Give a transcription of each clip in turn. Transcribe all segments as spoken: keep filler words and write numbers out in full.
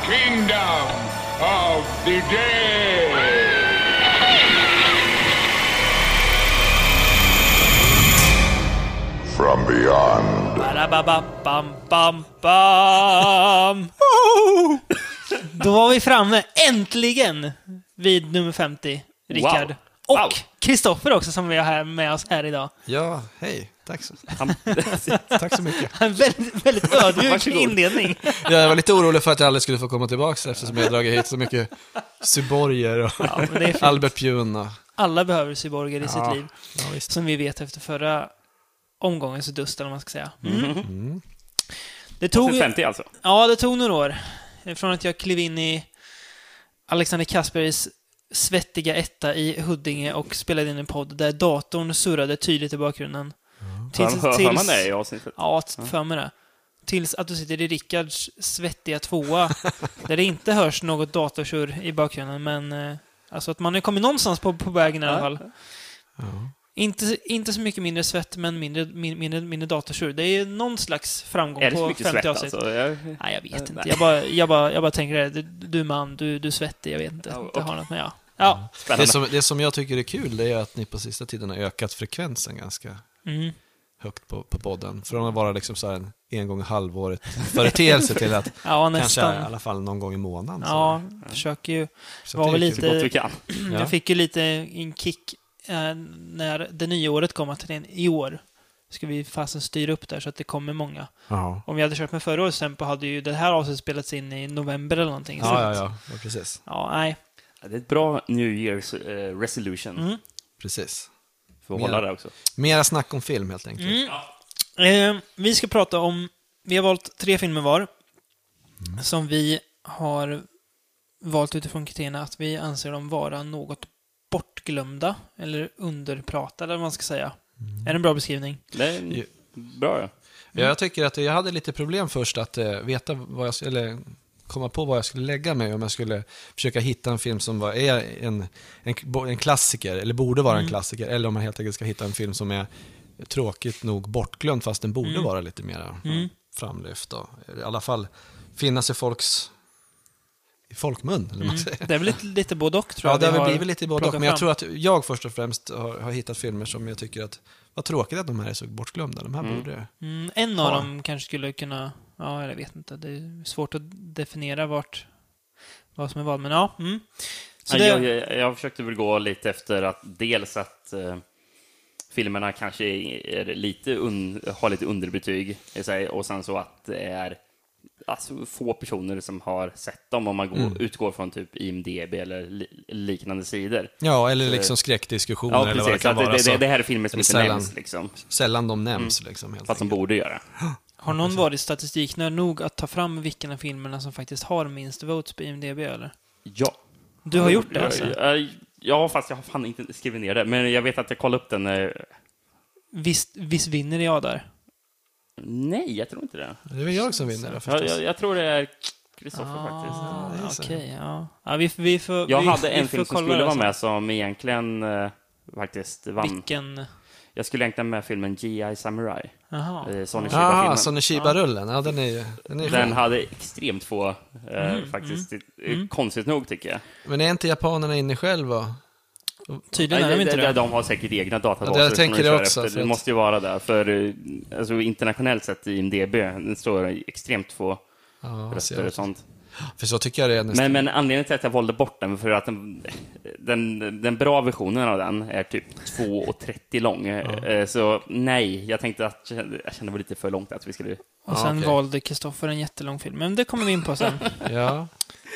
kingdom of the dead. From beyond. Bam, bam, bam. Då var vi framme, äntligen, vid nummer femtio, Rickard. Wow. Och Kristoffer också, som vi har här med oss här idag. Ja, hej. Tack så, Tack så mycket. En väldigt, väldigt ödmjuk inledning. Jag var lite orolig för att jag aldrig skulle få komma tillbaka eftersom jag har dragit hit så mycket cyborger och Ja, men det är fint. Albert Pjun. Och... Alla behöver cyborger i Ja, sitt liv. ja, visst. Som vi vet efter förra omgången så dust, eller vad man ska säga. Mm. Mm. Det tog, femtio alltså. ja, det tog några år. Från att jag klev in i Alexander Kasperis svettiga etta i Huddinge och spelade in en podd där datorn surrade tydligt i bakgrunden. Mm. Tills, Hör, hör, tills, hör man det i avsnittet? Ja, för mig det. Tills att du sitter i Rickards svettiga tvåa där det inte hörs något datorsurr i bakgrunden, men eh, alltså att man har kommit någonstans på, på vägen i alla fall. Ja. Inte, inte så mycket mindre svett, men mindre, mindre, mindre datorsurr. Det är någon slags framgång Är det så på mycket femtio svett avsnitt. alltså? Jag... Nej, jag vet Nej. inte. Jag bara, jag bara, jag bara tänker det. Du, du är man, du, du är svettig, jag vet inte. Ja, Det okej. har något med, ja. Ja. Det, som, det som jag tycker är kul det är att ni på sista tiden har ökat frekvensen ganska Mm. högt på, på podden. Från att vara liksom så här en, en gång i halvåret företeelse till att Ja, kanske nästan. i alla fall någon gång i månaden. Så. Ja, försöker ju. Så var det är väl kul. Så gott vi lite... kan. Ja. Jag fick ju lite en kick eh, när det nya året kom, att det i år ska vi fasen styra upp där så att det kommer många. Ja. Om vi hade kört med förra årets tempo hade ju det här avsnittet spelats in i november eller någonting. Så Ja, ja, att- ja, ja, precis. Ja, nej. Det är ett bra New Year's eh, resolution. Mm. precis. För att hålla det också. Mera snack om film helt enkelt. Mm. Eh, vi ska prata om... Vi har valt tre filmer var som vi har valt utifrån kriterierna att vi anser dem vara något bortglömda eller underpratade, eller vad man ska säga. Är det en bra beskrivning? Det är Ju- bra, ja. Ja, jag tycker att jag hade lite problem först att eh, veta vad jag eller komma på vad jag skulle lägga mig om jag skulle försöka hitta en film som var, är en, en, en klassiker eller borde vara en klassiker, eller om man helt enkelt ska hitta en film som är tråkigt nog bortglömd fast den borde vara lite mer Mm. framlyft och i alla fall finnas i folks i folkmun, eller vad man säger. Det är väl lite, lite både och, tror Ja, jag. det vi har väl har blivit lite både och, plockat men jag fram. tror att jag först och främst har, har hittat filmer som jag tycker att vad tråkigt att de här är så bortglömda. De här borde... Mm, en av Ja. dem kanske skulle kunna... Ja, jag vet inte. Det är svårt att definiera vart vad som är vad, men ja. Mm. Så Ja, det, jag, jag, jag försökte väl gå lite efter att dels att eh, filmerna kanske är lite un, har lite underbetyg i sig, och sen så att det är alltså, få personer som har sett dem om man går, Mm. utgår från typ I M D B eller li, liknande sidor. Ja, eller liksom skräckdiskussioner Ja, eller vad det precis. kan Att det, vara. det, så det, det här är filmer som det är inte sällan- nämns, liksom. Sällan de nämns liksom, helt Fast de enkelt. borde göra. har någon varit statistiknär nog att ta fram vilken av filmerna som faktiskt har minst votes på I M D B, eller? Ja. Du har gjort det, alltså? Ja, ja, fast jag har fan inte skrivit ner det. Men jag vet att jag kollade upp den. eh, Visst, visst vinner jag där? Nej, jag tror inte det. Det är väl jag som vinner det, Jag, förstås. jag, jag tror det är Kristoffer Ah, faktiskt. Okej, ja. ja vi, vi får, Jag vi, hade vi en får film som kolla skulle det vara sen. med som egentligen eh, faktiskt vann. Vilken? Jag skulle egentligen med filmen G I Samurai. Jaha. Eh, Sonny Jaha, Chiba-filmen. Sonny Chiba-rullen. Ja, den är den är Den skön. hade extremt få, eh, Mm, faktiskt. eh, Konstigt nog, tycker jag. Men är inte japanerna inne själva? Tydligen är de Nej, inte de, det. de, de har säkert egna databaser. Ja, det som tänker de jag kör också, efter. för Det att- måste ju vara där. För eh, alltså, internationellt sett i I M D B den står extremt få Ja, röster ser jag. och sånt. För så tycker jag det är nästan. Men, men anledningen till att jag valde bort den för att den, den, den bra versionen av den är typ två trettio lång. Eh, Så nej, jag tänkte att jag kände det var lite för långt att vi skulle... Och sen Ja, okej. valde Kristoffer en jättelång film. Men det kommer vi in på sen. Ja.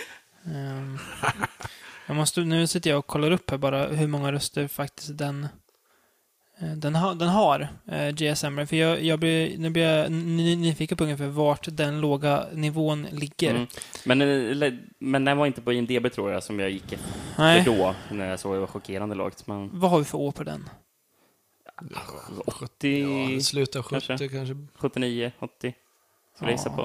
Ehm, jag måste, nu sitter jag och kollar upp här bara hur många röster faktiskt den eh, den, ha, den har, eh, G S M. För jag, jag blir, nu blir jag ny- nyfiken på ungefär vart den låga nivån ligger. Mm. Men, eh, men den var inte på I M D B, tror jag, som jag gick efter Nej. då, när jag såg det var chockerande lågt. Men Vad har vi för år på den? åttio, Ja, slutet av sjuttio kanske. kanske. sjuttionio, åttio. Ska jag gissa på.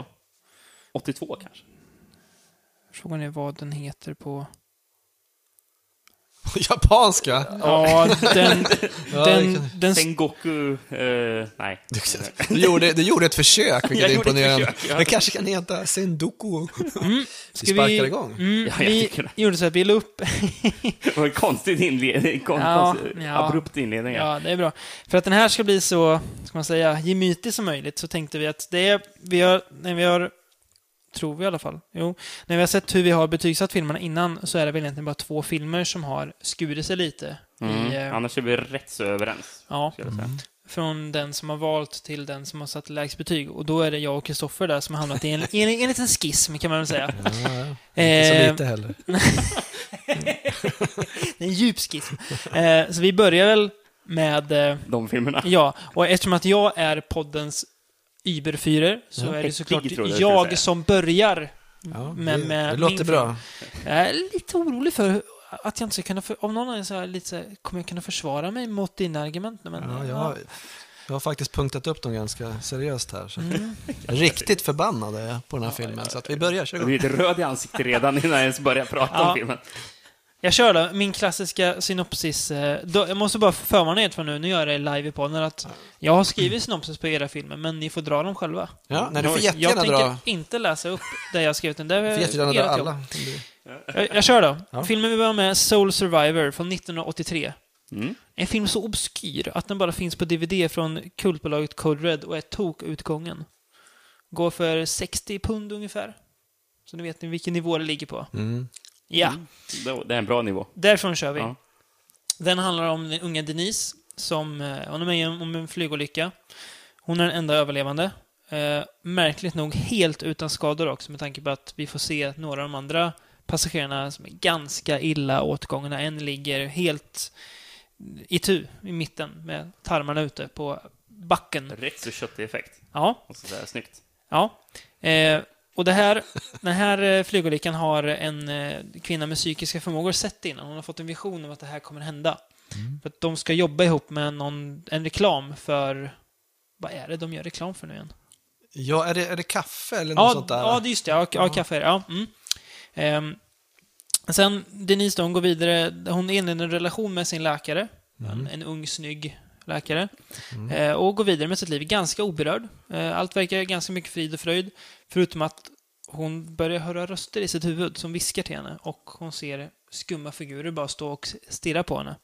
åttiotvå kanske. Frågan är vad den heter på... Japanska? Ja, den... Ja, den, det kan- den Sengoku... Eh, nej. Du gjorde, du gjorde ett försök, vilket Jag är gjorde ett imponerande. försök, ja. Det kanske kan heta Sendoku. Mm. Vi Ska sparkar vi- igång. Mm, Ja, jag vi tycker det. gjorde så att vi la upp... Det var en konstig inledning. Kon, Ja, konstig, ja. Abrupt inledning. Ja. Ja, det är bra. För att den här ska bli så, ska man säga, gemytlig som möjligt så tänkte vi att det är, vi har, när vi har, tror vi i alla fall, jo, när vi har sett hur vi har betygsatt filmerna innan så är det väl egentligen bara två filmer som har skurit sig lite. Mm. I, eh, Annars är vi rätt så överens. ja, Skulle jag säga. från den som har valt till den som har satt lägst betyg. Och då är det jag och Kristoffer där som har hamnat i en, i en, en liten schism kan man väl säga. Ja, ja. Inte så Eh, lite heller. Det är en djup schism. Eh, så vi börjar väl med... Eh, De filmerna. Ja, och eftersom att jag är poddens Überfyrer så Ja. är det såklart Äcklig, tror jag jag skulle jag säga. som börjar. Ja, med- det, med det min låter film. bra. Jag är lite orolig för att jag inte ska kunna... För, om någon är så här, lite så här, kommer jag kunna försvara mig mot dina argument? Men, Ja, jag, har, jag har faktiskt punktat upp dem ganska seriöst här. Så. Mm. Riktigt förbannad är jag på den här filmen. Så att vi börjar, kör Jag blir igång. lite röd i ansiktet redan innan jag ens börjar prata Ja. om filmen. Jag kör då, min klassiska synopsis. eh, Då, jag måste bara förvarna er för nu, nu gör jag det live i podden, att jag har skrivit synopsis på era filmer, men ni får dra dem själva. Ja, nej, du får Jag Jag jättegärna tänker dra, inte läsa upp det jag har skrivit. Det du får är jättegärna ert dra jobb. alla. Jag, jag kör då. Ja. Filmen vi börjar med, Soul Survivor från nittonhundraåttiotre. Mm. En film så obskyr att den bara finns på D V D från kultbolaget Code Red och är tokutgången. Går för sextio pund ungefär. Så ni vet ni vilken nivå det ligger på. Mm. Ja, Det det är en bra nivå. därifrån kör vi. Ja. Den handlar om den unga Denise som, eh, hon är med om en flygolycka. Hon är den enda överlevande. Eh, märkligt nog helt utan skador också med tanke på att vi får se några av de andra passagerarna som är ganska illa åtgångna. En ligger helt i tu i mitten med tarmarna ute på backen. Rätt så köttig effekt. Ja, Och så där, snyggt. ja. Eh, och det här, den här eh, flygolyckan har en eh, kvinna med psykiska förmågor sett innan. Hon har fått en vision om att det här kommer hända. För att de ska jobba ihop med någon, en reklam för... Vad är det de gör reklam för nu igen? Ja, är det, är det kaffe eller något Ja, sånt där? ja, det är just det. Ja, ja, kaffe är det. Ja. Mm. Ehm, sen, Denise då, hon går vidare. Hon inleder en relation med sin läkare. En, en ung, snygg läkare. Eh, och går vidare med sitt liv. Ganska oberörd. Eh, allt verkar ganska mycket frid och fröjd. Förutom att hon börjar höra röster i sitt huvud som viskar till henne. Och hon ser skumma figurer bara stå och stirra på henne.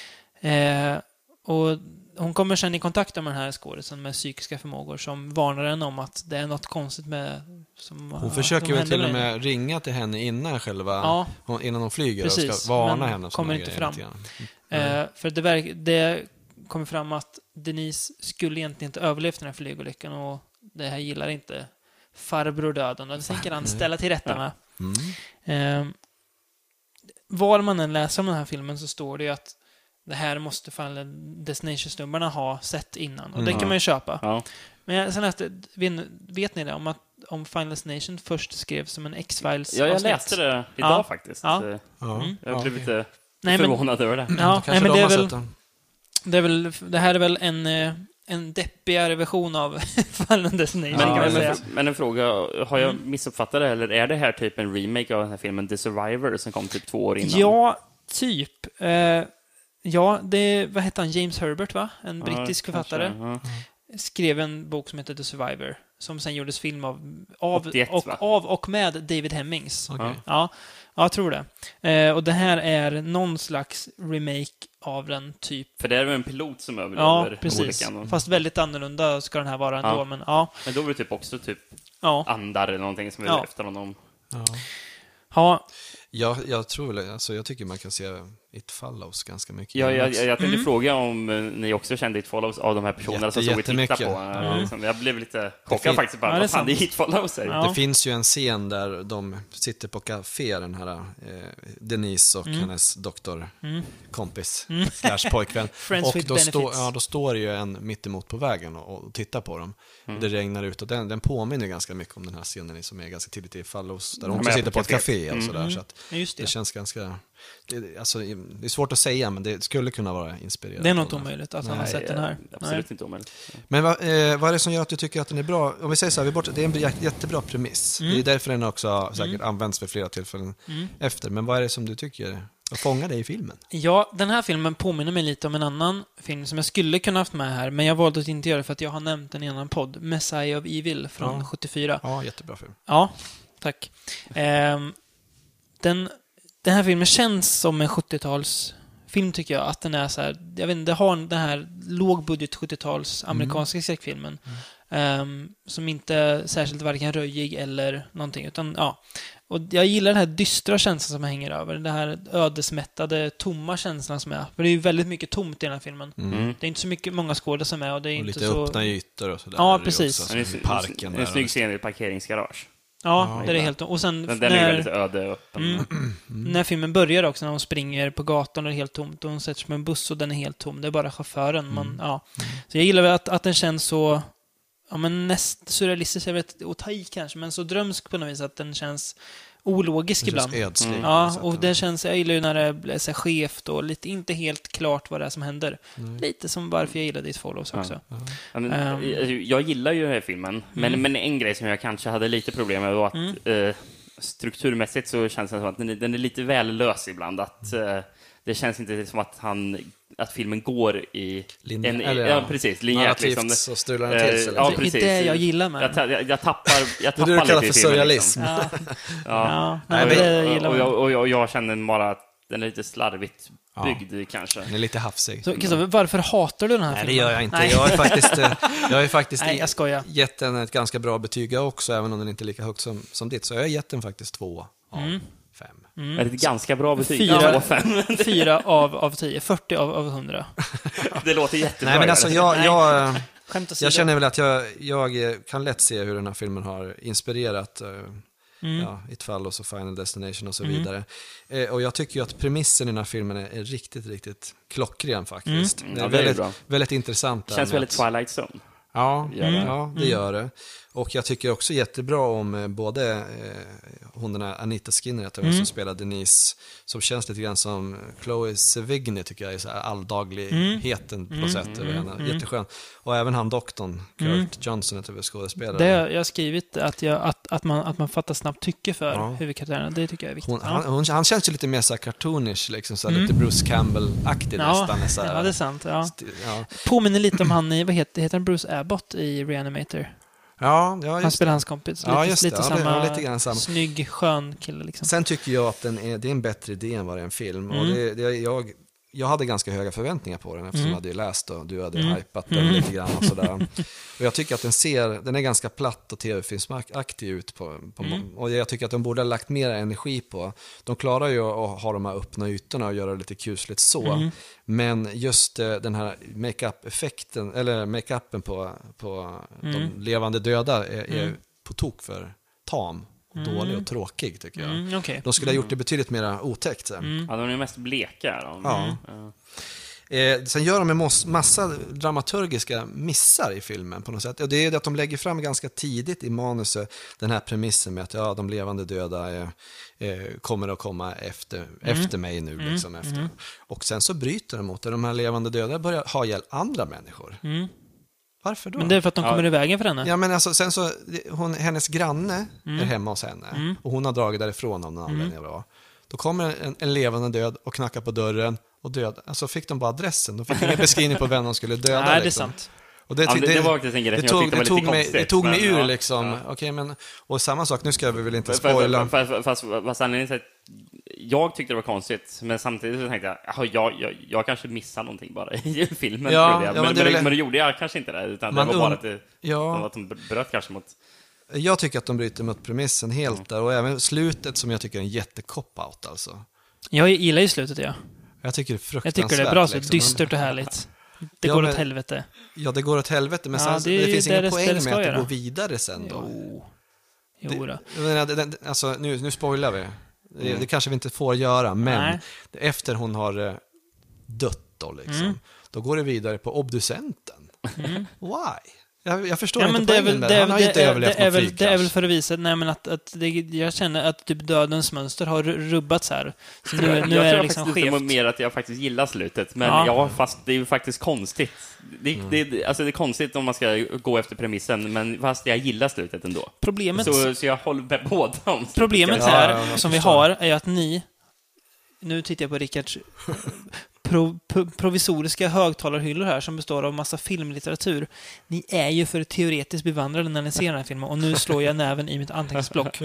Eh, och hon kommer sen i kontakt med den här skådisen med psykiska förmågor som varnar henne om att det är något konstigt med... Som, Hon ja, försöker som väl händer till och henne. med ringa till henne innan själva, Ja. hon, innan hon flyger och Precis, ska varna men henne. och kommer såna inte grejer fram. lite grann. Eh, för det, verk, det kommer fram att Denise skulle egentligen inte överlevt den här flygolyckan och det här gillar inte farbror döden och det tänker han ställa till rätta med. Mm. Eh, var man än läser om den här filmen så står det ju att det här måste Final Destination-snubbarna ha sett innan. Och det Mm. kan man ju köpa. Ja. Men jag, sen läste, vet, vet ni det? Om att om Final Destination först skrevs som en X-Files ja, jag avsnitt. läste det idag Ja. faktiskt. Ja. Så Ja. Mm. Jag Ja, blev okej. lite Nej, men, förvånad över det. ja, Kanske nej, men de det är har väl... sett den. Det, är väl, det här är väl en, eh, en deppigare version av Final Destination, Men, kan man men, säga. men, men en fråga, har jag Mm. missuppfattat det eller är det här typ en remake av den här filmen The Survivor som kom typ två år innan? Ja, typ. Eh, ja, det vad hette han? James Herbert, va? En Ja, brittisk kanske, författare. ja. Skrev en bok som heter The Survivor. Som sen gjordes film av, av, åttioett, och, va? av och med David Hemmings. Okej. Ja. Ja, ja, jag tror det. Eh, och det här är någon slags remake av den typ. För det är väl en pilot som Ja, överlever precis. olyckan. Och- Fast väldigt annorlunda ska den här vara ändå. Ja. Men ja, Men då var det typ också typ ja. andar eller någonting som är Ja. efter honom. Ja. ja. Jag, jag tror väl, alltså jag tycker man kan se It Follows ganska mycket. Ja, jag, jag, jag tänkte Mm. fråga om eh, ni också kände It Follows av de här personerna Jätte- som stod och tittade på. jättemycket. Eh, liksom. Jag blev lite chockad fin- faktiskt. Bara, Ja, det är vad fan, det är sant. It Follows. Här. Ja. Det finns ju en scen där de sitter på café, den här eh, Denise och Mm. hennes doktorkompis, Mm. slash pojkvän. Friends och with då, benefits. stå, ja, då står det ju en mittemot på vägen och, och tittar på dem. Mm. Det regnar ut och den, den påminner ganska mycket om den här scenen som är ganska tidigt i Fallows, där de De också är sitter på på ett caféet. café och Mm. sådär. Så att Ja, just det. det känns ganska... Det, alltså, det är svårt att säga, men det skulle kunna vara inspirerat. Det är av något den. omöjligt att han Nej, har sett den här. Absolut Nej. inte omöjligt. Men vad, eh, vad är det som gör att du tycker att den är bra? Om vi säger så här, vi bort, det är en jä- jättebra premiss. Mm. Det är därför den också har säkert Mm. använts vid flera tillfällen Mm. efter. Men vad är det som du tycker? Vad fångar det i filmen? Ja, den här filmen påminner mig lite om en annan film som jag skulle kunna haft med här, men jag valde att inte göra det för att jag har nämnt den i en annan podd. Messiah of Evil från Ja. sjuttiofyra. Ja, jättebra film. Ja, tack. Ehm, den, den här filmen känns som en sjuttiotalsfilm tycker jag. Att den är så här, jag vet inte, det har den här lågbudget sjuttiotals amerikanska mm. skräckfilmen. Mm. Um, som inte är särskilt varken röjig eller någonting. Utan, ja. Och jag gillar den här dystra känslan som hänger över. Den här ödesmättade, tomma känslan som är. För det är ju väldigt mycket tomt i den här filmen. Mm. Det är inte så mycket många skådespelare som är. Och, det är och inte lite så... öppna ytor och sådär. Ja, precis. Också, En, som parken en, en snygg scen i ett parkeringsgarage. Ja, Ja, det är helt... Och sen Den, den när... är väldigt öde och öppen. Mm. Mm. När filmen börjar också, när hon springer på gatan och det är helt tomt. Och hon sätter sig med en buss och den är helt tom. Det är bara chauffören. Man, Mm. ja. Så jag gillar väl att, att den känns så... Ja, men näst surrealistisk, jag vet att ta i kanske, men så drömsk på något vis att den känns ologisk det ibland. känns ödslig. Mm. Ja, och det känns, jag gillar ju när det blir så här skevt och lite inte helt klart vad det är som händer. Mm. Lite som varför jag gillar It Follows också. Ja. Ja, men, Um. jag, jag gillar ju den här filmen, men, Mm. men en grej som jag kanske hade lite problem med var att Mm. eh, strukturmässigt så känns det som att den är, den är lite väl lös ibland. Att, eh, det känns inte som att han att filmen går i Linje- en, eller, ja, ja, precis, linjärt. narrativt Liksom. så strular den till sig. Eh, ja, Det är precis. det jag gillar med jag, den. ta- jag, jag tappar, jag Det är tappar det du kallar lite för i filmen, surrealism. Ja, Liksom. ja. Ja. Nej, och, men det jag, gillar och, jag, man. och, jag, och jag känner bara att den är lite slarvigt Ja. byggd kanske. Den är lite hafsig. Så Kristoffer, varför hatar du den här Nej, det filmen? gör jag inte. Nej. Jag har faktiskt, eh, jag har ju faktiskt Nej, jag skojar. gett den ett ganska bra betyg jag också, även om den inte är lika högt som, som ditt. Så jag har gett den faktiskt två av Mm. fem. Mm. Är det ett ganska bra betyg? Fyra. Ja, fem. Fyra av, av tio, fyrtio av, av hundra. Det låter jättebra. Nej, men alltså jag, Nej. jag, eh, Skämt åsido. jag känner väl att jag, jag kan lätt se hur den här filmen har inspirerat eh, Mm. ja, It Follows och Final Destination och så Mm. vidare. Eh, och jag tycker ju att premissen i den här filmen är, är riktigt, riktigt klockren faktiskt. Mm. Det är Ja, det är väldigt, bra. väldigt intressant. Det där känns med väldigt att- Twilight Zone. Ja, Gör det. ja, det gör det. Och jag tycker också jättebra om eh, både eh, hon den här Anita Skinner, jag tror Mm. som spelar Denise, som känns lite grann som Chloe Sevigny tycker jag, är så här alldagligheten på något sätt över henne. Jätteskön. Och även han doktorn, Kurt Mm. Johnson, heter väl skådespelare. Det jag har skrivit att, jag, att, att, man, att man fattar snabbt tycke för Ja. huvudkaraktärerna. Det tycker jag är viktigt. Hon, ja. han, hon, han känns ju lite mer så här cartoonish, liksom, så här Mm. lite Bruce Campbell-aktig Ja, nästan. Så här, ja, det är sant. Ja. sti- ja. Påminner lite om han i, vad heter, heter han Bruce Abbott i Reanimator? Ja, ja, Han just spelar hans kompis. Ja, Lite, just det. lite Ja, det- samma, ja, lite grann samma. snygg, skön kille liksom. Sen tycker jag att den är, det är en bättre idé än vad det är en film. Och Mm. det, det, jag, jag hade ganska höga förväntningar på den eftersom Mm. jag hade ju läst och du hade Mm. hypat den Mm. lite grann och sådär. Och jag tycker att den ser, den är ganska platt och tv-filmsaktig ut på, på Mm. och jag tycker att de borde ha lagt mer energi på. De klarar ju att ha de här öppna ytorna och göra det lite kusligt så. Mm. Men just eh, den här make-up-effekten, eller make-upen på, på Mm. de levande döda är, är Mm. på tok för tam. Mm. Dålig och tråkig tycker jag. Mm, okej. De skulle ha gjort det betydligt mer otäckt sen. Mm. Ja, de är mest bleka. De. Ja. Ja. Eh, sen gör de en mos- massa dramaturgiska missar i filmen på något sätt. Och det är det att de lägger fram ganska tidigt i manuset den här premissen med att ja, de levande döda eh, eh, kommer att komma efter, efter mig nu. Liksom, efter. Mm. Och sen så bryter de mot det. De här levande döda börjar ha ihjäl andra människor. Mm. Varför då? Men det är för att de Ja. kommer i vägen för henne. Ja, men alltså, sen så, hon, hennes granne Mm. är hemma hos henne Mm. och hon har dragit därifrån av någon Mm. anledning. Bra. Då kommer en, en levande död och knackar på dörren och död. Alltså fick de bara adressen. De fick ingen beskrivning på vem de skulle döda. Nej, det är liksom. sant. Och det, Ja, men det- det var faktiskt en grej som jag tog, tyckte var det tog lite mig, konstigt, Det tog mig men ur ja, liksom. ja. Okej, men, och samma sak, nu ska vi väl inte Fast, spoila. fast, fast, fast, fast anledningen till att jag tyckte det var konstigt, men samtidigt så tänkte jag, jaha, jag, jag, jag kanske missade någonting bara i filmen. Ja, trodde jag. ja, men, men det men, är väl- men det gjorde jag kanske inte det, utan Man det var bara und- att, det, Ja. att de bröt kanske mot... Jag tycker att de bryter mot premissen helt där. Och även slutet som jag tycker är en jättekop-out alltså. Jag gillar ju slutet, ja. Jag tycker det är Jag fruktansvärt. tycker det är bra så liksom. dystert och härligt. Det Ja, går men- åt helvete. Ja, det går åt helvete, men Ja, sen, det är det, ju finns det ingen det- poäng det det med ska att det göra. går vidare sen då. Jo. Jo då. Det, jag menar, det, det, alltså, nu, nu spoilar vi. Det, Mm. det kanske vi inte får göra, men Nej. efter hon har eh, dött då, liksom, Mm. då går det vidare på obducenten. Mm. Why? Jag, jag förstår Ja, inte men det är poängen väl, med det det. är, Han har ju det, inte är, överlevt det, är någon väl, det är väl flygkrasch. för att visa, nej men att, att det, jag känner att typ dödens mönster har rubbats här. Så nu, nu jag är tror det jag liksom faktiskt lite skevt. mer att jag faktiskt gillar slutet, men Ja. ja, fast det är ju faktiskt konstigt. Det, Mm. det, alltså det är konstigt om man ska gå efter premissen, men fast jag gillar slutet ändå. Problemet, Så, så jag håller med båda om slutet. problemet Ja, här, ja, jag som vi förstår. har, är ju att ni nu tittar jag på Rickards pro, pro, provisoriska högtalarhyllor här som består av massa filmlitteratur. Ni är ju för teoretiskt bevandrade när ni ser den här filmen och nu slår jag näven i mitt anteckningsblock.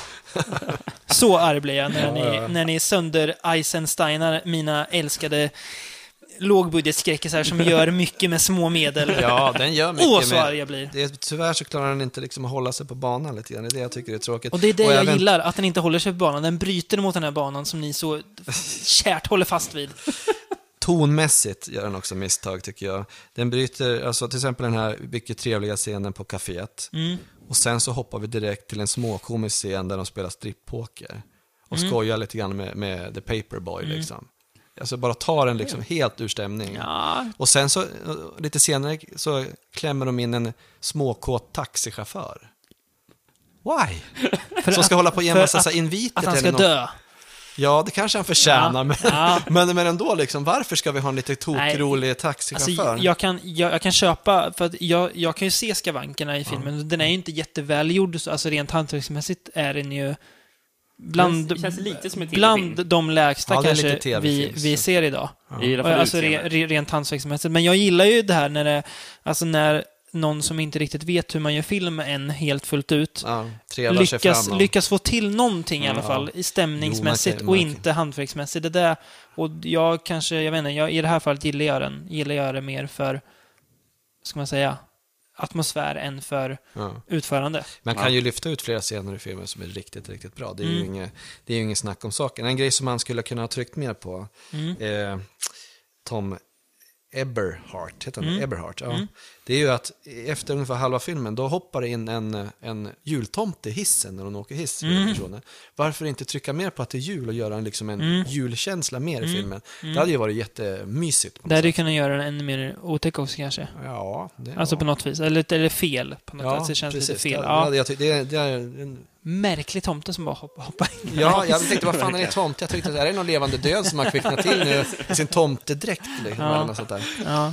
Så arg blir jag när ni, när ni sönder Eisensteinar, mina älskade lågbudgetskräckisar som gör mycket med små medel. Ja, den gör mycket. Åh, så med, arg jag blir. Det är, tyvärr så klarar den inte liksom att hålla sig på banan lite grann. Det är det jag tycker är tråkigt. Och det är det och jag även, gillar, att den inte håller sig på banan. Den bryter mot den här banan som ni så kärt håller fast vid. Tonmässigt gör den också misstag, tycker jag. Den bryter, alltså till exempel den här mycket trevliga scenen på kaféet. Mm. Och sen så hoppar vi direkt till en småkomisk scen där de spelar strippoker. Och Mm. skojar lite grann med, med The Paperboy mm. liksom. Alltså bara tar den liksom helt ur stämning. Ja. Och sen så, lite senare så klämmer de in en småkåt taxichaufför. Why? För Som ska att, hålla på och ge en massa att, inviter att han till ska någon. dö. Ja, det kanske han förtjänar, Ja. men, Ja. men, men ändå liksom, varför ska vi ha en lite tokrolig Alltså, taxichaufför? jag, kan, jag, jag kan köpa, för att jag, jag kan ju se skavankerna i filmen. Ja. Den är ju inte jättevälgjord, alltså rent hantverksmässigt är den ju bland, Det känns lite som en bland T V-film. de lägsta Ja, det är lite kanske vi, T V-film, vi så. ser idag. Jag gillar Och, för alltså re, utseende. re, rent hantverksmässigt. Men jag gillar ju det här när det, alltså när någon som inte riktigt vet hur man gör film än helt fullt ut Ja, trevlar sig lyckas, fram och- lyckas få till någonting i alla Ja. fall, i stämningsmässigt Jo, man kan- och man kan- inte hantverksmässigt. Det där, och jag kanske, jag vet inte, jag, i det här fallet gillar jag den, gillar jag det mer för, ska man säga, atmosfär än för Ja. utförande. Man kan Ja. ju lyfta ut flera scener i filmen som är riktigt, riktigt bra. Det är ju Mm. inget, det är ju inget snack om saken. En grej som man skulle kunna ha tryckt mer på, Mm. eh, Tom Eberhardt, heter han Mm. Eberhardt, ja. Mm. Det är ju att efter ungefär halva filmen, då hoppar det in en, en jultomte i hissen när de åker hiss. Mm. Personen. Varför inte trycka mer på att det är jul och göra en, liksom en Mm. julkänsla mer i Mm. filmen? Mm. Det hade ju varit jättemysigt. På Det något hade ju sätt. kunnat göra den ännu mer otäck också kanske. Ja, det, Alltså ja. på något vis. Eller, eller fel på något Ja, sätt. Det känns precis. lite fel. Det, Ja. det, jag ty- det, det är en Märklig tomte som bara hopp, hoppar in. Ja, jag tänkte, vad fan är det tomte? Jag tyckte, är det någon levande död som har kvicknat till nu i sin tomtedräkt? Liksom, Ja. eller något sånt där. Ja.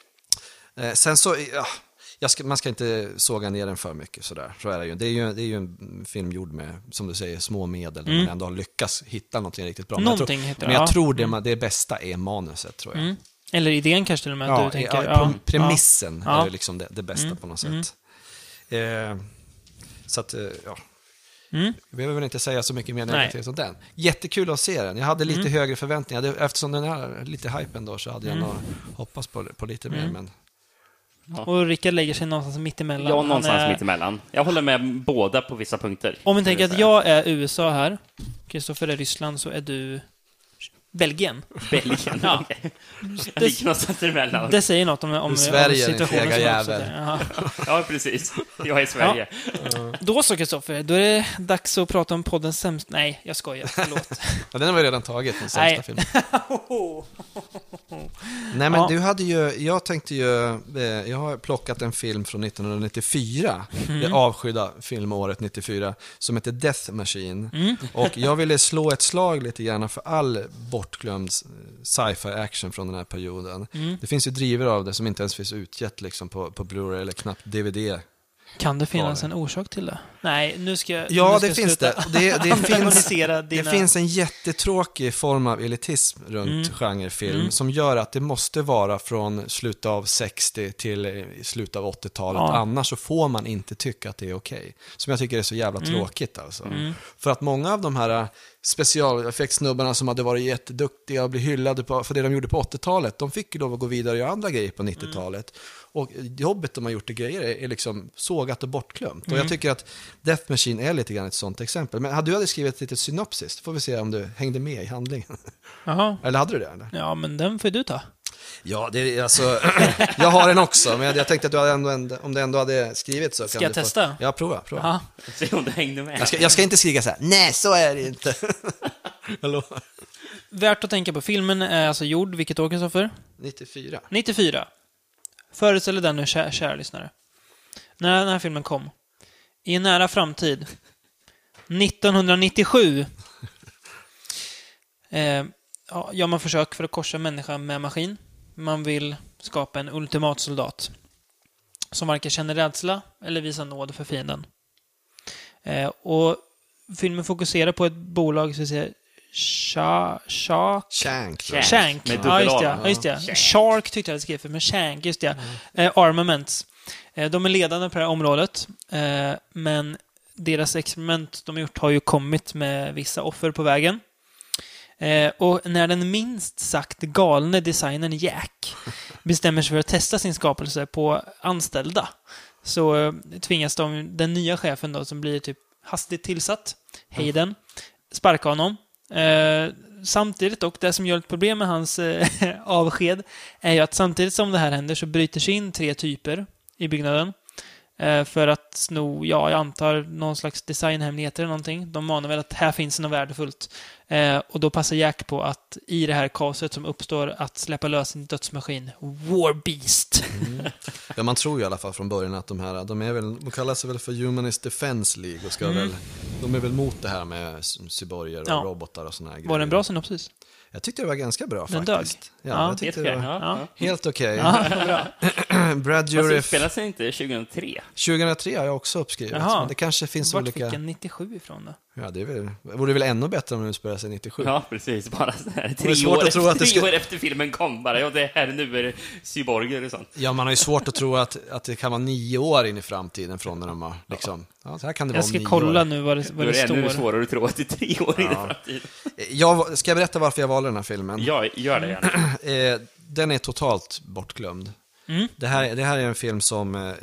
Eh, sen så, ja, jag ska, man ska inte såga ner den för mycket sådär. Så är det ju. Det är ju, det är ju en film gjord med, som du säger, små medel. Där Mm. man ändå har lyckats hitta någonting riktigt bra. Någonting men jag heter tror, det, men jag ja. tror det, det bästa är manuset, tror jag. Mm. Eller idén kanske till och med. Ja, att du tänker, ja, ja, pre- premissen ja. är ju liksom det, det bästa Mm. på något sätt. Mm. Eh, så att, eh, ja. Mm. Jag behöver väl inte säga så mycket mer Nej. negativt om den. Jättekul att se den. Jag hade lite Mm. högre förväntningar. Det- Eftersom den är lite hypen då så hade jag Mm. nog hoppats på, på lite mer. Mm. Men Och Rickard lägger sig någonstans mittemellan. Jag Han någonstans är- mittemellan. Jag håller med båda på vissa punkter. Om vi tänker vill att säga. jag är U S A här, Kristoffer är Ryssland, så är du Belgien. Belgien, Ja. okej. Jag ligger någonstans emellan. Det säger något om, om, om Sverige, din situationen fega som uppstått jävel. där. Jaha. Ja, precis. Jag är i Sverige. Då så, Kristoffer, då är det dags att prata om poddens sämsta... Nej, jag skojar. Förlåt. ja, den har vi redan tagit, den Nej. sämsta filmen. Nej, men Ja. du hade ju, jag tänkte ju, eh, jag har plockat en film från nittonhundranittiofyra, Mm. det avskydda filmåret nittiofyra, som heter Death Machine. Mm. Och jag ville slå ett slag lite grann för all bortglömd sci-fi action från den här perioden. Mm. Det finns ju driver av det som inte ens finns utgett liksom på, på Blu-ray eller knappt D V D. Kan det finnas Var en orsak till det? Nej, nu ska jag Ja, nu ska det jag finns sluta det. Det, det, finns, antagonisera det dina... finns en jättetråkig form av elitism runt Mm. genrefilm Mm. som gör att det måste vara från slutet av sextio till eh, slutet av åttiotalet. Ja. Annars så får man inte tycka att det är okej. Som jag tycker är så jävla Mm. tråkigt alltså. Mm. För att många av de här eh, specialeffektsnubbarna som hade varit jätteduktiga och blivit hyllade på, för det de gjorde på åttiotalet, de fick ju lov att gå vidare och göra andra grejer på nittiotalet. Och jobbet de har gjort i grejer är, är liksom sågat och bortglömt. Och Mm. jag tycker att Death Machine är lite grann ett sånt exempel. Men hade du hade skrivit ett litet synopsis, får vi se om du hängde med i handlingen. Jaha. Eller hade du det? Eller? Ja, men den får du ta. Ja, det är alltså, jag har den också, men jag, jag tänkte att du hade ändå, om du ändå hade skrivit så kan Ska du jag få... testa? Ja, prova. prova. Jaha. Se om du hängde med. Jag, ska, jag ska inte skrika så här, nej så är det inte. Jag lovar. Värt att tänka på. Filmen är alltså gjord, vilket år, Kristoffer? nittiofyra. nittiofyra. Föreställ dig den nu, kära, kära lyssnare. När den här filmen kom. I en nära framtid. nittonhundranittiosju. Eh, ja, gör man försök för att korsa människa med maskin. Man vill skapa en ultimat soldat. Som varken känner rädsla eller visar nåd för fienden. Eh, och filmen fokuserar på ett bolag, så att säga, Sha, Shark. Shank. tror jag. Shank. Med Ja, just dubbel det. A. Ja, just det. Shank. Shark tyckte jag det skrev för, men Shank, just det. Eh, Armaments. Eh, de är ledande på det här området, eh, men deras experiment de har gjort har ju kommit med vissa offer på vägen. Eh, och när den minst sagt galne designern Jack bestämmer sig för att testa sin skapelse på anställda, så eh, tvingas de, den nya chefen då, som blir typ hastigt tillsatt, Hayden, sparka honom. Eh, samtidigt, och det som gör ett problem med hans eh, avsked är ju att samtidigt som det här händer så bryter sig in tre typer i byggnaden eh, för att sno, ja, jag antar någon slags designhemligheter eller någonting. De manar väl att här finns något värdefullt. Eh, och då passar Jack på att i det här kaoset som uppstår att släppa lös sin dödsmaskin, War Beast. Mm. Ja, man tror ju i alla fall från början att de här, de är väl, de kallar sig väl för Humanist Defense League och ska Mm. väl, de är väl mot det här med cyborger och Ja. robotar och såna här grejer. Var det en bra synopsis? Jag tyckte det var ganska bra Den faktiskt. Ja, Ja, jag tyckte Helt det okej. var Ja, ja. helt okej. Ja, bra. Brad Fast Dourif, utspelar sig inte tjugohundratre? tjugohundratre har jag också uppskrivit. Jaha. Men det kanske finns Vart olika... fick en nittiosju ifrån då? Ja, det är väl, det vore väl ännu bättre om det utspelar sig nittiosju. Ja, precis. Bara så här, tre, svårt år, att tro efter, att det tre ska- år efter filmen kom bara. Ja, det här nu är det cyborger och sånt. Ja, man har ju svårt att tro att, att det kan vara nio år in i framtiden från när de har liksom... Ja, så här kan det Jag vara om ska nio kolla år. nu vad det, Då vad är det det ännu står. svårare att tro att det är tre år in i Ja. framtiden. Jag, ska jag berätta varför jag valde den här filmen? Ja, gör det gärna. Eh, den är totalt bortglömd. Mm. Det, här, det här är en film som eh,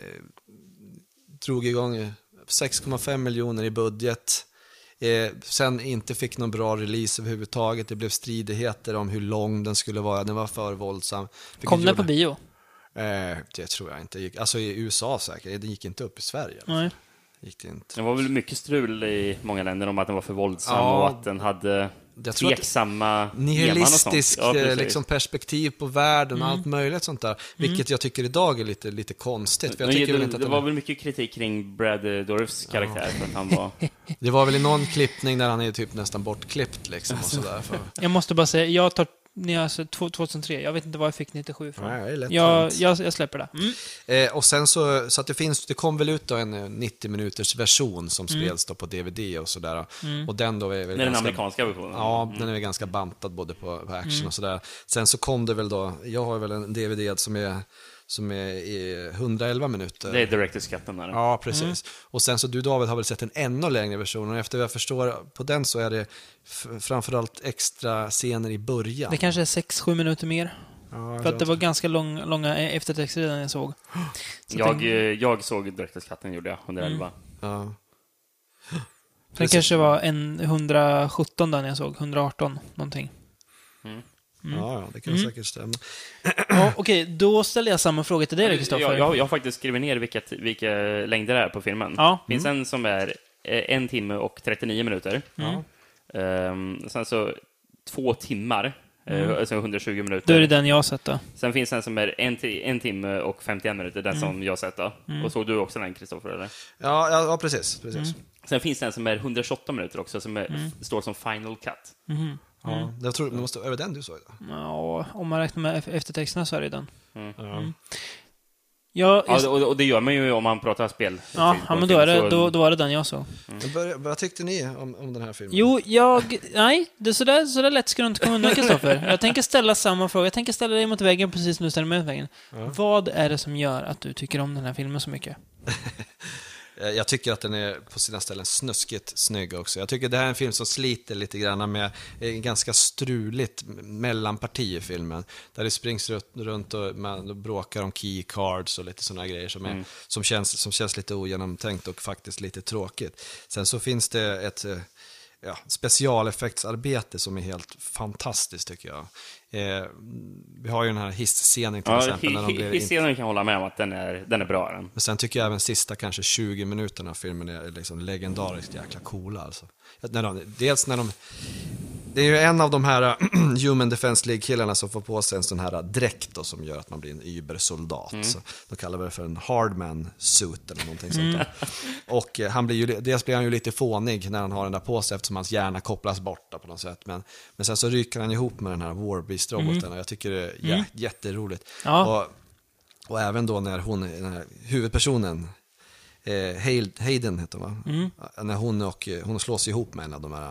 drog igång sex komma fem miljoner i budget. Eh, sen inte fick någon bra release överhuvudtaget. Det blev stridigheter om hur lång den skulle vara. Den var för våldsam. Vilket Kom den gjorde- på bio? Eh, det tror jag inte gick. Alltså i U S A säkert. Den gick inte upp i Sverige. Nej. Gick det inte. Det var väl mycket strul i många länder om att den var för våldsam Ja. och att den hade Jag tror att- tveksamma teman och Nihilistisk sånt. Ja, eh, precis. liksom perspektiv på världen och Mm. allt möjligt sånt där. Vilket jag tycker idag är lite, lite konstigt. För jag Men tycker det, väl inte att det den var är... väl mycket kritik kring Brad Dourifs karaktär för att han var... Det var väl i någon klippning där han är typ nästan bortklippt liksom och sådär. För... Jag måste bara säga, jag tar ni har alltså tjugohundratre. Jag vet inte var jag fick nittiosju ifrån. Nej, det är lätt jag, hänt. jag, jag släpper det. Mm. Eh, och sen så, så att det finns, det kom väl ut då en eh, nittio minuters version som spreds då på D V D och sådär. Och den då är väl Det är den ganska, amerikanska versionen. ja, den är väl ganska bantad både på, på action och sådär. Sen så kom det väl då, jag har väl en D V D som är, som är i hundraelva minuter. Det är Director's Cut, den där. Ja, precis. Och sen så du David har väl sett en ännu längre version och efter vad jag förstår på den så är det f- framförallt extra scener i början. Det kanske är sex sju minuter mer. Ja, För att det var ganska lång, långa eftertexter redan jag såg. Så Jag, tänkte- eh, jag såg Director's Cut, den gjorde jag, hundraelva. Ja. Den kanske var en hundrasjutton den jag såg. hundraarton någonting. Ja, ja, det kan Mm. säkert stämma. Ja, Okej, då ställer jag samma fråga till dig, Kristoffer. Jag, jag, jag har faktiskt skrivit ner vilka, vilka längder det är på filmen. Ja. Det finns en som är eh, en timme och trettionio minuter. Mm. Ehm, sen så två timmar, Mm. eh, alltså hundratjugo minuter. Då är det den jag har sett då. Sen finns en som är en, ti- en timme och femtioen minuter, den Mm. som jag har sett då. Och såg du också den, Kristoffer, eller? Ja, ja, ja precis. precis. Mm. Sen finns det en som är hundratjugoåtta minuter också, som är, står som Final Cut. Mhm. Ja, jag tror, det måste, är det den du såg då? Ja, om man räknar med ef- eftertexterna så är det den. Ja. Ja, Ja, jag, och, och det gör man ju om man pratar spel. ja, Film- ja men då, är det, så- då, då var det den jag såg. Men börja- vad tyckte ni om, om den här filmen? Jo, jag... Nej, det är sådär, sådär lätt ska du inte komma undan, Kristoffer. Jag tänker ställa samma fråga. Jag tänker ställa dig mot väggen precis som du ställer mig mot väggen. Vad är det som gör att du tycker om den här filmen så mycket? Eh, Jag tycker att den är på sina ställen snuskigt snygg också. Jag tycker det här är en film som sliter lite grann med en ganska struligt mellanparti i filmen. Där det springs runt- runt och man bråkar om key cards och lite sådana grejer som, är, Mm. som, känns, som känns lite ogenomtänkt och faktiskt lite tråkigt. Sen så finns det ett eh, ja, specialeffektsarbete som är helt fantastiskt tycker jag. Eh, vi har ju den här hissscenen till Ja, exempel. När de blir in- Hisscenen kan jag hålla med om att den är, den är bra. Den. Men sen tycker jag även sista kanske tjugo minuterna av filmen är liksom legendariskt jäkla coola alltså. När de, dels när de... Det är ju en av de här Human Defense League-killarna som får på sig en sån här dräkt då, som gör att man blir en ybersoldat. Mm. Så de kallar det för en hardman suit eller någonting sånt där. Och eh, han blir ju, dels blir han ju lite fånig när han har den där på sig eftersom hans hjärna kopplas borta på något sätt. Men, men sen så ryker han ihop med den här Warbeast-roboten och jag tycker det är jä- jätteroligt. Ja. Och, och även då när hon, den här huvudpersonen, eh, Hay- Hayden heter hon va? Mm. När hon och hon slås ihop med en av de här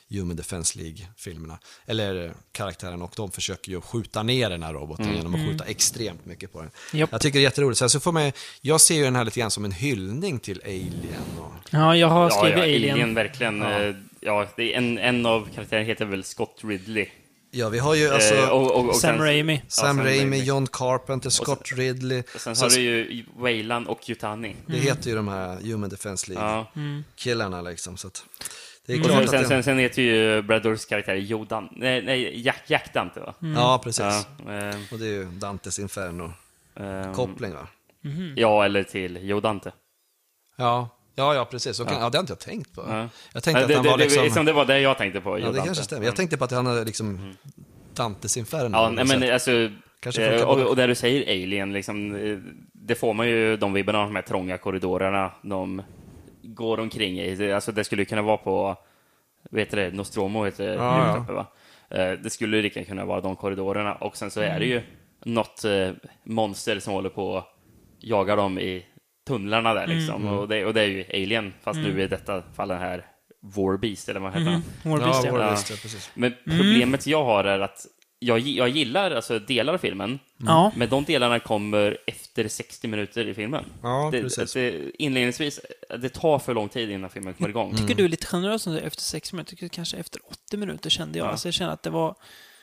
Human Defense League-filmerna. Eller karaktären, och de försöker ju skjuta ner den här roboten mm. genom att skjuta mm. extremt mycket på den. Yep. Jag tycker det är jätteroligt. Sen så får man, jag ser ju den här lite grann som en hyllning till Alien. Och... Ja, jag har skrivit ja, ja, Alien. Alien verkligen. Ja. Ja, det är en, en av karaktärerna heter väl Scott Ridley. Ja, vi har ju alltså eh, och, och, och Sam sen, Raimi. Sam, ja, Sam Raimi, Raimi, John Carpenter, Scott sen, Ridley. Och sen så har du ju Wayland och Yutani. Det mm. heter ju de här Human Defense League-killarna ja. mm. liksom, så att det är och klart sen, att sen, det... sen, sen heter ju Brad Dourifs karaktär Joe Dan... Nej, nej Jack, Jack Dante, va? Mm. Ja, precis. Ja, eh, och det är ju Dantes Inferno-koppling, va? Mm. Ja, eller till Joe Dante. Ja. Ja, ja, precis. Och kan, ja. ja, det har inte jag tänkt på. Ja. Jag tänkte ja, det, att han det, var liksom... Det, det var det jag tänkte på. Ja, det kanske stämmer. Jag tänkte på att han hade liksom mm. Dantes Inferno. Ja, nej, men alltså... Eh, och, och där du säger Alien, liksom, det får man ju de vibbarna av de här trånga korridorerna de går omkring i. Alltså, det skulle kunna vara på, vet du det, Nostromo heter ja, uppe, va? Eh, det skulle lika kunna vara de korridorerna. Och sen så är det ju något eh, monster som håller på att jaga dem i tunnlarna där liksom. Mm. Och, det, och det är ju Alien, fast mm. nu i detta fall den här Warbeast, eller vad heter mm. han? Warbeast, ja, Warbeast, ja, precis. Men problemet mm. jag har är att jag, jag gillar alltså delar av filmen, mm. men de delarna kommer efter sextio minuter i filmen. Ja, det, precis. Det, inledningsvis, det tar för lång tid innan filmen kommer igång. Mm. Tycker du är lite generös efter sex minuter? Tycker kanske efter åttio minuter kände jag. Ja. Alltså jag kände att det var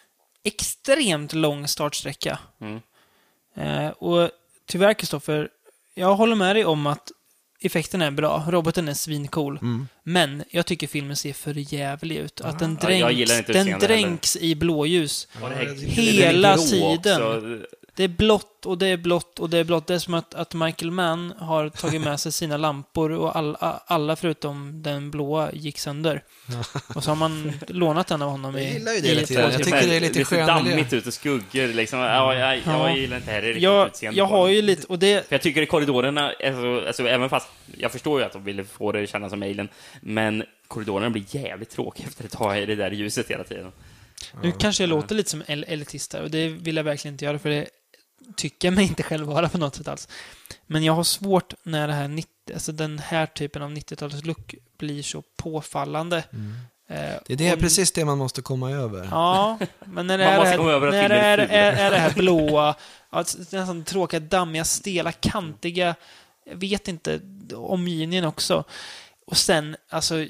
extremt lång startsträcka. Mm. Eh, och tyvärr, Kristoffer, jag håller med dig om att effekten är bra. Roboten är svincool. Mm. Men jag tycker filmen ser för jävlig ut. Att den dränks, ja, den dränks i blåljus. Ja, hela tiden. Det är blått och det är blått och det är blått. Det är som att, att Michael Mann har tagit med sig sina lampor och all, alla förutom den blåa gick sönder. Ja. Och så har man lånat den av honom i... Jag gillar ju det lite. Jag tycker det är lite skönare. dammigt ut och skuggor liksom. Ja, jag, jag ja. gillar inte det här riktigt jag, utseende. Jag har ju lite... Och det... För jag tycker i korridorerna, alltså, alltså, även fast jag förstår ju att de ville få det att kännas som Alien, men korridorerna blir jävligt tråkiga efter att ta i det där ljuset hela tiden. Nu kanske jag låter lite som elitist där, och det vill jag verkligen inte göra, för det tycker jag mig inte själv vara på något sätt alls. Men jag har svårt när det här nittio, alltså den här typen av nittiotalets look blir så påfallande. Mm. Eh, det är det, och, precis det man måste komma över. Ja, men när det är, det här, när det är, är, är det här blåa, alltså, nästan tråkiga, dammiga, stela, kantiga, jag vet inte, omgivningen också. Och sen, alltså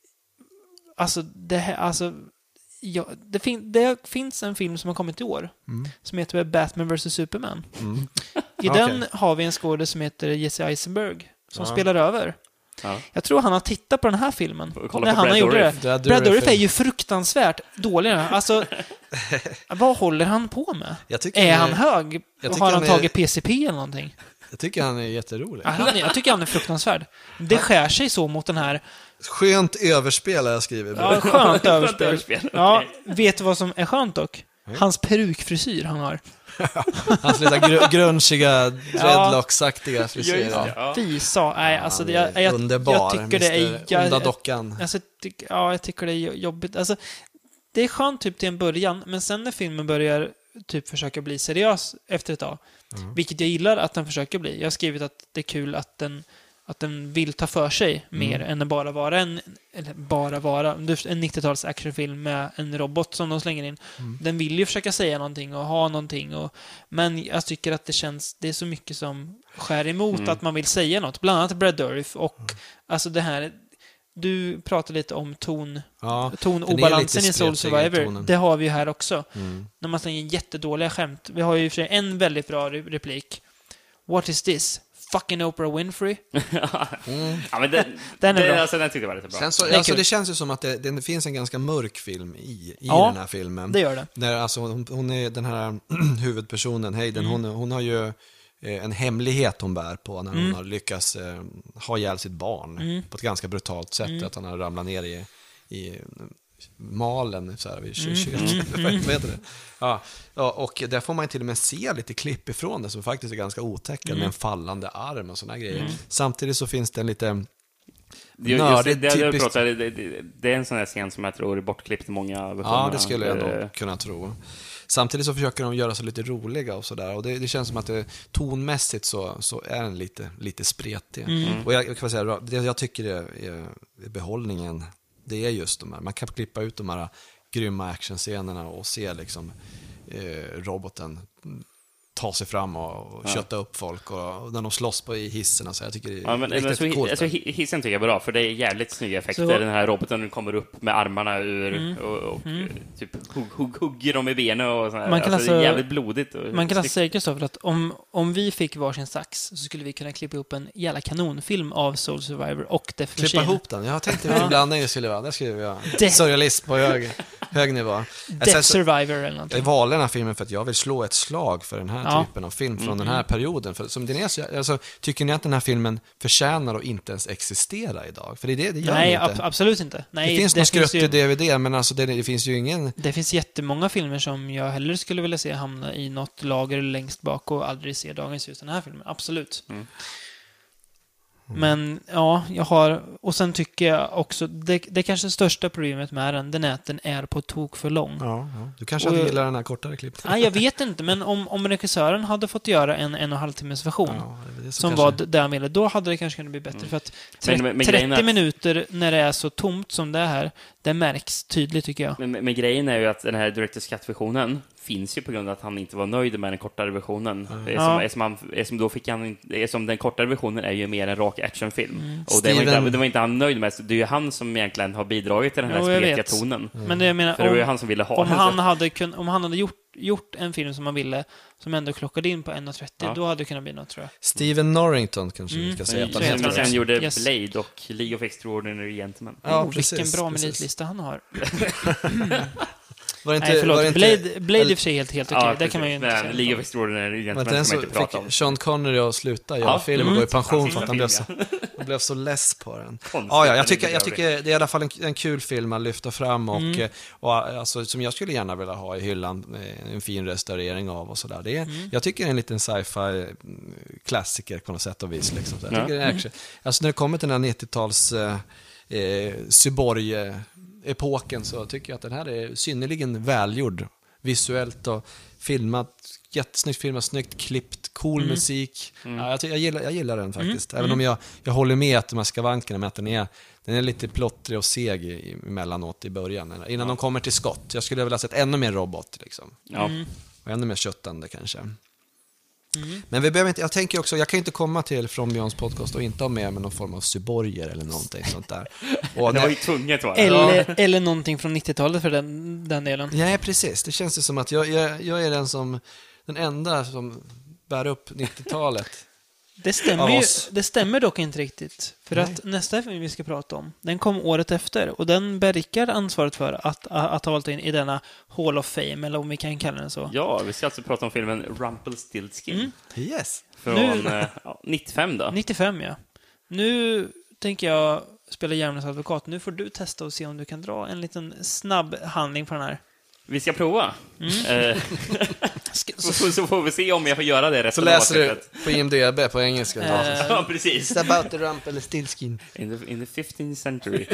alltså det här, alltså ja, det, fin- det finns en film som har kommit i år mm. som heter Batman versus Superman. Mm. I okay. den har vi en skådespelare som heter Jesse Eisenberg som ja. spelar över. Ja. Jag tror han har tittat på den här filmen när han har gjort det. Brad, Brad Dourif är ju fruktansvärt dålig. Alltså, vad håller han på med? Är han, han är, hög? Och har han, han är, tagit P C P eller någonting? Jag tycker han är jätterolig. Ja, han är, jag tycker han är fruktansvärd. Det skär sig så mot den här... Skönt överspel har jag skrivit. Ja, skönt överspel. Ja, vet du vad som är skönt dock? Hans perukfrisyr han har. Hans lite gr- grunchiga, dreadlocksaktiga frisyr. Ja. Visa. Nej, alltså det, jag, jag, underbar. Jag tycker det är... Jag, onda dockan. Alltså, tyck, ja, jag tycker det är jobbigt. Alltså, det är skönt typ till en början, men sen när filmen börjar typ försöka bli seriös efter ett tag, mm. vilket jag gillar att den försöker bli. Jag har skrivit att det är kul att den att den vill ta för sig mm. mer än att bara vara en eller bara vara en nittio-tals actionfilm med en robot som de slänger in. Mm. Den vill ju försöka säga någonting och ha någonting och, men jag tycker att det känns, det är så mycket som skär emot mm. att man vill säga något. Bland annat Brad Dourif och mm. alltså det här, du pratade lite om ton, ja, tonobalansen i Soul Survivor. Det har vi ju här också. Mm. När man slänger jättedåliga skämt. Vi har ju för en väldigt bra replik. What is this? Fucking Oprah Winfrey. mm. Ja, men den, den, är den, alltså, den tyckte jag var lite bra. Sen så, alltså, det känns ju som att det, det finns en ganska mörk film i, i ja, den här filmen. Det gör det. När, alltså, hon, hon är den här huvudpersonen, Hayden, mm. hon, hon har ju eh, en hemlighet hon bär på när mm. hon har lyckats eh, ha ihjäl sitt barn mm. på ett ganska brutalt sätt. Mm. Att han har ramlat ner i, i malen så här vid kylen. Mm. Mm. Vad heter det? Ja. Ja, och där får man till och med se lite klipp ifrån det som faktiskt är ganska otäcka mm. med en fallande arm och såna grejer. Mm. Samtidigt så finns det en lite nördigt, det, det, typiskt... det, det, det, det är en sån här scen som jag tror är bortklippt i många versioner. Ja, det skulle jag nog kunna tro. Samtidigt så försöker de göra sig lite roliga och sådär. Och det, det känns som att det, tonmässigt så, så är den lite, lite spretig. Mm. Och jag, jag kan säga, det jag tycker är, är behållningen det är just de här, man kan klippa ut de här grymma actionscenerna och se liksom eh, roboten ta sig fram och, och ja. kötta upp folk och, och när de slåss på i hissen, så jag tycker det är ja, men, riktigt men, coolt. Alltså, hissen tycker jag är bra, för det är jävligt snygga effekter. Så... Den här roboten kommer upp med armarna ur mm. och, och mm. typ hugg, hugg, hugger dem i benen och sådär. Man kan alltså, alltså, det är jävligt blodigt. Och man kan alltså säga, Kristoffer, att om, om vi fick varsin sax så skulle vi kunna klippa upp en jävla kanonfilm av Soul Survivor och Death Machine. Klippa ihop den. Jag tänkte att blandningen skulle vara, där skulle vi ha De- surrealism på hög, hög nivå. Death Survivor eller någonting. Jag valde den här filmen för att jag vill slå ett slag för den här ja. typen av film från mm. den här perioden. För, som den är så, alltså, tycker ni att den här filmen förtjänar att inte ens existera idag? För det, är det, det gör Nej, den inte. ab- absolut inte. Nej, det finns det någon finns skruttig ju, D V D, men alltså det, det finns ju ingen... Det finns jättemånga filmer som jag hellre skulle vilja se hamna i något lager längst bak och aldrig se dagens ljus. Den här filmen, absolut. Mm. Men ja, jag har... Och sen tycker jag också... Det, det kanske största problemet med den, den är att den är på tok för lång. Ja, ja. Du kanske Och hade jag- gillat den här kortare klippet. Nej, jag vet inte, men om, om regissören hade fått göra en en och en halv timmes version Ja, det är det som kanske- var d- det han ville, då hade det kanske kunnat bli bättre. För att tre- Men- men- men grejen är trettio att- minuter när det är så tomt som det är här, det märks tydligt tycker jag. Men, men grejen är ju att den här Director's Cut-versionen finns ju på grund av att han inte var nöjd med den kortare versionen. Mm. Som, Ja. som, han, som då fick han, som den kortare versionen är ju mer en rak actionfilm. Mm. Och det var, Steven- inte, det var inte han nöjd med. Så det är ju han som egentligen har bidragit till den här Jo, jag spretiga vet. tonen. Men det jag menar, För det var ju om, han som ville ha om den. han hade, kun, om han hade gjort, gjort en film som han ville, som ändå klockade in på en och trettio, Ja. då hade det kunnat bli något, tror jag. Steven Norrington kanske vi Mm. ska säga att han Så Sen, heter heter. sen gjorde Yes. Blade och League of Extraordinary Gentlemen. Ja, oh, precis, vilken bra precis. meritlista han har. Var det inte, Nej, förlåt. var det inte, Blade, Blade eller- i och för sig helt, helt okej. det precis. kan man ju inte Men säga. League of Extraordinary var inte Gentlemen den som så jag inte pratar om. fick Sean Connery att sluta göra Ja. film och Mm. gå i pension för att han blev Film, så, han blev så less på den. Konstigt Ja, ja, att jag det tycker, inte jag gör tycker det är i alla fall en, en kul film att lyfta fram och, Mm. eh, och alltså, som jag skulle gärna vilja ha i hyllan, eh, en fin restaurering av och sådär. Det är, Mm. Jag tycker det är en liten sci-fi mm, klassiker på något sätt och vis. Liksom. Så jag Ja. tycker det är action. Alltså när det kommer till den här nittio-tals eh, eh, Cyborg-epoken så tycker jag att den här är synnerligen välgjord. Visuellt och filmat, jättesnyggt filmat, snyggt klippt, cool Mm. musik. Mm. Ja, jag, ty- jag, gillar, jag gillar den faktiskt. Mm. Även Mm. om jag, jag håller med att de här skavankerna med att den är, den är lite plottrig och seg i- emellanåt i början. Innan Ja. de kommer till skott. Jag skulle vilja ha sett ännu mer robot. Liksom. Ja. Mm. Och ännu mer köttande kanske. Mm. Men vi behöver inte, jag tänker också, jag kan ju inte komma till From Beyonds podcast och inte ha med mig någon form av cyborger eller någonting sånt där. Och Det var när, ju tvunget, va? Eller, eller någonting från nittiotalet för den, den delen. nej, precis. Det känns ju som att jag, jag, jag är den som, den enda som bär upp nittiotalet. Det stämmer, Av ju, oss. det stämmer dock inte riktigt. För Nej. att nästa film vi ska prata om, den kom året efter. Och den bär Rickard ansvaret för att, att ha valt in i denna Hall of Fame, eller om vi kan kalla den så. Ja, vi ska alltså prata om filmen Rumpelstiltskin. Mm. Yes. Från Nu- eh, ja, nittiofem då. nittiofem, ja. Nu tänker jag spela djävulens advokat. Nu får du testa och se om du kan dra en liten snabb handling på den här. Vi ska prova. Mm. Eh, Ska, så, så, så får vi se om jag får göra det Så resten läser av du avsnittet. på I M D B på engelska. Eh, Ja, precis. It's about the rump eller stillskin. In the, in the fifteenth century.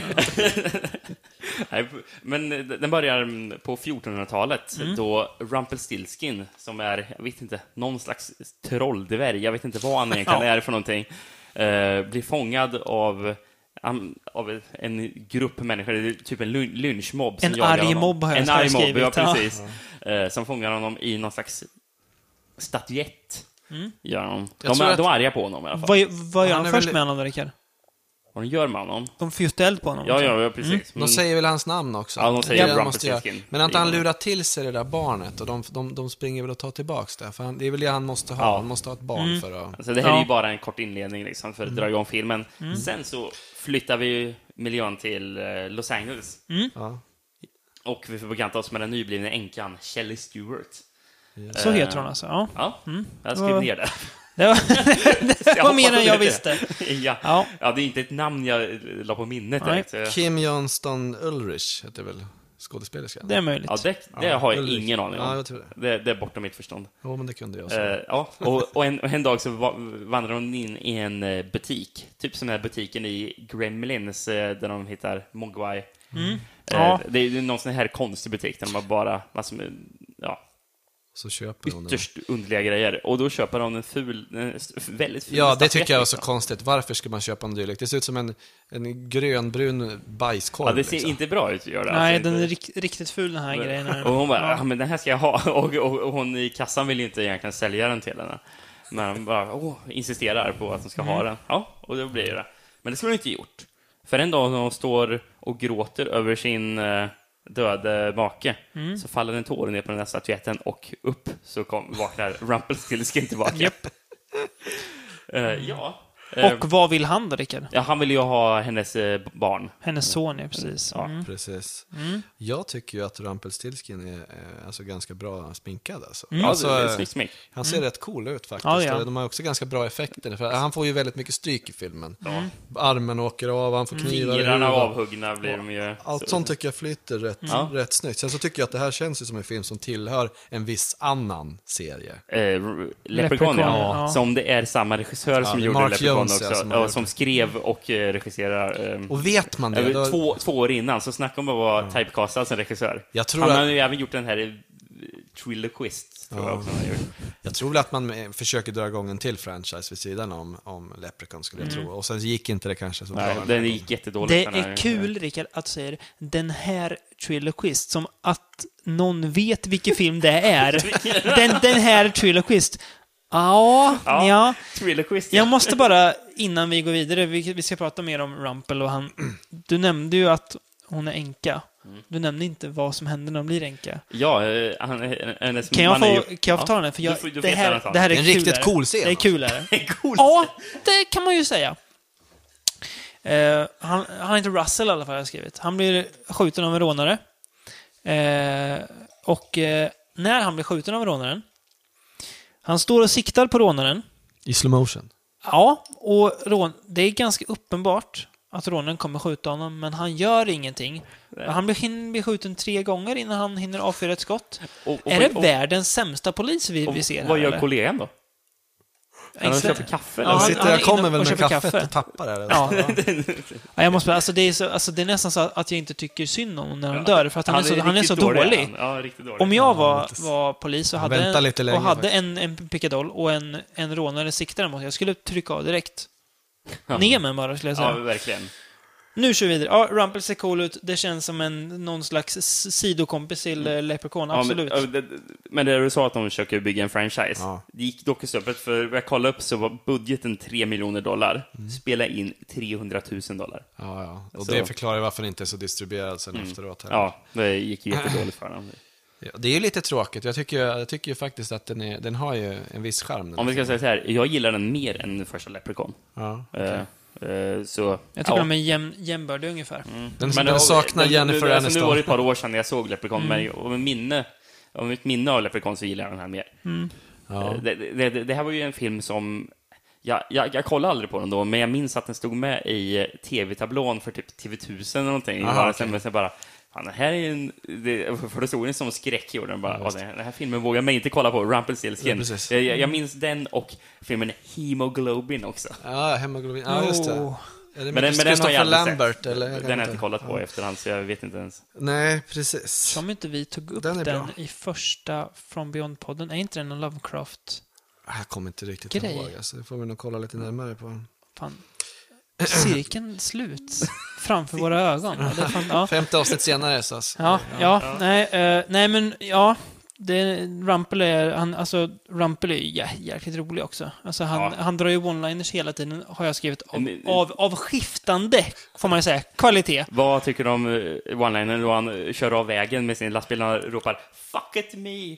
Nej, men den börjar på fjortonhundratalet Mm. då Rumpelstiltskin, som är, jag vet inte, någon slags trolldvärg, jag vet inte vad han egentligen Ja. är för någonting, eh, blir fångad av, am- av en grupp människor, det är typ en lyn- lynchmobb. som En jagar arg honom. mobb har jag En arg mobb, skrivit, ja ja. precis. Eh, som fångar honom i någon slags statyett. Mm. Gör honom. Jag De, tror är- att- de är arga på honom i alla fall. vad, vad gör Han han är först väl- med honom då, Rickard? Vad de gör med honom? De får ju eld på honom. Ja, också. ja, ja, precis. Mm. Men- De säger väl hans namn också? Ja, de säger Det Rumpelstiltskin. måste jag- Men har inte han lurat till sig det där barnet och de, de, de springer väl och tar tillbaks det? För han, det är väl det han måste ha. Ja. Han måste ha ett barn Mm. för att... Alltså det här Ja. är ju bara en kort inledning liksom, för att dra igång filmen. Mm. Sen så flyttar vi ju miljön till eh, Los Angeles. Mm. Ja. Och vi får bekanta oss med den nyblivna änkan Shelley Stewart. Så Eh, heter hon alltså, ja. Ja, Mm. jag skrev Och- ner det. Det var, det var mer hoppas än jag det. visste. ja. Ja. ja, det är inte ett namn jag la på minnet Nej. direkt. så jag- Kim Johnston Ulrich heter väl skådespelerskan? Det är möjligt. Ja, det, det Ja, har jag Ulrich. ingen aning om. Ja, jag tror det. det. Det är bortom mitt förstånd. Jo, men det kunde jag. Eh, Så. ja, och, och, en, och en dag så va- vandrar hon in i en eh, butik. Typ som den här butiken i Gremlins eh, där de hittar Mogwai. Mm. Eh, Ja. Det är ju någon sån här konstig butik där de har bara massor med, ja, Så köper hon ytterst underliga grejer. Och då köper hon en ful, en väldigt ful Ja, det statyett, tycker jag var så liksom. konstigt. Varför ska man köpa en dylik? Det ser ut som en, en grönbrun bajskorv. Ja, det ser liksom. inte bra ut, gör det. Nej, alltså, den är inte. rikt, riktigt ful den här grejen. Här. Och hon bara, Ja. ja. men den här ska jag ha. Och, och, och hon i kassan vill ju inte egentligen sälja den till henne. Men hon bara, åh, insisterar på att hon ska Mm. ha den. Ja, och då blir det. Men det skulle hon inte gjort. För en dag när hon står och gråter över sin eh, döde make Mm. så faller en tår ner på den där statyetten och upp så kom, vaknar Rumpelstiltskin tillbaka. Japp. Eh, ja. Eh, Och vad vill han då, Rickard? ja, han vill ju ha hennes eh, barn. Hennes son, ja, precis. Ja. Mm. Precis. Mm. Jag tycker ju att Rumpelstiltskin är eh, alltså ganska bra sminkad. Alltså. Mm. Ja, Alltså, det är eh, snyggt smink. han ser rätt cool ut faktiskt. Ja, ja. De har också ganska bra effekter. För han får ju väldigt mycket stryk i filmen. Mm. Armen åker av, han får knivar i Fingrarna huvudet. avhuggna blir de ju. Allt så- sånt tycker jag flyter rätt, Ja. rätt snyggt. Sen så tycker jag att det här känns ju som en film som tillhör en viss annan serie. Eh, Leprechaun, Leprechaun, ja. ja. Som det är samma regissör som det är gjorde Mark Leprechaun Jones, ja, också. som har Ja, gjort som skrev och eh, regisserar. Eh, Och vet man det, över då, två, två år innan, så snackade om att vara typecastad som regissör. Jag tror Han att- har ju även gjort den här eh, Triloquist, tror Ja. jag också han har gjort. jag tror väl att man eh, försöker dra igång en till franchise vid sidan om, om Leprechaun, skulle jag tro. Och sen gick inte det kanske så bra. Nej, den här den gången. gick jättedåligt. Det den här. är kul, Rickard, att du säger den här Triloquist, som att någon vet vilken film det är. den, den här Triloquist. Ja, Ja, ja. Triloquist, Jag måste bara, innan vi går vidare, vi, vi ska prata mer om Rumpel och han. Du nämnde ju att hon är änka. Du nämnde inte vad som händer när hon blir änka. Ja, eh, han, hennes Kan jag man är få, ju- kan jag få ta ja. den? För jag, Du får- du det, får här, jättegärna ta det här är En kul. riktigt är det. cool scen, Det är kul, är det? Cool. Ja, det kan man ju säga. Eh, han, han heter Russell i alla fall, har jag skrivit. Han blir skjuten av en rånare. Eh, och eh, när han blir skjuten av rånaren, han står och siktar på rånaren. I slow motion. Ja, och rån, det är ganska uppenbart att rånaren kommer skjuta honom, men han gör ingenting. Han blir, hin- blir skjuten tre gånger innan han hinner avfyra ett skott. Och- och- är det och- världens sämsta polis vi, Och vi ser här? vad gör eller? kollegan då? Han Inte- köper kaffe? Ja, eller? Han han- sitter han är jag kommer inne väl och med köper kaffet kaffe. och tappar det. Eller? Ja. Ja, jag måste, alltså, det är så, alltså, det är nästan så att jag inte tycker synd om honom när han dör, för att han, är så, han är så riktigt dålig. han. Ja, riktigt dålig. Om jag var, lite- var polis och Han hade, väntar lite en, länge, och hade faktiskt. en, en pickadoll och en, en rånare siktade mot, jag skulle trycka av direkt. Ja. Ner med bara, skulle jag säga. Ja, verkligen. Nu kör vi vidare. Ja, Rumpel ser cool ut. Det känns som en någon slags s- sidokompis till mm. Leprechaun, absolut. Ja, men, ja, det, men det du sa att de försöker bygga en franchise. Ja. Det gick dock upp, för vad jag kollade upp så var budgeten tre miljoner dollar. Mm. Spela in trehundratusen dollar. Ja, ja. Och Så- det förklarar varför den inte är så distribuerad sen efteråt. Heller. Ja, det gick ju jättedåligt för dem. Ja, det är ju lite tråkigt. Jag tycker, jag tycker ju faktiskt att den, är, den har ju en viss charm. Den Om vi här ska säga så här, jag gillar den mer än första Leprechaun. filmen. Ja. Eh, eh, så, Jag tycker ja. de är jäm, jämbördiga ungefär. Mm. Den, Men den det- saknar det- Jennifer det, alltså, Aniston. Nu var det ett par år sedan jag såg Leprechaun, Mm. men om, minne, om mitt minne av Leprechaun så gillar jag den här mer. Ja. Eh, Det, det, det, det här var ju en film som... Jag, jag, jag kollade aldrig på den då, men jag minns att den stod med i tv-tablån för typ T V tusen eller någonting. Aha, Bara, okej. sen, men sen bara... Fan, det här är ju en... Det, för det stod den som skräck i den. Bara, ja, den, den här filmen vågar man inte kolla på. Ja, Rumpelstiltskin. precis. jag, jag, jag minns den och filmen Hemoglobin också. Ja, hemoglobin. Ja, just det. Oh. Är det Men den, med men den har jag Christopher aldrig Lambert? sett. Eller? Den har jag inte kollat på i efterhand, så jag vet inte ens. Nej, precis. Som inte vi tog upp Den den, är bra. i första From Beyond-podden. Är inte den en Lovecraft? Jag kommer inte riktigt Grej. ihåg. Alltså. Det får vi nog kolla lite närmare på. Fan. Cirkeln sluts framför våra ögon. Ja, det är fan, ja. Femte avsnitt senare, så alltså. Ja, ja, nej, eh, nej men ja, det, Rumpel är, han, alltså Rumpel är jä, jäkligt rolig också. Alltså han, Ja. han drar ju one-liners hela tiden, har jag skrivit, av, Men- av, av skiftande, får man ju säga, kvalitet. Vad tycker du om uh, one-liner då han uh, kör av vägen med sin lastbil och ropar Fuck it me!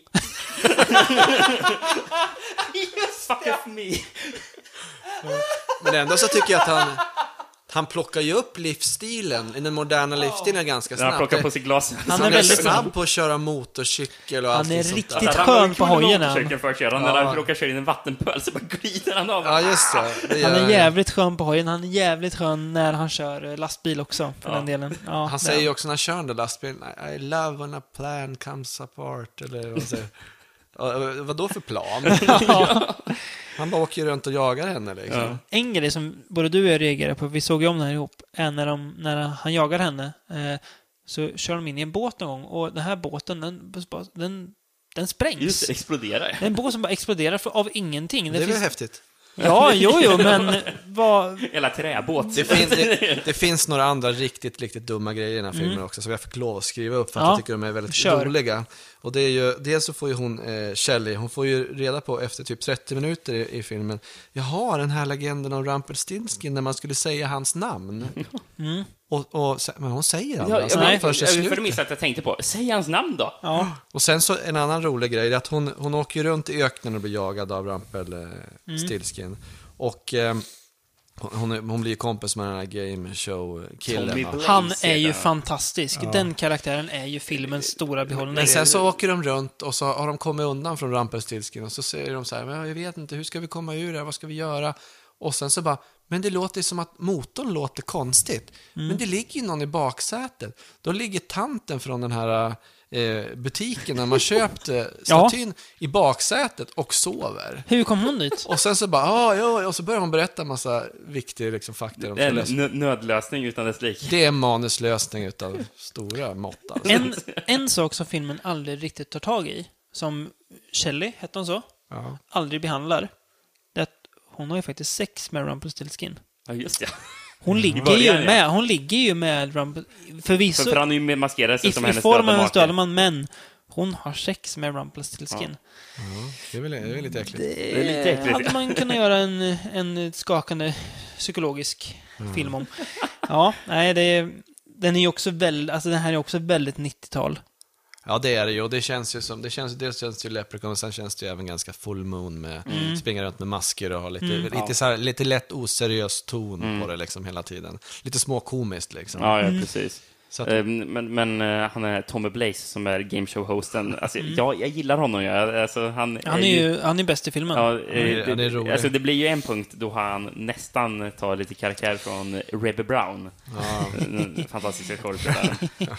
Fuck it me! Men ändå så tycker jag att han, han plockar ju upp livsstilen, i den moderna livsstilen ganska När han snabbt. plockar på sig glas. Han Han är är, väldigt snabb på att köra motorcykel och Han allting är sånt riktigt där. Alltså, skön på hojen, han. Försöker förköra. När Ja. han råkar köra in en vattenpöl så bara glider han av. Ja, just det. det Han gör- är jävligt skön på hojen, han är jävligt skön när han kör eh, lastbil också, för Ja. den delen. Ja, Han det- säger ju också när han kör den där lastbilen, I love when a plan comes apart, eller vad han säger. Ja, vad då för plan? Han bara åker runt och jagar henne liksom. Ja. En grej som både du och jag reagerar på, vi såg ju om det här ihop, är när, de, när han jagar henne, eh, så kör de in i en båt någon gång, och den här båten, den, den, den den sprängs. Just det, exploderar. Det är en båt som bara exploderar för, av ingenting. Det är väl finns... häftigt. Ja, jo, jo, men vad... Hela träbåt. Det, fin, det, det finns några andra riktigt, riktigt dumma grejer i den här filmen mm. också, som jag fick lov att skriva upp för att ja. jag tycker de är väldigt Kör. roliga. Och det är ju, dels så får ju hon, eh, Shelley, hon får ju reda på efter typ trettio minuter i, i filmen, jaha, den här legenden om Rumpelstiltskin när man skulle säga hans namn. Mm. Och, och, men hon säger aldrig Ja, hans jag, namn jag, först i jag, slutet. för det minsta att jag tänkte på, säg hans namn då. Ja. Och sen så en annan rolig grej är att hon, hon åker runt i öknen och blir jagad av Rumpelstiltskin. Mm. Och eh, hon, hon blir ju kompis med den här game show-killen. Han är ju fantastisk. Ja. Den karaktären är ju filmens stora behållning. Men sen så åker de runt och så har de kommit undan från Rumpelstiltskin och så säger de så här, men jag vet inte, hur ska vi komma ur det? Vad ska vi göra? Och sen så bara, men det låter som att motorn låter konstigt. Mm. Men det ligger ju någon i baksätet. Då ligger tanten från den här eh, butiken när man köpte statyn ja. i baksätet och sover. Hur kom hon dit? Och sen så bara, ah, ja, och så börjar hon berätta en massa viktiga liksom, fakta. Det är en nö- nödlösning utan dess lik. Det är en manuslösning utav stora mått. Alltså. En, en sak som filmen aldrig riktigt tar tag i, som Shelley, hette hon så, ja. aldrig behandlar, det är att hon har ju faktiskt sex med Rumpelstiltskin. Ja, just det. Hon ligger ju med, hon ligger ju med Rumpel, förvisso. För, för han är ju maskerad sig som hennes i form av en make. Stöleman, men hon har sex med Rumpelstiltskin. Ja. Ja, det är väl, det är väl lite äckligt. Det, det är lite äckligt. Hade man kunnat göra en, en skakande psykologisk mm. film om. Ja, nej, det är, den är ju också väldigt, alltså den här är också väldigt nittiotal. Ja, det är det ju. Och det känns ju som, det känns, dels känns det ju Leprechaun och sen känns det ju även ganska full moon med mm. springa runt med masker och ha lite, mm. lite, ja. så här, lite lätt oseriös ton mm. på det liksom hela tiden. Lite småkomiskt liksom. Ja, ja precis. Så att, men men uh, han är Tommy Blaze som är gameshow-hosten. Alltså, mm. jag, jag gillar honom. Jag, alltså, han, han är ju han är bäst i filmen. Ja, han är, han är rolig. Alltså, det blir ju en punkt då han nästan tar lite karaktär från Rebbe Brown. Ja. Den fantastiska skådespelaren.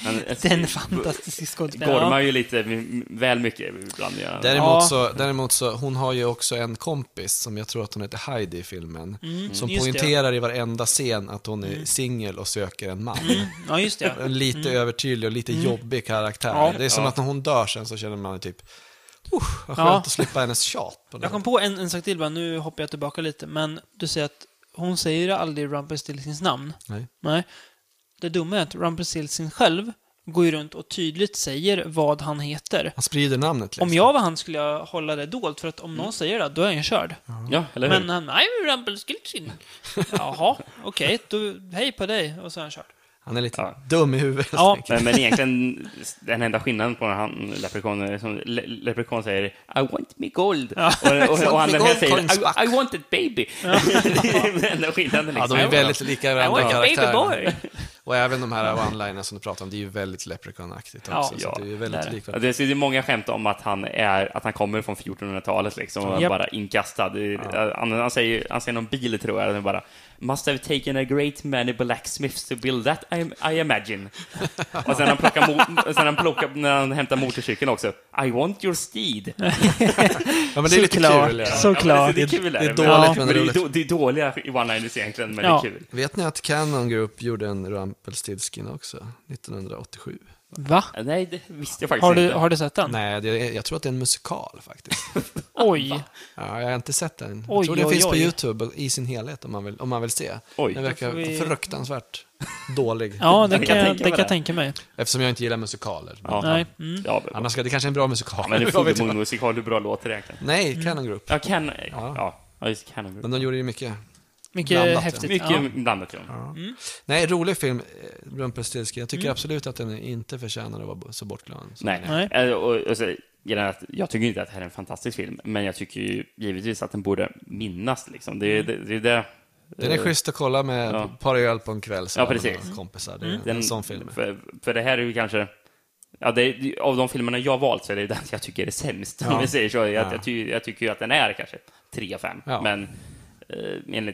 Den fantastiska skådespelaren. Gormar ju lite väl mycket ibland. Ja. Däremot, ja. så, däremot så, hon har ju också en kompis som jag tror att hon heter Heidi i filmen. Mm. Som just poängterar det. I varenda scen att hon är mm. singel och söker en man. Mm. Ja, just det. En lite mm. övertydlig och lite mm. jobbig karaktär. Ja, det är som ja. att när hon dör sen så känner man typ uh, vad skönt ja. att slippa hennes tjat på det. Jag kom på en, en sak till bara, nu hoppar jag tillbaka lite. Men du säger att hon säger aldrig Rumpelstiltskins namn. Nej. Nej. Det dumma är att Rumpelstiltskin själv går ju runt och tydligt säger vad han heter. Han sprider namnet liksom. Om jag var han skulle jag hålla det dolt, för att om någon säger det, då är jag körd. Ja, eller hur? Men han, nej, Rumpelstiltskin. Jaha, okej, okay, hej på dig. Och så är han körd. Han är lite ja. dum i huvudet. Ja. Men, men egentligen, den enda skillnaden på han Leprechaun är som Le- Leprechaun säger I want me gold. Ja. Och, och, och han den här säger I, I want it baby. Ja. Det är den enda skillnaden. Liksom. Ja, de är väldigt lika varandra karaktärer. Och även de här one-liners som du pratar om, det är ju väldigt Leprechaun-aktigt också. Ja, så det är ju väldigt det likvärdigt. Det är ju många skämt om att han är att han kommer från fjortonhundratalet liksom och yep. bara inkastad. Ja. Han, han säger han säger någon bil tror jag, bara must have taken a great many blacksmiths to build that, I, I imagine. Och sen han plockar mo- sen han plockar när han hämtar motorcykeln också. I want your steed. Ja, men det är lite klar, kul. Ja. Så klart. Det är kul. Det är dåligt, men det är roligt. Det är dåliga one-liners egentligen, men ja. det är kul. Vet ni att Cannon Group gjorde en Rumpelstiltskin också nittonhundraåttiosju? Va? Nej, det visste jag faktiskt har du, inte. Har du sett den? Nej, det, jag tror att det är en musikal faktiskt. Oj. Ja, jag har inte sett den. Oj, jag tror den oj, finns oj. på YouTube i sin helhet om man vill, om man vill se. Oj. Den verkar vi... fruktansvärt dålig. Ja, det kan, jag, det kan jag tänka mig. Eftersom jag inte gillar musikaler. Ja. Nej. Mm. Ja, annars ska det kanske är en bra musikal. Men det är en musikal, hur bra låter det egentligen? Nej, Cannon Group. Ja, Can... ja. ja just Cannon Group. Men de gjorde ju mycket... Mycket blandat, häftigt. Mycket ja. blandat, ja. ja. Mm. Nej, rolig film, Rumpelstiltskin. Jag tycker mm. absolut att den inte förtjänar att vara så bortglömd. Nej, nej. Och, och så, jag tycker inte att det här är en fantastisk film, men jag tycker ju givetvis att den borde minnas. Liksom. Det, är, det, det, det, den är schysst att kolla med ja. par öl på en kväll. Ja, precis. Kompisar. Det är mm. en, en sån film. För, för det här är ju kanske... Ja, det är, av de filmerna jag valt så är det den jag tycker är sämst. Ja. Om vi säger så. Jag, ja. jag, ty, jag tycker ju att den är kanske tre av fem. Ja. Men eh, enligt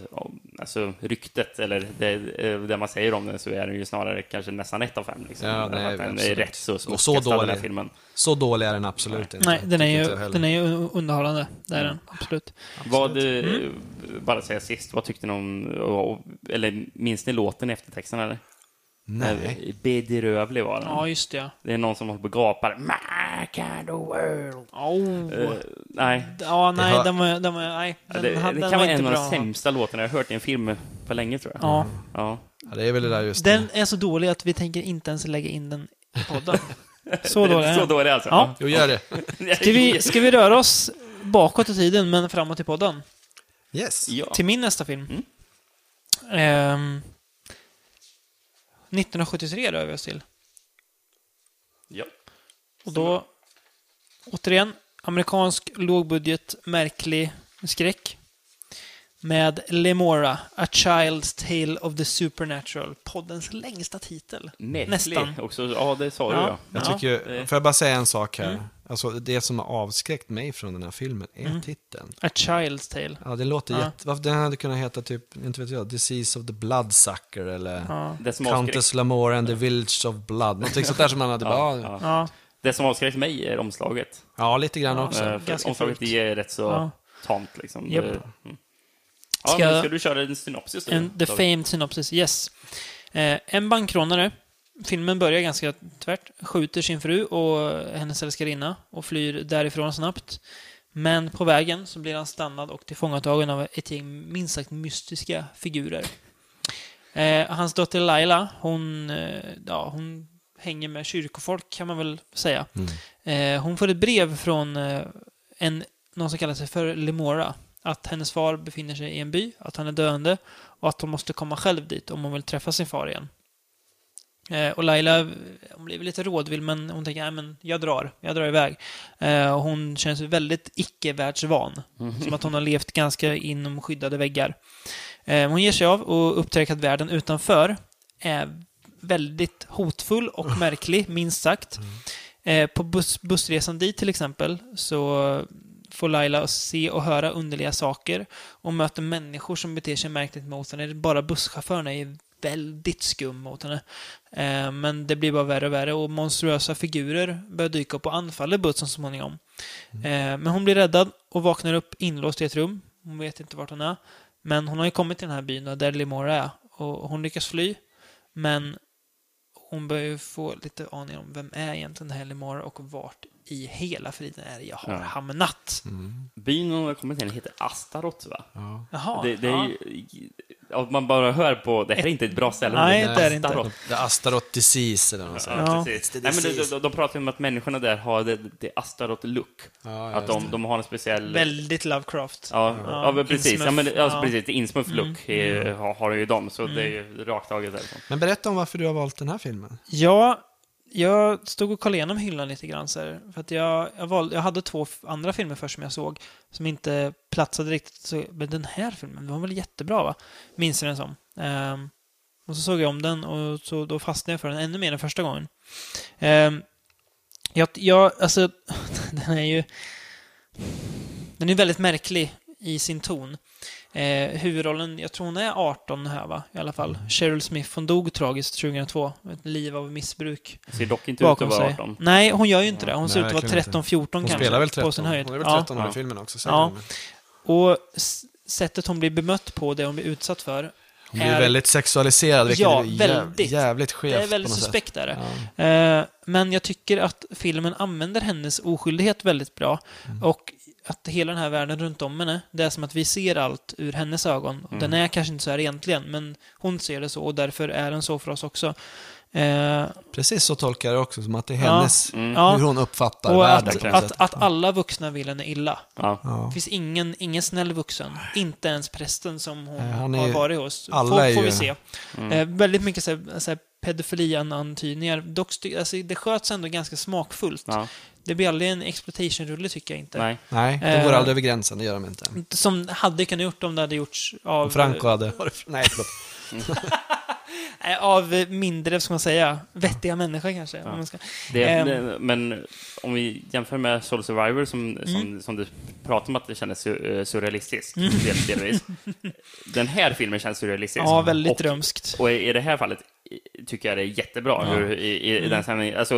alltså, ryktet eller det, det man säger om den så är den ju snarare kanske nästan ett av fem. Liksom. Ja, nej, den är rätt så så dålig, den här filmen. Så dålig är den absolut inte. Nej, den är ju, den är ju underhållande. Det är den, absolut. Vad, mm. bara säga sist, vad tyckte ni om, eller minns ni låten i eftertexten eller? Nej. Bedrövlig var den. Ja, just det. Det är någon som håller på och gapar. my kind of world. Oh. Uh, nej. Ja, nej, har- den var, den var, nej. Ja, Den, det, den det var kan vara inte en av bra. de sämsta låtarna jag har hört i en film på länge, tror jag. Ja. Ja. Ja, det är väl det där just Den det. är så dålig att vi tänker inte ens lägga in den i podden. Så dålig är Så den. dålig alltså? Ja. Jo, gör det. Ska vi, ska vi röra oss bakåt i tiden, men framåt i podden? Yes. Ja. Till min nästa film. Mm. Ehm, nittonhundrasjuttiotre rör vi oss till. Ja. Och då, återigen, amerikansk lågbudget, märklig skräck. Med Lemora, A Child's Tale of the Supernatural. Poddens längsta titel. Märklig Nästan. också. Ja, det sa du Ja. ja. Jag Ja. tycker, det- får jag bara säga en sak här? Mm. Alltså, det som har avskräckt mig från den här filmen är Mm. titeln. A Child's Tale. Ja, det låter Ja. jätte... Varför den hade kunnat heta typ, inte vet jag, Disease of the Bloodsucker eller Ja. Det som avskräck... Countess Lamore and the Village of Blood. Någonting sånt där som man hade bara... ja, Ja, ja. Ja. Det som avskräckt mig är omslaget. ja lite grann Ja. också. Eh, för ganska omslaget fult. är rätt så Ja. tamt liksom. Japp. Det- mm. Ja, Ska- men ska du köra en synopsis då? En, the David? famed synopsis, yes. Eh, en bankrånare, filmen börjar ganska tvärt, skjuter sin fru och hennes älskarinna och flyr därifrån snabbt. Men på vägen så blir han stannad och tillfångatagen av ett gäng minst sagt mystiska figurer. Eh, hans dotter Laila, hon, eh, ja, hon hänger med kyrkofolk kan man väl säga. Eh, hon får ett brev från eh, en, någon som kallar sig för Lemora. Att hennes far befinner sig i en by, att han är döende och att hon måste komma själv dit om hon vill träffa sin far igen. Eh, och Laila, hon blir väl lite rådvill, men hon tänker, nej men jag drar, jag drar iväg. Eh, och hon känns väldigt icke-världsvan. Som att hon har levt ganska inom skyddade väggar. Eh, hon ger sig av och upptäcker att världen utanför är väldigt hotfull och märklig, minst sagt. Eh, på buss, bussresan dit till exempel så får Laila se och höra underliga saker och möter människor som beter sig märkligt mot henne. Bara busschaufförerna är väldigt skum mot henne. Eh, men det blir bara värre och värre och monstruösa figurer börjar dyka upp och anfaller bussen så småningom. Eh, men hon blir räddad och vaknar upp inlåst i ett rum. Hon vet inte vart hon är. Men hon har ju kommit till den här byn där Lemora är. Och hon lyckas fly. Men hon börjar ju få lite aning om vem är egentligen den här Lemora och vart i hela friden är det jag har Ja. hamnat. Byn hon har kommit till heter Astaroth, va? Ja. Jaha. Det, det är ja. ju... ja, man bara hör på... Det här är inte ett bra ställe. Nej, men det är det inte. Astaroth. The Astaroth Disease eller något sånt. Ja, Ja. precis. It's the Nej, men de, disease. de, de pratar ju om att människorna där har det, det Astaroth-look. Ja, Att de, de har en speciell... Väldigt Lovecraft. Ja, Ja, ja, men precis. Ja, men, insmuff. alltså, Ja. precis. Insmuff-look är- har, har ju de, så det är ju rakt taget därifrån. Men berätta om varför du har valt den här filmen. Ja, jag stod och kollade igenom hyllan lite grann så här, för att jag, jag, valde, jag hade två f- andra filmer först som jag såg som inte platsade riktigt. Så, men den här filmen, den var väl jättebra, va? Minns jag den som. Ehm, och så såg jag om den och så, då fastnade jag för den ännu mer än första gången. Ehm, jag, jag, alltså, den är ju... Den är väldigt märklig i sin ton. Eh, huvudrollen, jag tror hon är arton här, va? I alla fall. Cheryl Smith, hon dog tragiskt tjugohundratvå. Ett liv av missbruk Ser dock inte ut bakom att vara sig. arton. Nej, hon gör ju inte det. Hon Nej, ser ut att vara verkligen inte. tretton fjorton Hon kanske. spelar väl På tretton. sin höjd. Hon är väl Ja. tretton år Ja. i filmen också. Ja. Ja. Och s- sättet hon blir bemött på, det hon blir utsatt för, Hon blir väldigt sexualiserad, vilket Ja, är jäv, väldigt. jävligt skevt det är väldigt på något suspekt är det. Ja. Eh, men jag tycker att filmen använder hennes oskyldighet väldigt bra. Mm. Och att hela den här världen runt om henne, det är som att vi ser allt ur hennes ögon. Och Den är kanske inte så här egentligen, men hon ser det så och därför är den så för oss också. Eh, Precis så tolkar jag det också, som att det är Ja. hennes, Mm. ja. hur hon uppfattar Och världen. att, på något att, sätt. att alla vuxna vill henne illa. Ja. Ja. Det finns ingen, ingen snäll vuxen. Inte ens prästen som hon Nej, han är har ju- varit hos. alla Får, är får ju- vi se. Eh, väldigt mycket så här, så här pedofili-antydningar. Dock, styr- alltså, det sköts ändå ganska smakfullt. Ja. Det blir aldrig en exploitation-rulle, tycker jag inte. Nej. Nej, de Eh. går aldrig över gränsen, det gör de inte. Som hade kunnat gjort om det hade gjorts av... Franco hade... Nej, förlåt. eh, av eh, mindre, ska man säga, vettiga människor kanske. Om man ska. Det, Ehm. det, men om vi jämför med Soul Survivor som, som, Mm. som du pratar om att det kändes su- eh, surrealistiskt, del, delvis. Den här filmen känns surrealistisk. Ja, väldigt och, drömskt. och i i det här fallet i- tycker jag det är jättebra. Hur, i, i, i den sändningen, alltså,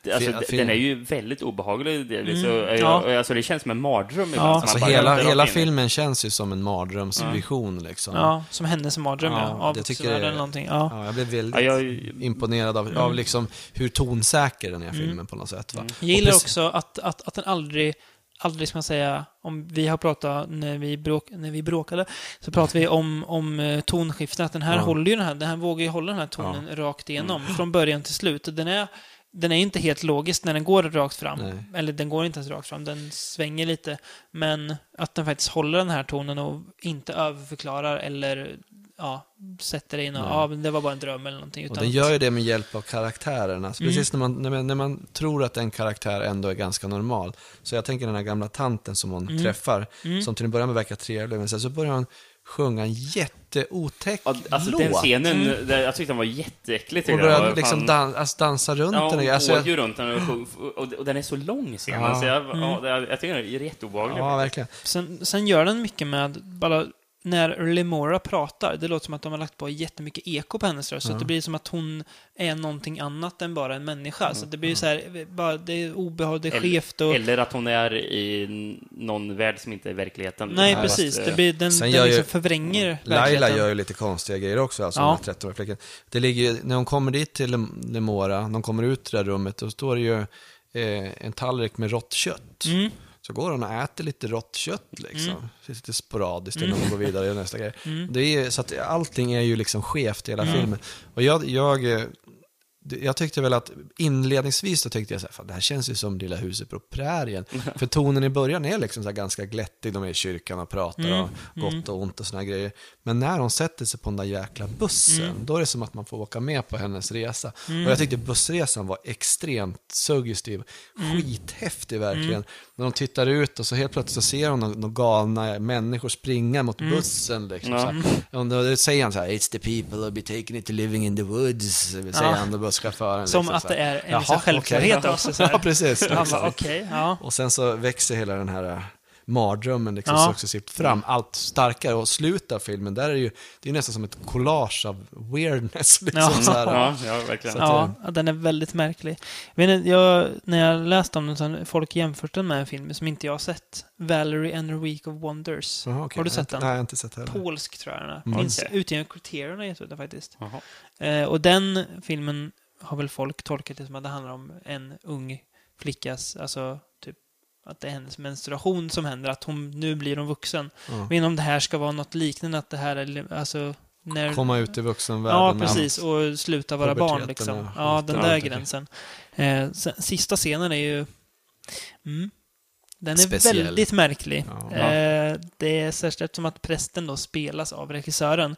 Alltså, Fi- d- film. den är ju väldigt obehaglig. Det, Mm, så, jag, ja. alltså, det känns som en mardröm ibland. Ja. som man Alltså bara hela, rakt hela in i. filmen känns ju som en mardrömsvision liksom. Ja, som hennes mardröm, ja. Ja, Av det tycker vuxenvärlden jag- eller någonting. Ja. Ja, jag blev väldigt Ja, jag, imponerad av, av liksom hur tonsäker den här filmen på något sätt. Va? Mm. Jag gillar Och precis- också att, att, att den aldrig, aldrig ska man säga, om vi har pratat när vi, bråk, när vi bråkade, så pratade vi om, om eh, tonskiften, att den här Ja. håller ju den här, den här vågar ju hålla den här tonen rakt igenom, från början till slut. Den är, den är inte helt logisk när den går rakt fram. Nej. Eller den går inte ens rakt fram, den svänger lite. Men att den faktiskt håller den här tonen och inte överförklarar eller ja, sätter in och Nej. ja, men det var bara en dröm eller någonting. Och Utan den gör ju det med hjälp av karaktärerna. Så Mm. precis när man, när, man, när man tror att en karaktär ändå är ganska normal. Så jag tänker den här gamla tanten som hon Mm. träffar, Mm. som till en början verkar trevlig, men sen så börjar hon sjunga en jätteotäck ja, alltså låt. den scenen, där, jag tyckte den var jätteäcklig. Och tyckte jag. börjar Var liksom fan- dan, alltså dansa runt Ja, den. hon Alltså, går jag, ju runt den och, och, och den är så lång scenen. Ja. Så jag, Mm. ja, det- jag tycker den är jätteobehaglig. ja, verkligen. Sen, sen gör den mycket med bara när Lemora pratar, det låter som att de har lagt på jättemycket eko på hennes röst, så Ja. att det blir som att hon är någonting annat än bara en människa. Så det blir så här, bara, det är obehagligt, det är Eller- skevt och... Eller att hon är i någon värld som inte är verkligheten. Nej, Fast, precis. eh, Det blir, den Sen den gör liksom ju- förvränger Laila verkligheten. gör ju lite konstiga grejer också, alltså Ja. den här trettonåriga flickan. Det ligger ju, när hon kommer dit till Lem- Lemora, när hon kommer ut till det där rummet, då står det ju eh, en tallrik med rått kött. Mm. Så går hon och äter lite rått kött liksom. Mm. Lite sporadiskt innan hon går vidare i nästa grej. Mm. Det är, så att allting är ju liksom skevt i hela filmen. Och jag, jag, eh, det- jag tyckte väl att inledningsvis då tyckte jag så här, fan, det här känns ju som Lilla huset på prärien. För tonen i början är liksom så här ganska glättig. De är i kyrkan och pratar Mm. och gott och ont och såna här grejer. Men när hon sätter sig på den där jäkla bussen, Mm. då är det som att man får åka med på hennes resa. Och jag tyckte bussresan var extremt suggestiv. Mm. Skithäftig verkligen. När de tittar ut och så helt plötsligt så ser hon några galna människor springa mot Mm. bussen. Liksom, Ja. så här. Och då säger han så här, it's the people who'll be taking it to living in the woods, säger Ja. han då busschauffören. Som liksom, att så det här. är en Jaha, liksom självklarhet okej. också. Så här. Ja, precis. Han bara, Exakt. okej, ja. Och sen så växer hela den här äh, mardrömmen liksom Ja. successivt fram, allt starkare. Och slutet av filmen, där är det ju, det är nästan som ett collage av weirdness. Liksom, Ja. så här. Ja, ja, verkligen. Så att- Ja, den är väldigt märklig. Jag vet inte, jag, när jag läste om den så har folk jämfört den med en film som inte jag har sett. Valerie and a Week of Wonders. Jaha, okej. Har du Jag sett inte- den? Nej, jag har inte sett det heller. Polsk tror jag den är. Mm. Finns Okej. utgivaren Criterion har gett ut den faktiskt. Jaha. Eh, och den filmen har väl folk tolkat det som att det handlar om en ung flickas, alltså typ att det är hennes menstruation som händer, att hon, nu blir hon vuxen. Ja. Men om det här ska vara något liknande, att det här är alltså när... Komma ut i vuxenvärlden. Ja, med precis. Och sluta vara barn, puberteten liksom. och Ja, skiten. den Ja, där okej. gränsen. Eh, sen, sista scenen är ju... Mm, den är Speciell. väldigt märklig. Ja. Eh, det är särskilt eftersom att prästen då spelas av regissören.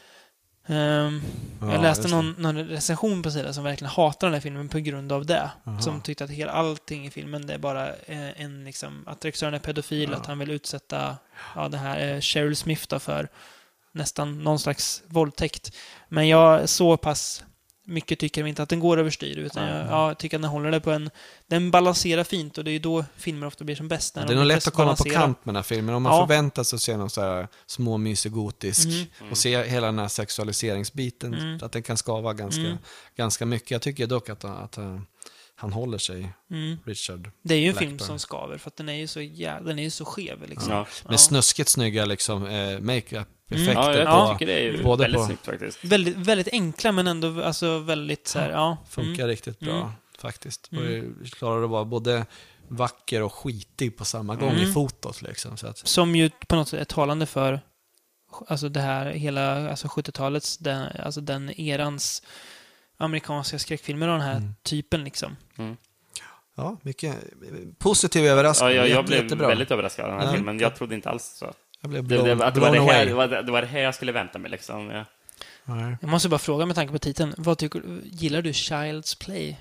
Ehm, Ja, jag läste just det. någon, någon recension på sidan som verkligen hatar den här filmen på grund av det. Aha. Som tyckte att hela, allting i filmen det är bara eh, en liksom, att regissören är pedofil, Ja. att han vill utsätta ja, det här eh, Cheryl Smith då för nästan någon slags våldtäkt. Men jag så pass mycket tycker jag inte att den går överstyr, utan Nej. jag, ja, jag tycker att den håller det på en... Den balanserar fint och det är ju då filmer ofta blir som bäst. När Ja, de det är nog lätt lyckas att komma på balansera. kant med den här filmen. Om man Ja. förväntar sig att se någon så här småmysig gotisk Mhm. och se hela den här sexualiseringsbiten, Mm. att den kan skava ganska, Mm. ganska mycket. Jag tycker dock att, att uh, han håller sig, Mm. Richard. Det är ju en Blackburn. film som skaver, för att den är ju så jävla, den är ju så skev liksom. Ja. Med snuskigt snygga liksom, eh, make-up-effekter. Ja, jag Ja. tycker det är både väldigt på- snyggt faktiskt. Väldigt, väldigt enkla, men ändå alltså väldigt så här, ja. Funkar Mm. riktigt bra, Mm. faktiskt. Mm. Och det klarar att vara både vacker och skitig på samma gång Mm. i fotot. Liksom, så att, Som ju på något sätt är talande för alltså det här hela alltså sjuttiotalets, den, alltså den erans amerikanska skräckfilmer av den här Mm. typen liksom. Mm. ja, mycket eh, positiv överraskning. Ja, jag, jag Jätte- blev jättebra. väldigt överraskad av den här Ja. filmen. Jag trodde inte alls så. Jag blev Det, blown, det, att det, var blown det, här, away. det, var, det var det här jag skulle vänta mig liksom. Ja. Nej. Jag måste bara fråga med tanke på titeln, vad tycker du, gillar du Child's Play?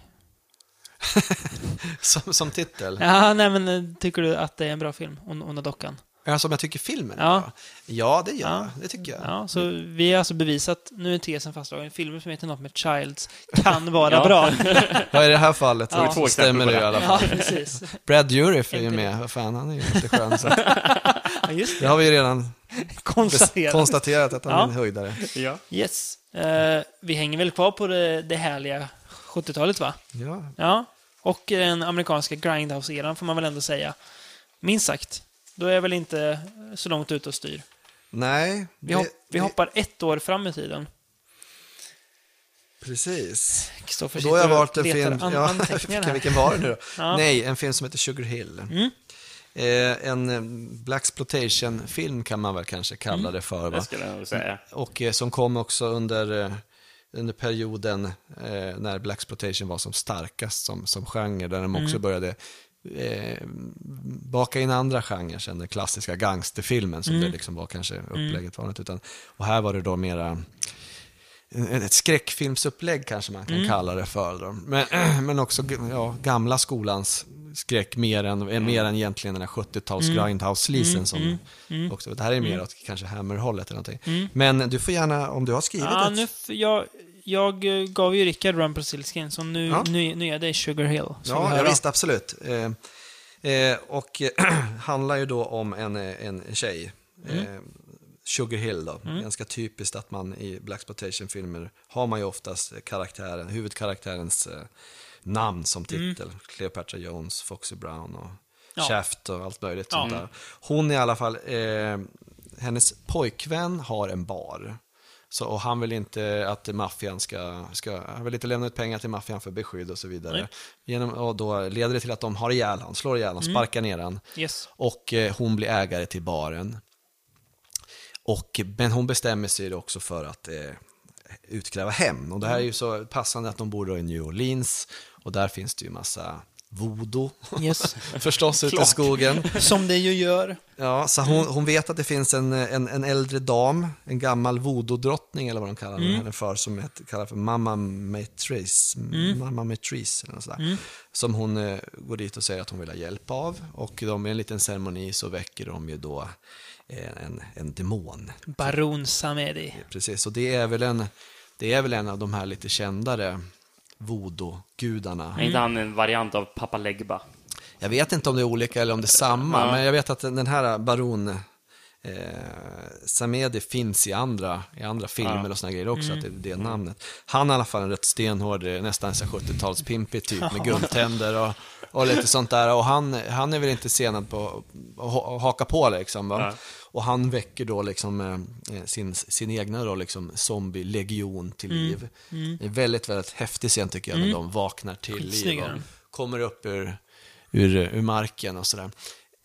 Som, som titel. Ja, nej men eh, tycker du att det är en bra film, On- Onda dockan? Ja, som jag tycker filmen är Ja. bra. Ja, det gör Ja. jag. Det tycker jag. Ja, så vi har alltså bevisat, nu är tesen fastslagen, filmer som heter något med Childs kan vara Ja. bra. Ja, i det här fallet Ja. så stämmer det i alla fall. Ja, precis. Brad Dourif är ju Inte med. Vad fan, han är ju inte skön. Så att, Ja, just det det. har vi ju redan Konstaterat. konstaterat att han är Ja. en höjdare. Ja. Yes. Eh, vi hänger väl kvar på det, det härliga sjuttiotalet, va? Ja, Ja. Och den amerikanska grindhouse-eran får man väl ändå säga. Minst sagt. Då är jag väl inte så långt ut och styr. Nej. Vi, det, hopp, vi det, hoppar ett år fram i tiden. Precis. Kristoffer Och då har jag sitter och valt en letar film... an- Ja, anteckningar här. vilken var det nu då? Ja. Nej, en film som heter Sugar Hill. Mm. Eh, en eh, blaxploitation-film kan man väl kanske kalla Mm. det för. Det Va? skulle jag nog säga. Och eh, som kom också under, eh, under perioden eh, när blaxploitation var som starkast som, som genre. Där de också Mm. började eh, baka in andra genrer än den klassiska gangsterfilmen som Mm. det liksom var kanske upplägget vanligt. Utan, och här var det då mera ett skräckfilmsupplägg kanske man kan Mm. kalla det för. Då. Men, men också ja, gamla skolans skräck mer än, mm. mer än egentligen den här sjuttio-tals Mm. grindhouse-lisen Mm, som mm, mm. också, det här är mer Mm. åt kanske Hammer-hållet eller någonting. Mm. Men du får gärna, om du har skrivit Ja, ett... nu, f- jag, jag eh, gav ju Rickard Rumpelstiltskin, så nu, Ja. nu, nu är det Sugar Hill. Så vi Ja, höra. jag visste absolut. Eh, eh, och eh, handlar ju då om en, en tjej, Mm. eh, Sugar Hill då. Mm. Ganska typiskt att man i blaxploitation-filmer har man ju oftast karaktären, huvudkaraktärens eh, namn som titel. Cleopatra Jones, Foxy Brown och Ja. Shaft och allt möjligt Ja. sånt där. Hon i alla fall, eh, hennes pojkvän har en bar. Så, och han vill inte att maffian ska, ska, han vill inte lämna ut pengar till maffian för beskydd och så vidare. Nej. Genom, och då leder det till att de har ihjäl han, slår ihjäl han, sparkar ner han. Yes. Och eh, hon blir ägare till baren. Och, men hon bestämmer sig också för att eh, utkräva hämnd. Och det här är ju så passande att de bor då i New Orleans. Och där finns det ju massa voodoo. Yes. Förstås ute i Klart. skogen. Som det ju gör. Ja, så hon, hon vet att det finns en, en, en äldre dam, en gammal voodoo-drottning eller vad de kallar Mm. henne för, som heter, kallar för Mamma Matrice, Mm. Mamma Matrice eller något sådär. Mm. Som hon eh, går dit och säger att hon vill ha hjälp av. Och de, i en liten ceremoni så väcker de ju då eh, en, en demon. Baron Samedi. Precis, och det är väl en, det är väl en av de här lite kändare voodoo-gudarna. Är inte han en variant av Papa Legba? Jag vet inte om det är olika eller om det är samma, Ja. men jag vet att den här baron eh, Samedi finns i andra, i andra filmer Ja. och såna grejer också, att det är det namnet. Han är i alla fall en rätt stenhård, eh, nästan så sjuttio-talspimpig typ med guldtänder och, och lite sånt där. Och han, han är väl inte senad på att ha- haka på liksom, va? Ja. Och han väcker då liksom eh, sin, sin egna då liksom zombie-legion till liv. Mm. Det är väldigt, väldigt häftig scen tycker jag, när de vaknar till liv Skitsnygg är och den. kommer upp ur, ur, ur marken och sådär.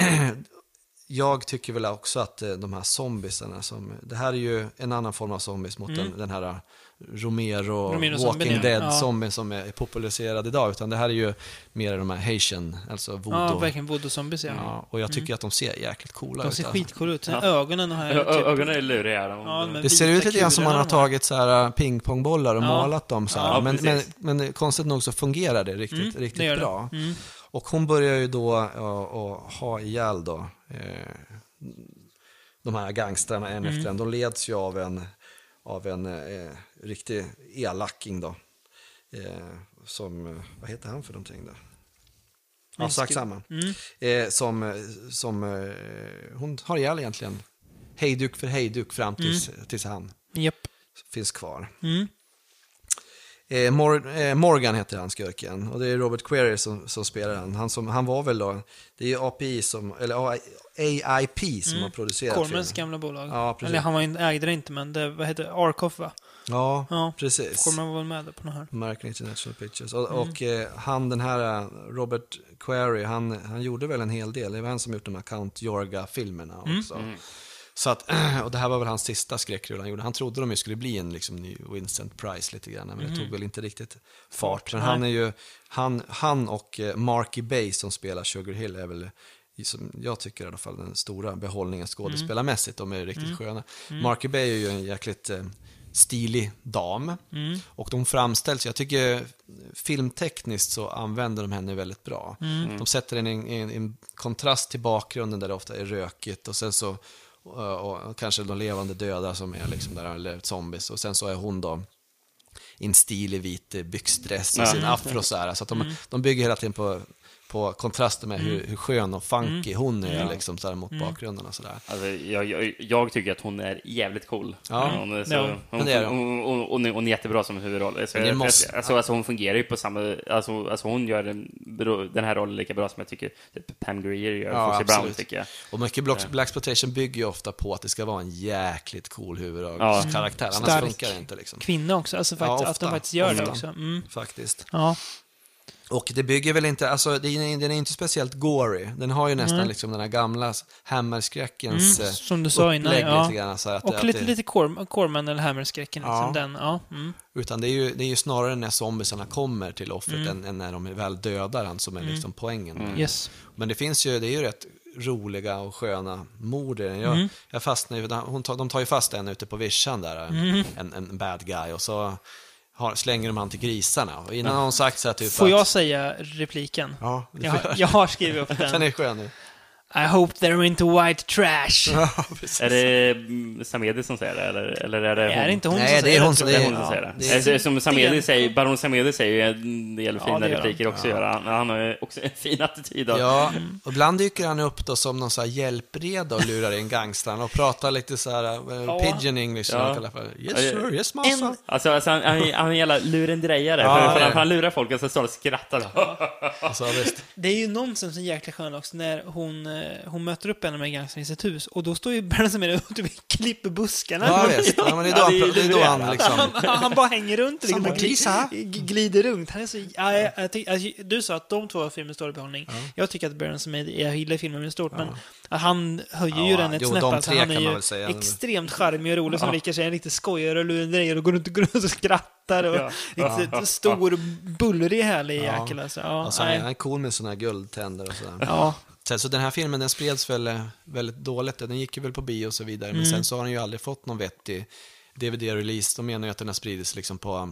Jag tycker väl också att eh, de här zombiesarna som, det här är ju en annan form av zombies mot den, den här Romero, Romero-zombien, Walking ja. Dead Ja. zombien som är populariserad idag, utan det här är ju mer de här Haitian, alltså voodoo. Ja, verkligen voodoo-zombies, ja. Ja, och jag tycker att de ser jäkligt coola De ut. ser alltså. skitcoola ut. Ja. Ögonen har Ö- jag ö- typ... Ögonen är luriga. De, Ja, men- Det ser ut lite grann som man har kulorna de har. tagit så här pingpongbollar och Ja. målat dem så här. Ja, men, men, precis. men konstigt nog så fungerar det riktigt, Mm, det riktigt gör det. bra. Mm. Och hon börjar ju då ja, och ha ihjäl då eh, de här gangstrarna en Mm. efter en. De leds ju av en, av en eh, riktig elaking då. Eh, som, eh, vad heter han för någonting då? Ja, Minns sak du? samma. Mm. Eh, som eh, som eh, hon har ihjäl egentligen. Hejduk för hejduk fram tills, tills han Japp. finns kvar. Mm. Eh, Mor- eh, Morgan heter han, skurken. Och det är Robert Query som, som spelar han. Han, som, han var väl då, det är ju A P I som, eller A I P som har producerat Cormans filmen. gamla bolag. Ja, precis. Eller han var inte, ägde det inte, men det vad heter det? Arkoff, va? Ja, Ja. precis. Corman var väl med där på den här. American International Pictures. Och, Mm. och eh, han, den här eh, Robert Query, han, han gjorde väl en hel del. Det var han som gjort de här Count Jorga-filmerna Mm. också. Så att, och det här var väl hans sista skräckrulle han gjorde. Han trodde de ju skulle bli en liksom, ny Vincent Price lite grann, men det tog väl inte riktigt fart. Men Mm. Nej. han är ju, han, han och eh, Marky Bay som spelar Sugar Hill är väl, i som jag tycker i alla fall, den stora behållningen skådespelarmässigt. De är riktigt sköna. Marky Bay är ju en jäkligt eh, stilig dam. Mm. Och de framställs, jag tycker filmtekniskt så använder de henne väldigt bra. De sätter den i en, i en, i en kontrast till bakgrunden där det ofta är rökigt och sen så och, och kanske de levande döda som är liksom där, eller zombies, och sen så är hon då i en stilig vit byxdress och Ja. sin afro så här, så att de, de bygger hela tiden på på kontrasten med hur, hur skön och funky hon är Mm. liksom, så här, mot bakgrunden och sådär. Alltså, jag, jag, jag tycker att hon är jävligt cool. Ja. Hon är, så, Ja, hon, men det är hon, hon, hon, är, hon är jättebra som huvudroll. Alltså, Men det jag, måste- alltså, alltså, hon fungerar ju på samma... Alltså, alltså hon gör den, den här rollen lika bra som jag tycker typ Pam Grier gör Ja, Foxy Brown, absolut. tycker jag. Och mycket Black- Blaxploitation bygger ju ofta på att det ska vara en jäkligt cool Ja. huvudrollskaraktär, annars Stark. funkar det inte liksom. Kvinna också, alltså faktiskt, ofta. att de faktiskt gör det Ofta. också. Mm. Faktiskt. Ja. Och det bygger väl inte, alltså det är, den är inte speciellt gory. Den har ju nästan Nej. liksom den här gamla Hammer-skräckens Mm, eh, som du sa innan, upplägg ja. lite grann. Så att, Och att lite, det, lite Corman, Corman eller Hammer-skräcken, liksom Ja. den. Ja. Mm. Utan det är, ju, det är ju snarare när zombiesarna kommer till offret Mm. än, än när de väl dödar han som är liksom poängen. Yes. Men det finns ju, det är ju rätt roliga och sköna mord i den. Jag, Mm. jag fastnar ju, hon tar, de tar ju fast en ute på vischan där, Mm. en, en bad guy, och så har, slänger de han till grisarna. Och innan har hon sagt så här typ Får att, jag säga repliken? Ja, det Jag, får har- jag har skrivit upp den den. är skön nu. I hope they're into white trash. Ja, precis. Är det mm, Samedi som säger det, eller, eller är det hon? Är det inte hon Nej, som det säger är hon som- tror Det jag? är hon som Ja, säger det. det är- Alltså, som Samedi det- säger, Baron Samedi säger ju en del Ja, fina det gör han. repliker också. Gör han. Han har ju också en fin attityd. Då. Ja, och ibland dyker han upp då som någon så här hjälpreda och lurar in gangstran och pratar lite så här uh, Ja. pigeon English. Ja. Ja. Kallar för. Yes sir, yes massa. En- Alltså, alltså han, han, han är en jävla lurendrejare. Ja, för, det för, är han, det. för han lurar folk och så står och skrattar. Alltså, visst. Det är ju någon som är jäkla skön också när hon, eh, hon möter upp en av de här gangstrarna i sitt hus och då står ju Baron Samedi och typ klipper buskarna. Ja, visst. Ja, men det är då, Ja, han, det är det är då han lurigt. liksom... Han, han bara hänger runt liksom, Samma och glisa. gli- glider runt. Han är så, ja, jag, jag tyck, alltså, du sa att de två har filmens stora behållning. Jag tycker att Baron Samedi, jag gillar filmen med stort, men att han höjer ju Ja, den ett jo, snäpp. de Alltså, tre han kan är man ju väl säga. extremt charmig och rolig som Ja. Rickard säger. En riktig skojare och lurendrejare och går runt och, går runt och skrattar och Ja. riktigt stor, bullrig, härlig Ja. jäkel. Alltså. Ja, Alltså, han är- nej. han är cool med såna här guldtänder och sådär. Ja. Sen, så den här filmen, den spreds väl eh, väldigt dåligt. Den gick ju väl på bio och så vidare. Men Mm. sen så har den ju aldrig fått någon vettig D V D-release. De menar ju att den har spridits liksom på...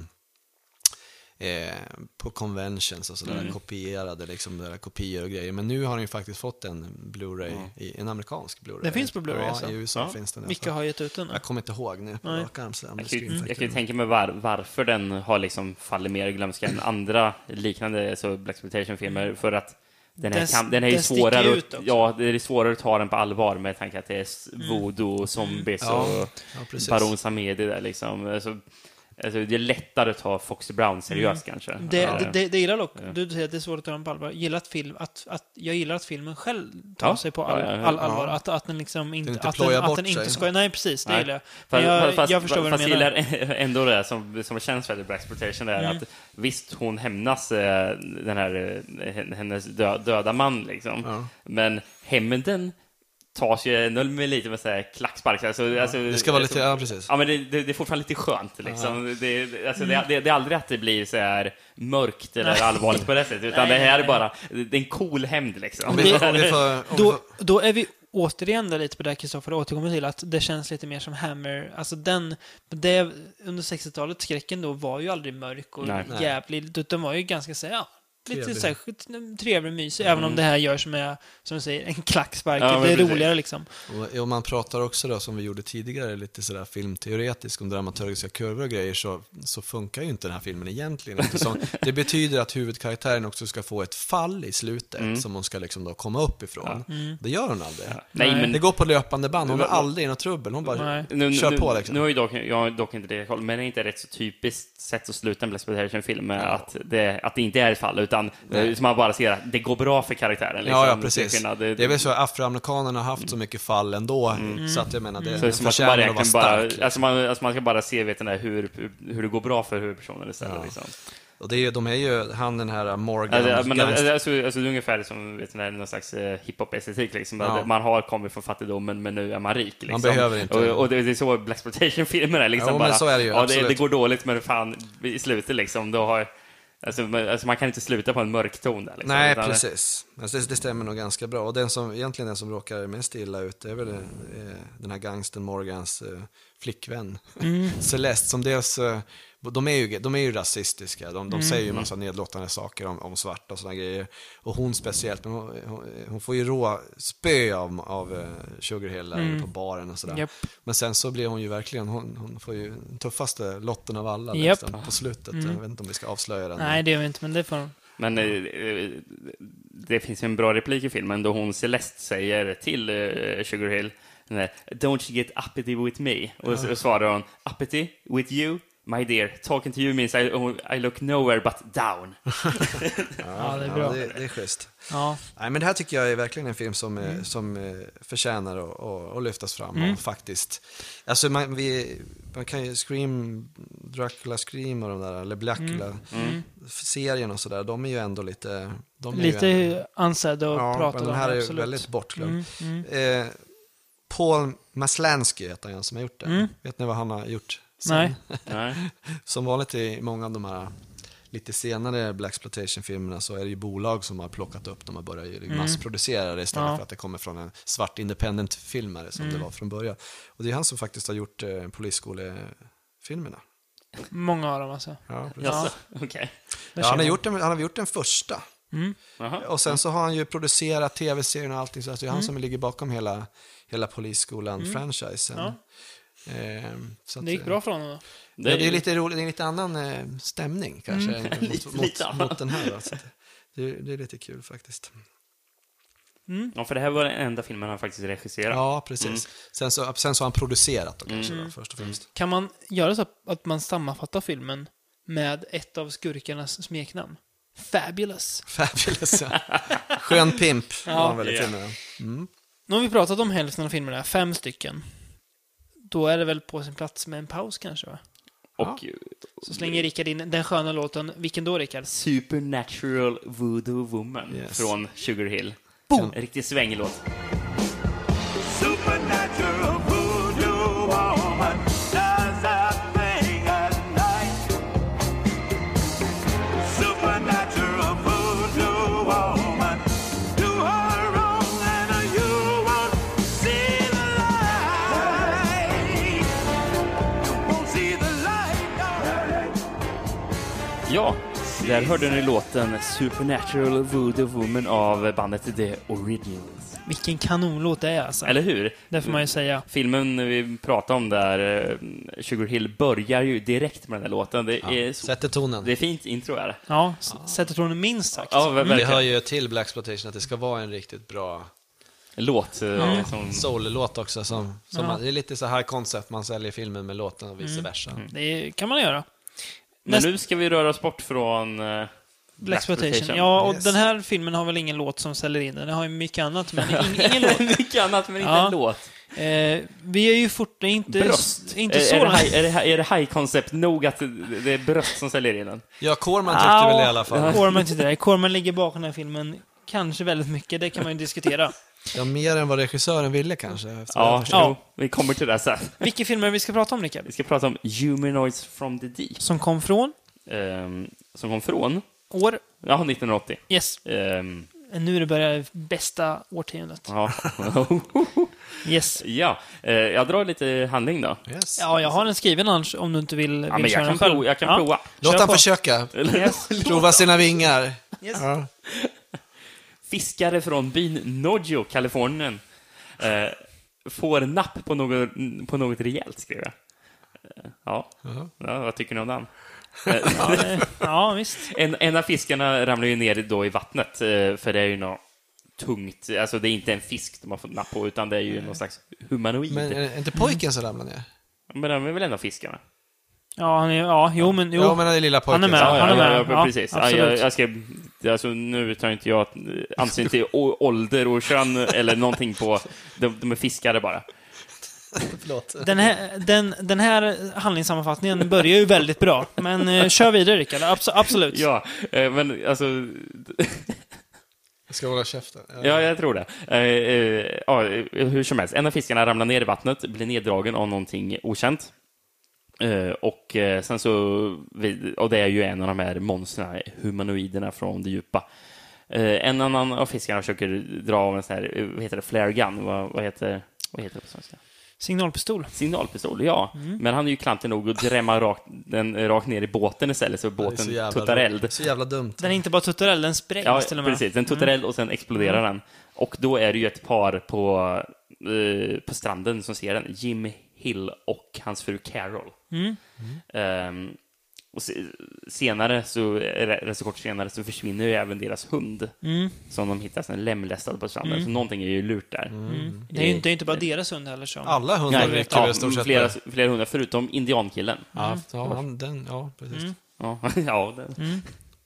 Eh, på conventions och sådär, Mm. kopierade liksom, där kopior och grejer. Men nu har den ju faktiskt fått en Blu-ray, i, en amerikansk Blu-ray. Den finns på Blu-ray, Ja, alltså? i U S A Ja. finns den. Vilka har gett ut den? Jag kommer inte ihåg nu på Nej. rak arm. så om det Jag kan, skulle ju, infekta jag kan ju den. tänka mig var, varför den har liksom fallit mer i glömska än andra liknande så Blaxploitation-filmer. För att den, här Den- kan, den är ju den sticker svårare, ut att, också. ja, det är svårare att ta den på allvar med tanke att det är s- voodoo och zombies Ja, och ja, precis. Baron Samedi där liksom. Alltså, alltså, det är lättare att ta Foxy Brown seriöst kanske. Det, Ja. det, det, det gillar dock. Ja. Du säger att det är svårt att ta den på allvar. Jag gillar att film, att, att, jag gillar att filmen själv tar Ja. sig på all, Ja, ja, ja. all allvar. Ja. Att, att den liksom inte, inte att den, plojar att bort den inte sig. ska... Nej, precis. Det Nej. gillar jag. Fast, Men jag, fast, jag förstår vad fast du jag menar. gillar ändå det som, som känns väldigt Blaxploitation, det är Mm. att visst, hon hämnas eh, den här, eh, hennes dö, döda man liksom. Ja. Men hämnden tas ju ändå med lite med så här klackspark. Alltså, alltså, Det ska vara lite, alltså, ja precis. Ja, men det, det, det är fortfarande lite skönt liksom. Det, det, alltså, det, det, det är aldrig att det blir så här mörkt eller Nej. allvarligt på det sättet, utan Nej, det här nej, är bara, det är en cool hämnd liksom. Om vi får, om vi får, om vi Då, får, då är vi återigen där lite på det Kristoffer återkommer till, att det känns lite mer som Hammer. Alltså den, det, under sextiotalet, skräcken då var ju aldrig mörk och Nej. jävlig, utan var ju ganska så här, ja, lite Trevlig. särskilt trevlig, mysig, även om det här görs med, som du säger, en klackspark. Ja, men det är precis. roligare liksom. och, och man pratar också då, som vi gjorde tidigare, lite sådär filmteoretiskt om dramaturgiska kurvor och grejer, så, så funkar ju inte den här filmen egentligen. Eftersom det betyder att huvudkaraktären också ska få ett fall i slutet Mm. som hon ska liksom då komma upp ifrån. Mm. Det gör hon aldrig. Nej, Nej. men Det går på löpande band, hon har Det var- aldrig något trubbel, hon bara Nej. Nu, kör nu, på liksom. Nu har ju dock, jag har dock inte det koll, men det är inte rätt så typiskt sätt att sluta en Blaxploitation-film med Ja. att, det, att det inte är ett fall, utan Nej. som man bara ser att det går bra för karaktären. Liksom. Ja, ja, Till precis. skillnad- Det är väl så att afroamerikanerna har haft så mycket fall ändå, så att jag menar, det, Så det det är som att man förtjänar bara, att vara kan bara, stark. Liksom. alltså man, alltså man ska bara se vet den där, hur, hur, hur det går bra för huvudpersonen istället. Ja. Liksom. Och det är ju, de är ju, han den här Morgan, Alltså, men, gangster- alltså, alltså, alltså, det är ungefär som vet, den där, någon slags eh, hiphop-estetik. Liksom. Ja. Man har kommit från fattigdomen, men nu är man rik. Liksom. Man behöver inte- Och, och det, det är så Blaxploitation-filmer är. Liksom, Jo, men bara, så är det ju, ja, det, absolut. det går dåligt, men fan, i slutet liksom, då har... Alltså, man, alltså, man kan inte sluta på en mörk ton där. Liksom, Nej, utan- precis. Alltså, det, det stämmer nog ganska bra. Och den som, egentligen den som råkar mest illa ut är väl eh, den här gangsten Morgans eh, flickvän. Mm. Celeste, som dels... Eh, de är ju, de är ju rasistiska. De, de Mm. säger ju massa nedlåtande saker om, om svarta och såna grejer. Och hon speciellt, men hon, hon, hon får ju rå spö av, av uh, Sugar Hill där Mm. på baren och sådär. Japp. Men sen så blir hon ju verkligen, hon, hon får ju den tuffaste lotten av alla Japp. liksom, på slutet. Mm. Jag vet inte om vi ska avslöja den. Nej, det gör vi inte, men det får Men eh, eh, det finns en bra replik i filmen då hon Celeste säger till uh, Sugar Hill, don't you get uppity with me? Och så svarar hon, uppity with you? My dear, talking to you means I, I look nowhere but down. Ja, det är bra. Ja, det, det är schysst. Ja. Nej, men det här tycker jag är verkligen en film som, mm. som eh, förtjänar att, att, att lyftas fram. Mm. Och faktiskt, alltså man, vi, man kan ju Scream, Dracula Scream och de där, eller Blackula mm. serien och sådär, de är ju ändå lite... De är lite ju ändå, ansedda och ja, pratade om. Den här är absolut. väldigt bortglömd. Mm. Mm. Eh, Paul Maslansky heter han som har gjort det. Mm. Vet ni vad han har gjort? Nej. Nej. Som vanligt i många av de här lite senare blaxploitation-filmerna så är det ju bolag som har plockat upp dem och börjar ju Mm. massproducera det istället Ja. för att det kommer från en svart independent-filmare som Mm. det var från början. Och det är han som faktiskt har gjort eh, polisskolefilmerna. Många av dem alltså. Ja, precis. Jaså, okej. Det Ja, han, har känner gjort den, han har gjort den första. Mm. Jaha. Och sen så har han ju producerat tv-serien och allting, så att det är han som ligger bakom hela, hela Polisskolan-franchisen. Ja. Eh, så att, Det gick bra för honom då. Det är, det är lite roligt, det är en lite annan eh, stämning kanske Mm. mot, Lite- mot, lite annan. mot den här. Alltså. Det, det är lite kul faktiskt. Ja, för det här var den enda filmen han faktiskt regisserade. Ja, precis. Mm. Sen, så, sen så har han producerat då, kanske Mm. då, först och främst. Kan man göra så att man sammanfattar filmen med ett av skurkarnas smeknamn? Fabulous. Fabulous, ja. Skön pimp var han väl i Ja. filmen. Mm. Nu har vi pratat om hälften av filmerna, fem stycken. Då är det väl på sin plats med en paus kanske, va? Och Så slänger Rickard in den sköna låten. Vilken då, Rickard? Supernatural Voodoo Woman Yes. från Sugar Hill. Boom! En riktig svänglåt. Supernatural voodoo woman does a thing at night. Supernatural voodoo woman do her wrong and you won't see the light. You won't see the light. No. Ja, där hörde ni låten Supernatural Voodoo Woman av bandet The Originals. Vilken kanonlåt det är alltså. Eller hur? Det får man ju säga. Filmen vi pratade om där, eh, Sugar Hill, börjar ju direkt med den här låten. Det är, så, Sätter tonen. det är fint intro här. Ja, s- sätter tonen minst sagt. Ja, ver- Det verkligen. hör ju till Blaxploitation att det ska vara en riktigt bra Låt. eh, som, soul-låt också. Som, som Ja. man, det är lite så här koncept, man säljer filmen med låten och vice versa. Det kan man göra. Men Näst- nu ska vi röra oss bort från uh, Blaxploitation. Ja, och Yes. den här filmen har väl ingen låt som säljer in den. Den har ju mycket annat, men ing, ingen låt. Mycket annat, men inte Ja. en låt. Eh, vi är ju fortfarande inte, Bröst. inte är, så... är, det high, är, det, high- är det high concept nog att det, det är bröst som säljer in den? Ja, Corman tyckte väl det i alla fall. Corman tyckte det. Corman ligger bakom den här filmen kanske väldigt mycket. Det kan man ju diskutera. Ja, mer än vad regissören ville kanske. efter Ja, vad jag förstår. jo, vi kommer till det sen. Vilka filmer vi ska prata om, Rickard? Vi ska prata om Humanoids from the Deep. Som kom från ehm, som kom från år... ja, nittonhundraåttio. Yes. Ehm, Nu är det börjar bästa årtiondet. ja. Yes. ja, eh, jag drar lite handling då. Yes. Ja, jag har den skriven annars om du inte vill, vill Ja, men köra jag den kan, själv. prova, jag kan ja. prova. Låt Kör han på. försöka. Yes. Prova sina vingar. Yes. Ja. Fiskare från byn Noggio, Kalifornien, eh, får napp på något, på något rejält, skrev jag. Eh, ja. ja, vad tycker ni om den? Ja, eh, ja, visst. En, en av fiskarna ramlar ju ner då i vattnet, eh, för det är ju något tungt. Alltså det är inte en fisk de har fått napp på, utan det är ju någon slags humanoid. Men Men, är det inte pojken som ramlar ner? men de är väl ändå fiskarna? Ja, han är, ja, jo, men jo. Ja, men den lilla pojken. Han är med. Ja, Han är ja, med. ja, Ja, precis. Ja, absolut. jag, jag ska, alltså, nu tar inte jag ansyn till å- ålder och kön eller någonting på... De, de är fiskare bara. Förlåt. Den här, den, den här handlingssammanfattningen börjar ju väldigt bra. Men eh, kör vidare, Rickard. Abs- absolut. Ja, eh, men alltså... Jag ska hålla käften. Ja, jag tror det. Eh, eh, ja, hur som helst. En av fiskarna ramlar ner i vattnet, blir neddragen av någonting okänt. Eh, och eh, sen så... Och det är ju en av de här monstren, humanoiderna från det djupa. Eh, en annan av fiskarna försöker dra av en sån här, eh, vad heter det, flare gun? Vad, vad, heter, vad heter det på svenska? Signalpistol. Signalpistol, ja. Mm. Men han är ju klantig nog att drämma rakt, den rakt ner i båten istället, så Det är båten så jävla, tuttar eld. så jävla dumt. Den är inte bara tuttarell, den sprängs Ja, till och med. precis. Den tuttar eld och sen exploderar den. Och då är det ju ett par på, eh, på stranden som ser den. Jim Hill och hans fru Carol. Mm. Ehm, och se, senare, så, rätt så kort senare, så försvinner ju även deras hund. Mm. Som de hittar sen lemlästad på stranden. Så någonting är ju lurt där. Mm. Det är ju inte, det är inte bara deras hund heller som... Alla hundar Nej, räcker väl ja, i stort sett. flera, flera hundar, förutom indiankillen. Ja, ja, han, den, ja, precis. Mm. Ja, ja, det,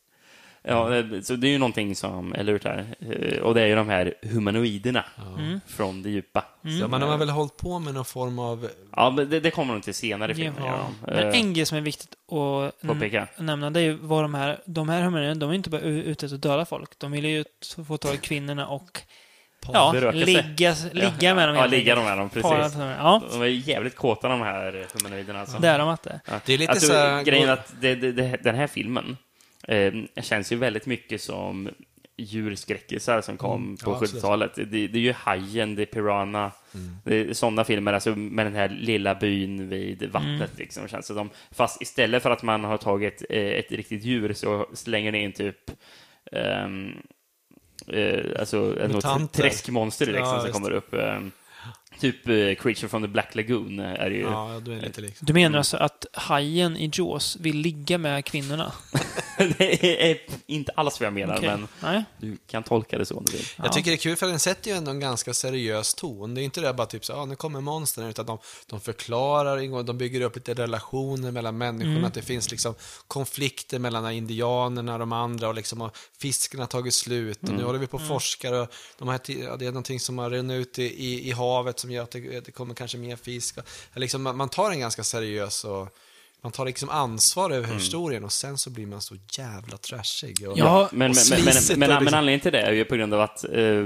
ja det, så det är ju någonting som är lurt här. Eh, Och det är ju de här humanoiderna från det djupa. Ja, men de har väl hållit på med någon form av... Ja, men det, det kommer de till senare i filmen. Ja. Ja. Men Eh, en grej som är viktigt att Påpeka. n- nämna, det är ju vad de här, de här humanisterna, de är inte bara u- ute efter att döda folk. De vill ju t- få tag i kvinnorna och ja, Beröka sig. ligga, ligga med dem. Ja, helt ligga enkelt. de med dem, Para precis. för dem. Ja, De är ju jävligt kåta, de här humanoiderna. Alltså. det är de att det. Ja. Det är lite alltså, så här- grejen är att det, det, det, den här filmen eh, känns ju väldigt mycket som djurskräckisar som kom Mm, på ja, absolut. sjuttiotalet. Det, det är ju Hajen, det är Piranha, Mm. det är sådana filmer, alltså med den här lilla byn vid vattnet. Liksom, känns det som. Fast istället för att man har tagit eh, ett riktigt djur så slänger ni in typ ehm, eh, alltså något Mutanter. träskmonster liksom, Ja, som just kommer upp. ehm, typ eh, Creature from the Black Lagoon är det ju. Ja, då är det lite liksom. Du menar alltså att hajen i Jaws vill ligga med kvinnorna? Det är inte alls vad jag menar, Okej. men Nej? du kan tolka det så om du vill. Ja. Jag tycker det är kul för den sätter ju ändå en ganska seriös ton. Det är inte det bara typ så, ah, nu kommer monstren, utan de, de förklarar, de bygger upp lite relationer mellan människorna, Mm. att det finns liksom konflikter mellan indianerna och de andra, och liksom och fisken har tagit slut, och nu håller vi på och forskar, och de här, ti- ja, det är någonting som har runnit ut i, i, i havet som gör att det, det kommer kanske mer fisk. Och, liksom, man, man tar en ganska seriös och man tar liksom ansvar över historien, och sen så blir man så jävla trashig. Och, Ja, Men, men, men, slisigt men, men, och men liksom- anledningen till det är ju på grund av att eh,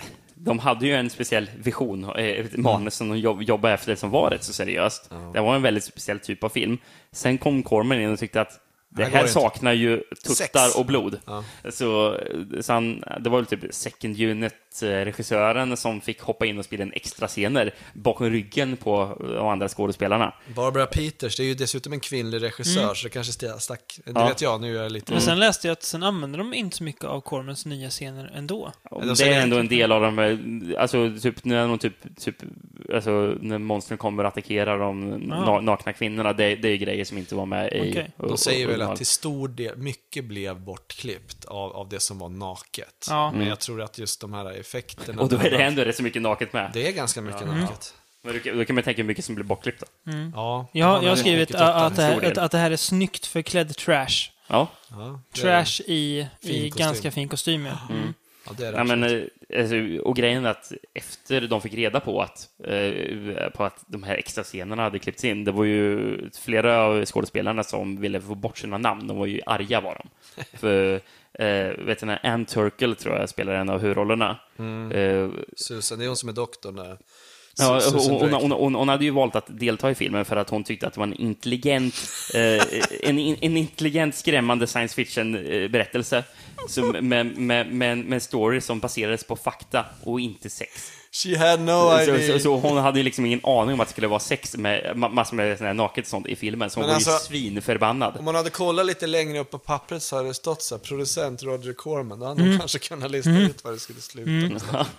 de hade ju en speciell vision, eh, ett manus som de jobb, jobbade efter som var rätt så seriöst. Det var en väldigt speciell typ av film. Sen kom Corman in och tyckte att det här här, går inte. saknar ju tuttar Sex. och blod. Ja. Så, så han, det var väl typ second unit-regissören som fick hoppa in och spela en extra scener bakom ryggen på de andra skådespelarna. Barbara Peters, det är ju dessutom en kvinnlig regissör, så det kanske st- stack, det Ja. vet jag, nu är jag lite... Men sen läste jag att sen använder de inte så mycket av Cormans nya scener ändå. Och de det säger är ändå en del av de här, alltså typ när de typ, typ alltså när monstren kommer och attackerar de na- nakna kvinnorna, det, det är grejer som inte var med i... Okej. och- De säger och- väl och- att till stor del, mycket blev bortklippt av, av det som var naket. Ja. Men jag tror att just de här effekterna... Och då är det ändå rätt så mycket naket med. Det är ganska mycket naket. Men då, kan- då kan man tänka hur mycket som blir bortklippt då. Ja, Ja, jag har skrivit mycket att, att, det stor här, del. att, att det här är snyggt förklädd trash. Ja. Ja, det är- Trash i, Fin i kostym. ganska fin kostym, ja. Mm. Ja, det är det Ja, men, absolut. eh, alltså, och grejen är att efter de fick reda på att, eh, på att de här extra scenerna hade klippts in, det var ju flera av skådespelarna som ville få bort sina namn. De var ju arga, var de. För, eh, vet du, Ann Turkel tror jag spelar en av huvudrollerna. Eh, Susan, det är hon som är doktorn där. Ja, Susan hon, hon, Drake. hon, hon, hon hade ju valt att delta i filmen för att hon tyckte att det var en intelligent, eh, en, en intelligent skrämmande science fiction-berättelse som, med, med, med, med en story som baserades på fakta och inte sex. She had no Så, idea. så, så hon hade ju liksom ingen aning om att det skulle vara sex med ma- massor med sån här naket och sånt i filmen, så hon Men var alltså- ju svinförbannad. Om man hade kollat lite längre upp på pappret så hade det stått så här, producent Roger Corman. Då hade de kanske kunnat lista ut var det skulle sluta. någonstans.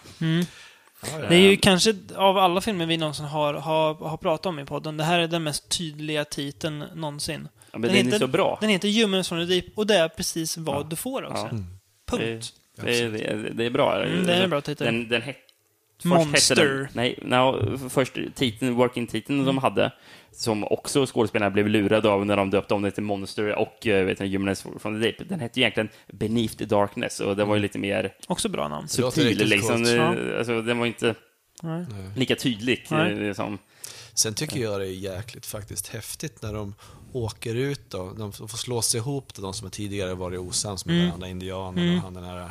Ja, ja. Det är ju kanske av alla filmer vi någonsin har, har, har pratat om i podden, det här är den mest tydliga titeln någonsin. Ja, men den är så bra. Den heter Humans from the Deep, och det är precis vad du får också. Ja. Punkt. Det, det, det, det är bra. Mm, det är en bra titel. Den, den het, först Monster. hette Den, nej, no, först titeln, working-titeln de hade, som också skådespelarna blev lurade av när de döpte om det till Monster och uh, vet ni, Humans from the Deep. Den hette egentligen Beneath the Darkness, och den var ju lite mer Också bra namn. Det låter subtil. riktigt Liksom. coolt. Eh, Alltså, den var inte Nej. lika tydlig. Nej. eh, Liksom. Sen tycker jag det är jäkligt faktiskt häftigt när de åker ut då. De får slå sig ihop då, de som tidigare varit osams med Mm. varandra, indianerna och han den här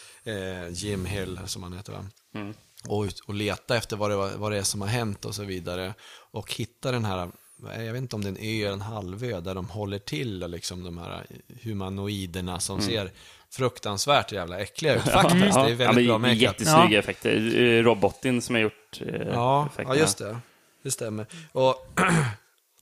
eh, Jim Hill som han heter, va? Mm. Och, ut, och leta efter vad det, var- vad det är som har hänt och så vidare. Och hitta den här, jag vet inte om det är en ö eller en halvö, där de håller till och liksom de här humanoiderna som ser fruktansvärt jävla äckliga ut faktiskt. Det är väldigt ja, men bra makeup. jättesnygga Ja. effekter. Eh, Robotin som har gjort eh, Ja, effekterna. ja, just det. Det stämmer. Och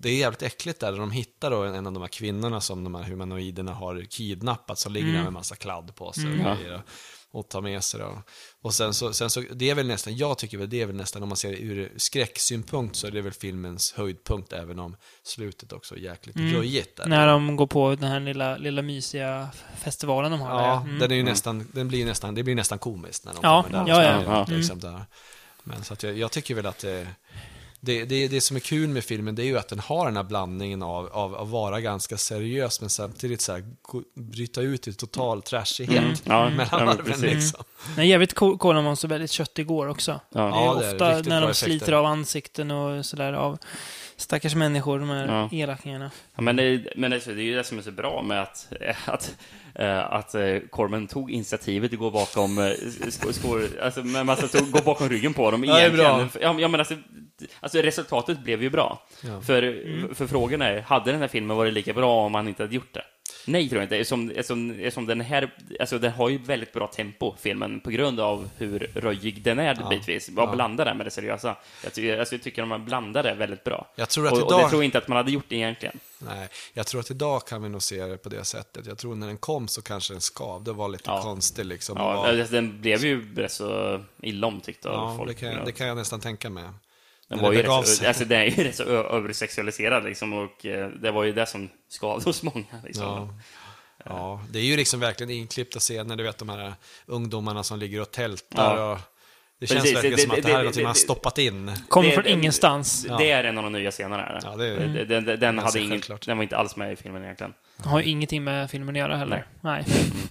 det är jävligt äckligt där, där de hittar då en av de här kvinnorna som de här humanoiderna har kidnappat, så ligger mm. där med en massa kladd på sig och Mm. grejer. Och, och tar med sig då. Och sen så, sen så, det är väl nästan, jag tycker väl det är väl nästan, om man ser det ur skräcksynpunkt, så är det väl filmens höjdpunkt, även om slutet också är jäkligt Mm. röjigt där. När de går på den här lilla, lilla mysiga festivalen de har. Ja, där. Mm. den är ju nästan, den blir nästan, det blir nästan komiskt när de Ja, kommer där. ja, och ja. spelar, liksom, där. Men så att jag, jag tycker väl att det, det, det, det som är kul med filmen, det är ju att den har den här blandningen av, av att vara ganska seriös, men samtidigt så här, gå- bryta ut i total trashighet Mm. Ja, mellan ja, men varven precis. liksom. Nej, jävligt cool, cool när man så väldigt köttig går också. Ja. Det är Ja, det är ofta riktigt när bra de effekter. sliter av ansikten och sådär av stackars människor, de här Ja. elakingarna. Ja, men det, men det, det är ju det som är så bra med att, att, äh, att äh, Corman tog initiativet att gå bakom äh, skor, skor, alltså, men alltså, tog, gå bakom ryggen på dem Ja, det är bra. egentligen. Ja, ja, men alltså, alltså resultatet blev ju bra. Ja. För, för frågan är, hade den här filmen varit lika bra om man inte hade gjort det? Nej, tror jag inte. Som, som, som den här, alltså den har ju väldigt bra tempo, filmen, på grund av hur röjig den är Ja. bitvis. Bara Ja. blanda det med det seriösa. Jag, ty, alltså, jag tycker att man blandar det väldigt bra. Jag tror att och, och idag- det tror jag inte att man hade gjort det egentligen. Nej, jag tror att idag kan vi nog se det på det sättet. Jag tror när den kom så kanske den skavde och var lite Ja. konstig liksom. Ja, och var, alltså, den blev ju rätt så illa omtyckt av ja folk. det, kan, jag- det kan jag nästan tänka mig. Den När var det ju begav rätt så, sig. alltså, den är ju rätt så ö- översexualiserad liksom, och eh, det var ju det som skavde hos många. Liksom. Ja. Ja, det är ju liksom verkligen inklippta scener, du vet de här ungdomarna som ligger och tältar Ja. och det känns Precis, verkligen det- som att det- det här är det- något det- man har det- stoppat in. Kommer Det- från det- ingenstans. Det är en av de nya scenerna. Här. Ja, det är Den, den, den, den, ganska hade ingen, självklart. den var inte alls med i filmen egentligen. Har ju ingenting med filmen att göra heller. Nej.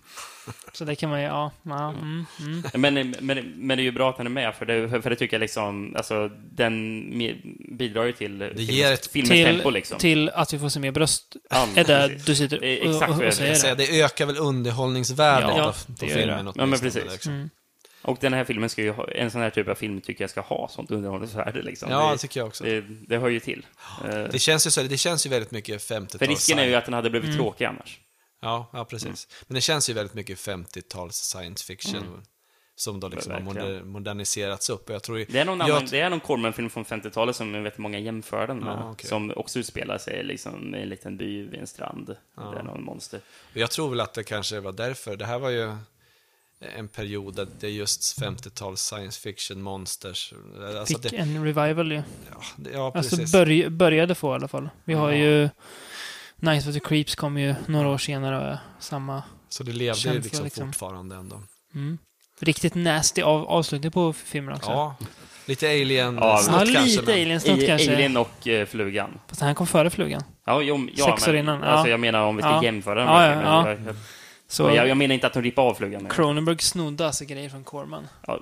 Så det kan man ju, ja. ja mm, mm. Men, men, men det är ju bra att den är med, för det, för det tycker jag liksom, alltså, den me- bidrar ju till ger filmens, ett- filmens Till, tempo liksom. till att vi får se mer bröst. Ja, Är det precis. du sitter Det är och, exakt och, vad och jag säger Jag säger, det? det ökar väl underhållningsvärdet Ja, av, det på gör filmen det. åtminstone. Ja, men precis. Liksom. Mm. Och den här filmen ska ju ha, en sån här typ av film tycker jag ska ha sånt underhållningsvärde liksom. Ja, det, det tycker jag också. det, det hör ju till. Eh, Det känns ju, så, det känns ju väldigt mycket femtio-tals. för risken är ju att den hade blivit tråkig annars. Ja, ja, precis. Men det känns ju väldigt mycket femtio-tals science fiction Mm. som då liksom har Verkligen. moder, moderniserats upp. Och jag tror ju, Det är någon, jag, annan, det är någon Corman-film från femtiotalet som jag vet många jämför den med. Ja, okej. Som också utspelar sig liksom i en liten by vid en strand. Det är någon monster. jag tror väl att det kanske var därför. Det här var ju en period där det är just femtio-tals science fiction monsters. Alltså Fick det, en revival ju. ja, det, ja, precis. Alltså börj, började få i alla fall. Vi har Ja. ju Night of the Creeps kom ju några år senare och är samma. Så det levde ju känsla, liksom, liksom. fortfarande ändå. Mm. Riktigt nasty av, avslutning på filmen också. Ja, lite alien Ja, snutt Ja, kanske. lite men- alien-snutt I, kanske. Alien och eh, Flugan. Fast han kom före flugan. Ja, jo, ja Sex år men, innan, ja. Alltså, jag menar om vi ska Ja. jämföra den Ja, med ja, filmen. ja. Jag, jag, Så jag, jag menar inte att de rippar av Flugan. Cronenberg snodde alltså grejer från Corman. Ja,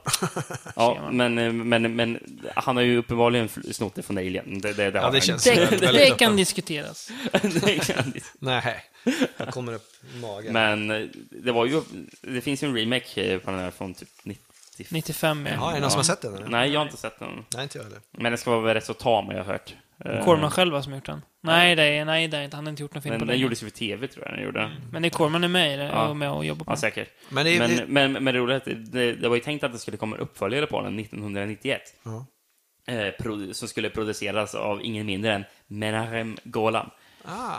ja men, eh, men, men han har ju uppenbarligen fl- snott det från Alien. Det, det, det Ja, har det han. känns Det, väldigt det öppen. kan diskuteras. Det kan- Nej, jag kommer upp i magen. Men eh, det var ju, det finns ju en remake eh, på den här från typ nittio. nittiofem, Ja, ja. är det någon som har sett den? Eller? Nej, jag har inte sett den. Nej, inte jag heller. Men den ska vara rätt så tam, har jag hört. Eh, Corman själv som gjort den. Nej, det är, nej, det är inte. Han har inte gjort någon film Den, på den länge. gjordes ju för tv, tror jag den gjorde. Men det är Corman är med i det Ja. och med och jobbar på Ja, den. säkert. Men det är- men, det- men, men det roliga är att det, det var ju tänkt att det skulle komma en uppföljare på den nittonhundranittioett. Ja. Eh, produ- som skulle produceras av ingen mindre än Menahem Golan. Ah.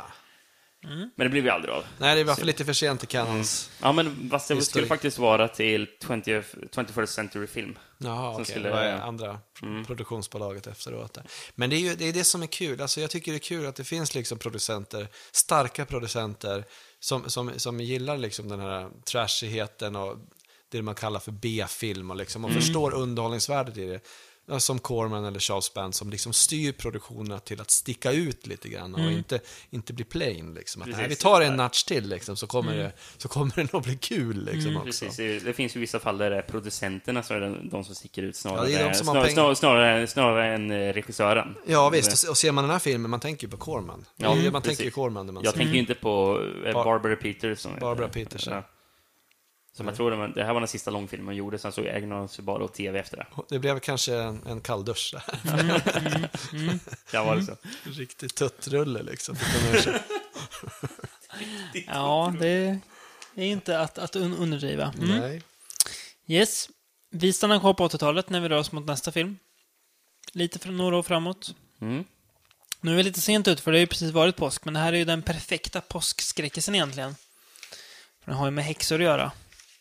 Men det blev ju aldrig av. Nej, det var för lite för sent till Canons. Ja, men fast det Historik. skulle faktiskt vara till twentieth, twenty-first Century Film. Jaha, Som okej. skulle- Det var andra produktionsbolaget efteråt. Där. Men det är ju det, är det som är kul. Alltså, jag tycker det är kul att det finns liksom producenter, starka producenter, som, som, som gillar liksom den här trashigheten och det man kallar för B-film och, liksom, och förstår underhållningsvärdet i det. Ja, som Corman eller Charles Band som liksom styr produktionerna till att sticka ut lite grann och inte, inte bli plain. Liksom. Att, nej, vi Precis. tar en notch till liksom, så, kommer det, så kommer det nog bli kul liksom, också. Precis, det finns ju vissa fall där det är producenterna som är de, de som sticker ut snarare, Ja, det är de som har snarare, pengar. snarare, snarare, snarare än eh, regissören. Ja visst, och, och ser man den här filmen, man tänker ju på Corman. Ja, Ja, man precis. tänker ju Corman när man Jag ser. tänker ju inte på eh, Bar- Barbara Peters. Som Barbara Peters, ja. Som jag tror det, var- det här var den sista långfilmen man gjorde, sen så ägnade hon sig bara åt tv efter det. Det blev kanske en, en kalldusch där. Det var det så. Riktigt tuttrulle liksom. Det kan man ju- Ja, det är inte att, att un- underdriva. Mm. Nej. Yes. Vi stannar kvar på åttiotalet när vi rör oss mot nästa film. Lite för några år framåt. Mm. Nu är vi lite sent ut, för det har ju precis varit påsk, men det här är ju den perfekta påskskräckelsen egentligen. För den har ju med häxor att göra.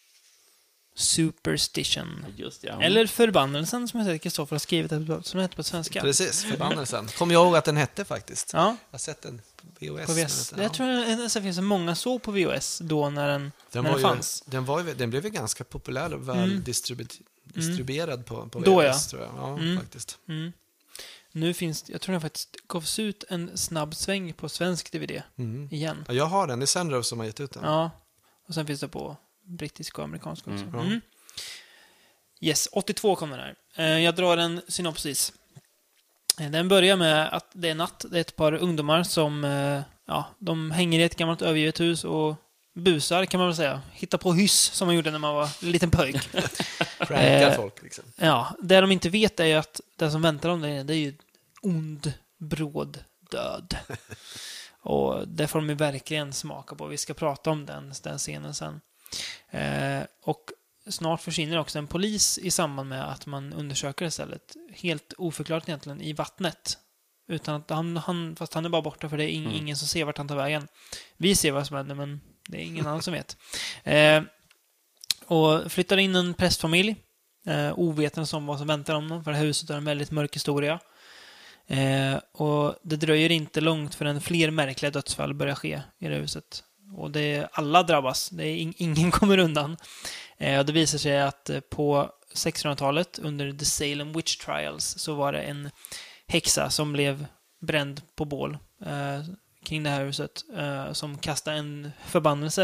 Superstition. Just ja. Eller förbannelsen, som jag säger Kristoffer har skrivit, som det heter på svenska. Precis, förbannelsen. Kommer jag ihåg att den hette faktiskt. Ja, Jag har sett den på V H S. på V H S. Jag tror att det finns så många så på V H S då när den, Den, när var den ju, fanns. den, var ju, den blev ju ganska populär och väl Mm. distribu- distribuerad på, på Då, V H S, ja. tror jag. Ja, Mm. faktiskt. Mm. Nu finns, jag tror det faktiskt gavs ut en snabb sväng på svensk D V D Mm. igen. Ja, jag har den. Det är Sandro som har gett ut den. Ja, och sen finns det på brittisk och amerikansk också. Mm. Mm. Yes, åttiotvå kom den här. Eh, Jag drar en synopsis. Eh, Den börjar med att det är natt. Det är ett par ungdomar som eh, ja, de hänger i ett gammalt övergivet hus och busar, kan man väl säga. Hittar på hyss, som man gjorde när man var en liten pöjk. Prankar Eh, folk liksom. Ja, det de inte vet är ju att det som väntar dem där, det är ju ond, bråd död. Och det får de ju verkligen smaka på. Vi ska prata om den, den scenen sen. Eh, och snart försvinner också en polis i samband med att man undersöker istället. Helt oförklarat egentligen, i vattnet. Utan att han, han, fast han är bara borta, för det är ing, Mm. ingen som ser vart han tar vägen. Vi ser vad som händer, men det är ingen annan som vet. Eh, och flyttar in en prästfamilj. Eh, ovetande om vad som väntar om dem, för det här huset har en väldigt mörk historia. Eh, och det dröjer inte långt förrän fler märkliga dödsfall börjar ske i det huset. Och det, alla drabbas. Det är in, ingen kommer undan. Eh, och det visar sig att eh, på sextonhundratalet, under The Salem Witch Trials, så var det en häxa som blev bränd på bål eh, kring det här huset, eh, som kastade en förbannelse.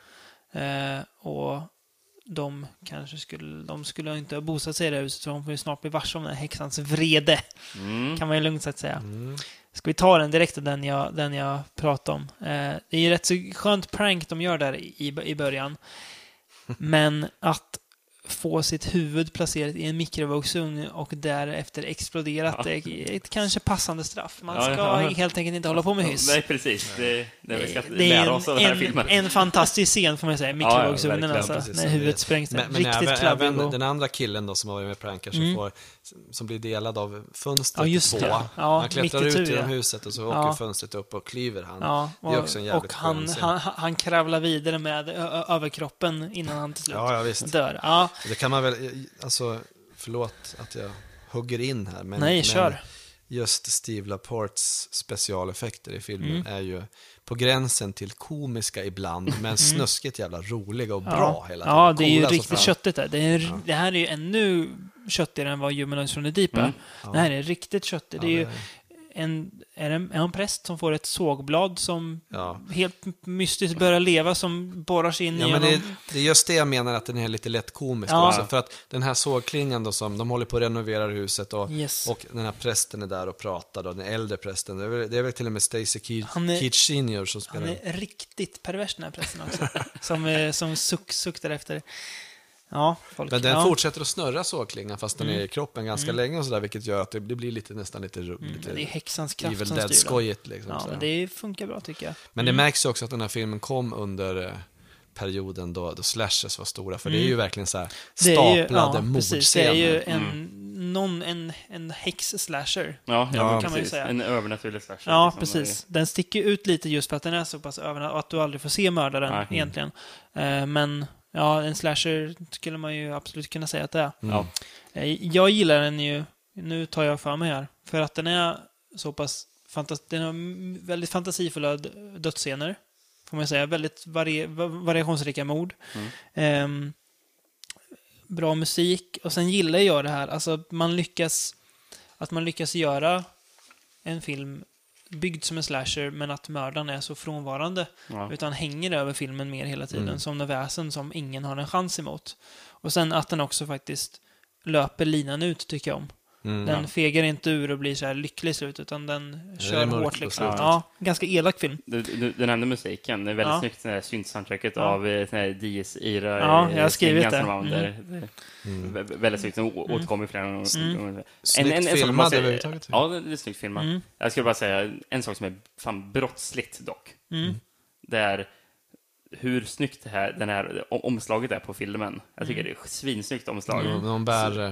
Eh, och de kanske skulle, de skulle inte ha bosatt sig i det här huset, så de får ju snart bli varse om den här häxans vrede. Mm. Kan man ju lugnt sagt säga. Mm. Ska vi ta den direkt, den jag, den jag pratade om. Eh, det är ju rätt så skönt prank de gör där i, i början. Men att få sitt huvud placerat i en mikrovågsugn och därefter exploderat, Ja. det är ett kanske passande straff. Man Ja, ska ja. helt enkelt inte hålla på med hyss. Nej, precis. Det, det vi ska Det är lära oss av den här en, filmen. en, en fantastisk scen, får man säga. Mikrovågsugnen, verkligen, alltså. precis. När huvudet sprängs. Men, men Riktigt även, klabbig. även och- den andra killen då, som har varit med prankar, som, Mm. får, som blir delad av fönstret Ja, just två. det. Ja, Han klättrar mycket ut tur, genom ja. huset och så Ja. åker fönstret upp och klyver han. Ja, Det är också en jävligt och han, skön scen. han, han kravlar vidare med ö- ö- överkroppen innan han till slut Ja, ja, visst. dör. Ja, Det kan man väl, alltså, förlåt att jag hugger in här, men, nej, men kör. just Steve Laportes specialeffekter i filmen Mm. är ju på gränsen till komiska ibland, men snuskigt jävla roliga och bra ja. hela tiden. Ja, det är ju Coola som riktigt fan. köttigt där. Det, är, Ja. det här är ju ännu köttigare än vad Humanoids from the Deep är. Mm. Ja. Det här är riktigt köttigt. Ja, det är ju det en, är en, är en präst som får ett sågblad som Ja. helt mystiskt börjar leva, som borrar sig in Ja, genom... men det, det är just det jag menar, att den är lite lätt komisk Ja. också. För att den här sågklingan då, som de håller på att renovera huset och, Yes. och den här prästen är där och pratar då, den äldre prästen. Det är väl, det är väl till och med Stacy Keach, Han är- Keach senior som Han spelar. är riktigt pervers, den här prästen också. som eh, som suk, suktar efter... Ja, folk. Men den ja. fortsätter att snurra sågklingan fast den Mm. är i kroppen ganska länge och sådär, vilket gör att det, det blir lite, nästan lite, ro- Mm, lite det är häxans kraft Evil som styr den. Dead-skojigt liksom. Ja, så. men det funkar bra, tycker jag. Men det märks ju också att den här filmen kom under eh, perioden då, då slashers var stora, för det är Mm. ju verkligen så här Det är ju- staplade ja, precis. Det är mordscener. ju en, någon, en, en häx-slasher. Ja, ja, Ja, men kan man ju precis. säga. En övernaturlig slasher. Ja, liksom. precis. Den sticker ut lite just för att den är så pass över och att du aldrig får se mördaren Nej. egentligen. Eh, men ja, en slasher skulle man ju absolut kunna säga att det är. Ja. Eh, jag gillar den ju, nu tar jag för mig här, för att den är så pass fantas- den har m- väldigt fantasifulla d- dödsscener, får man säga. Väldigt vari- va- variationsrika mord. Mm. Ehm, bra musik. Och sen gillar jag det här, alltså man lyckas att man lyckas göra en film byggd som en slasher, men att mördaren är så frånvarande, Ja. utan hänger över filmen mer hela tiden, Mm. som något väsen som ingen har en chans emot. Och sen att den också faktiskt löper linan ut, tycker jag om. Mm. Den fegar inte ur och blir så här lycklig i slut, utan den är kör mörkt hårt på liksom. slutet. Ja, ganska elak film. Du, du, du nämnde musiken. Det är väldigt Ja. snyggt, det här synt-soundtracket Ja. av eh, sån här D S-yra. Ja, jag har skrivit slingan det. som var under. Mm. Det- vä- Väldigt snyggt. Den å- återkommer flera gånger. Mm. Snyggt filmad överhuvudtaget. Ja, det är snyggt filmat. Mm. Jag skulle bara säga en sak som är fan brottsligt dock. Mm. Det är hur snyggt det här, den här o- omslaget är på filmen. Jag tycker Mm. det är svinsnyggt omslag. Mm. De bär... eh,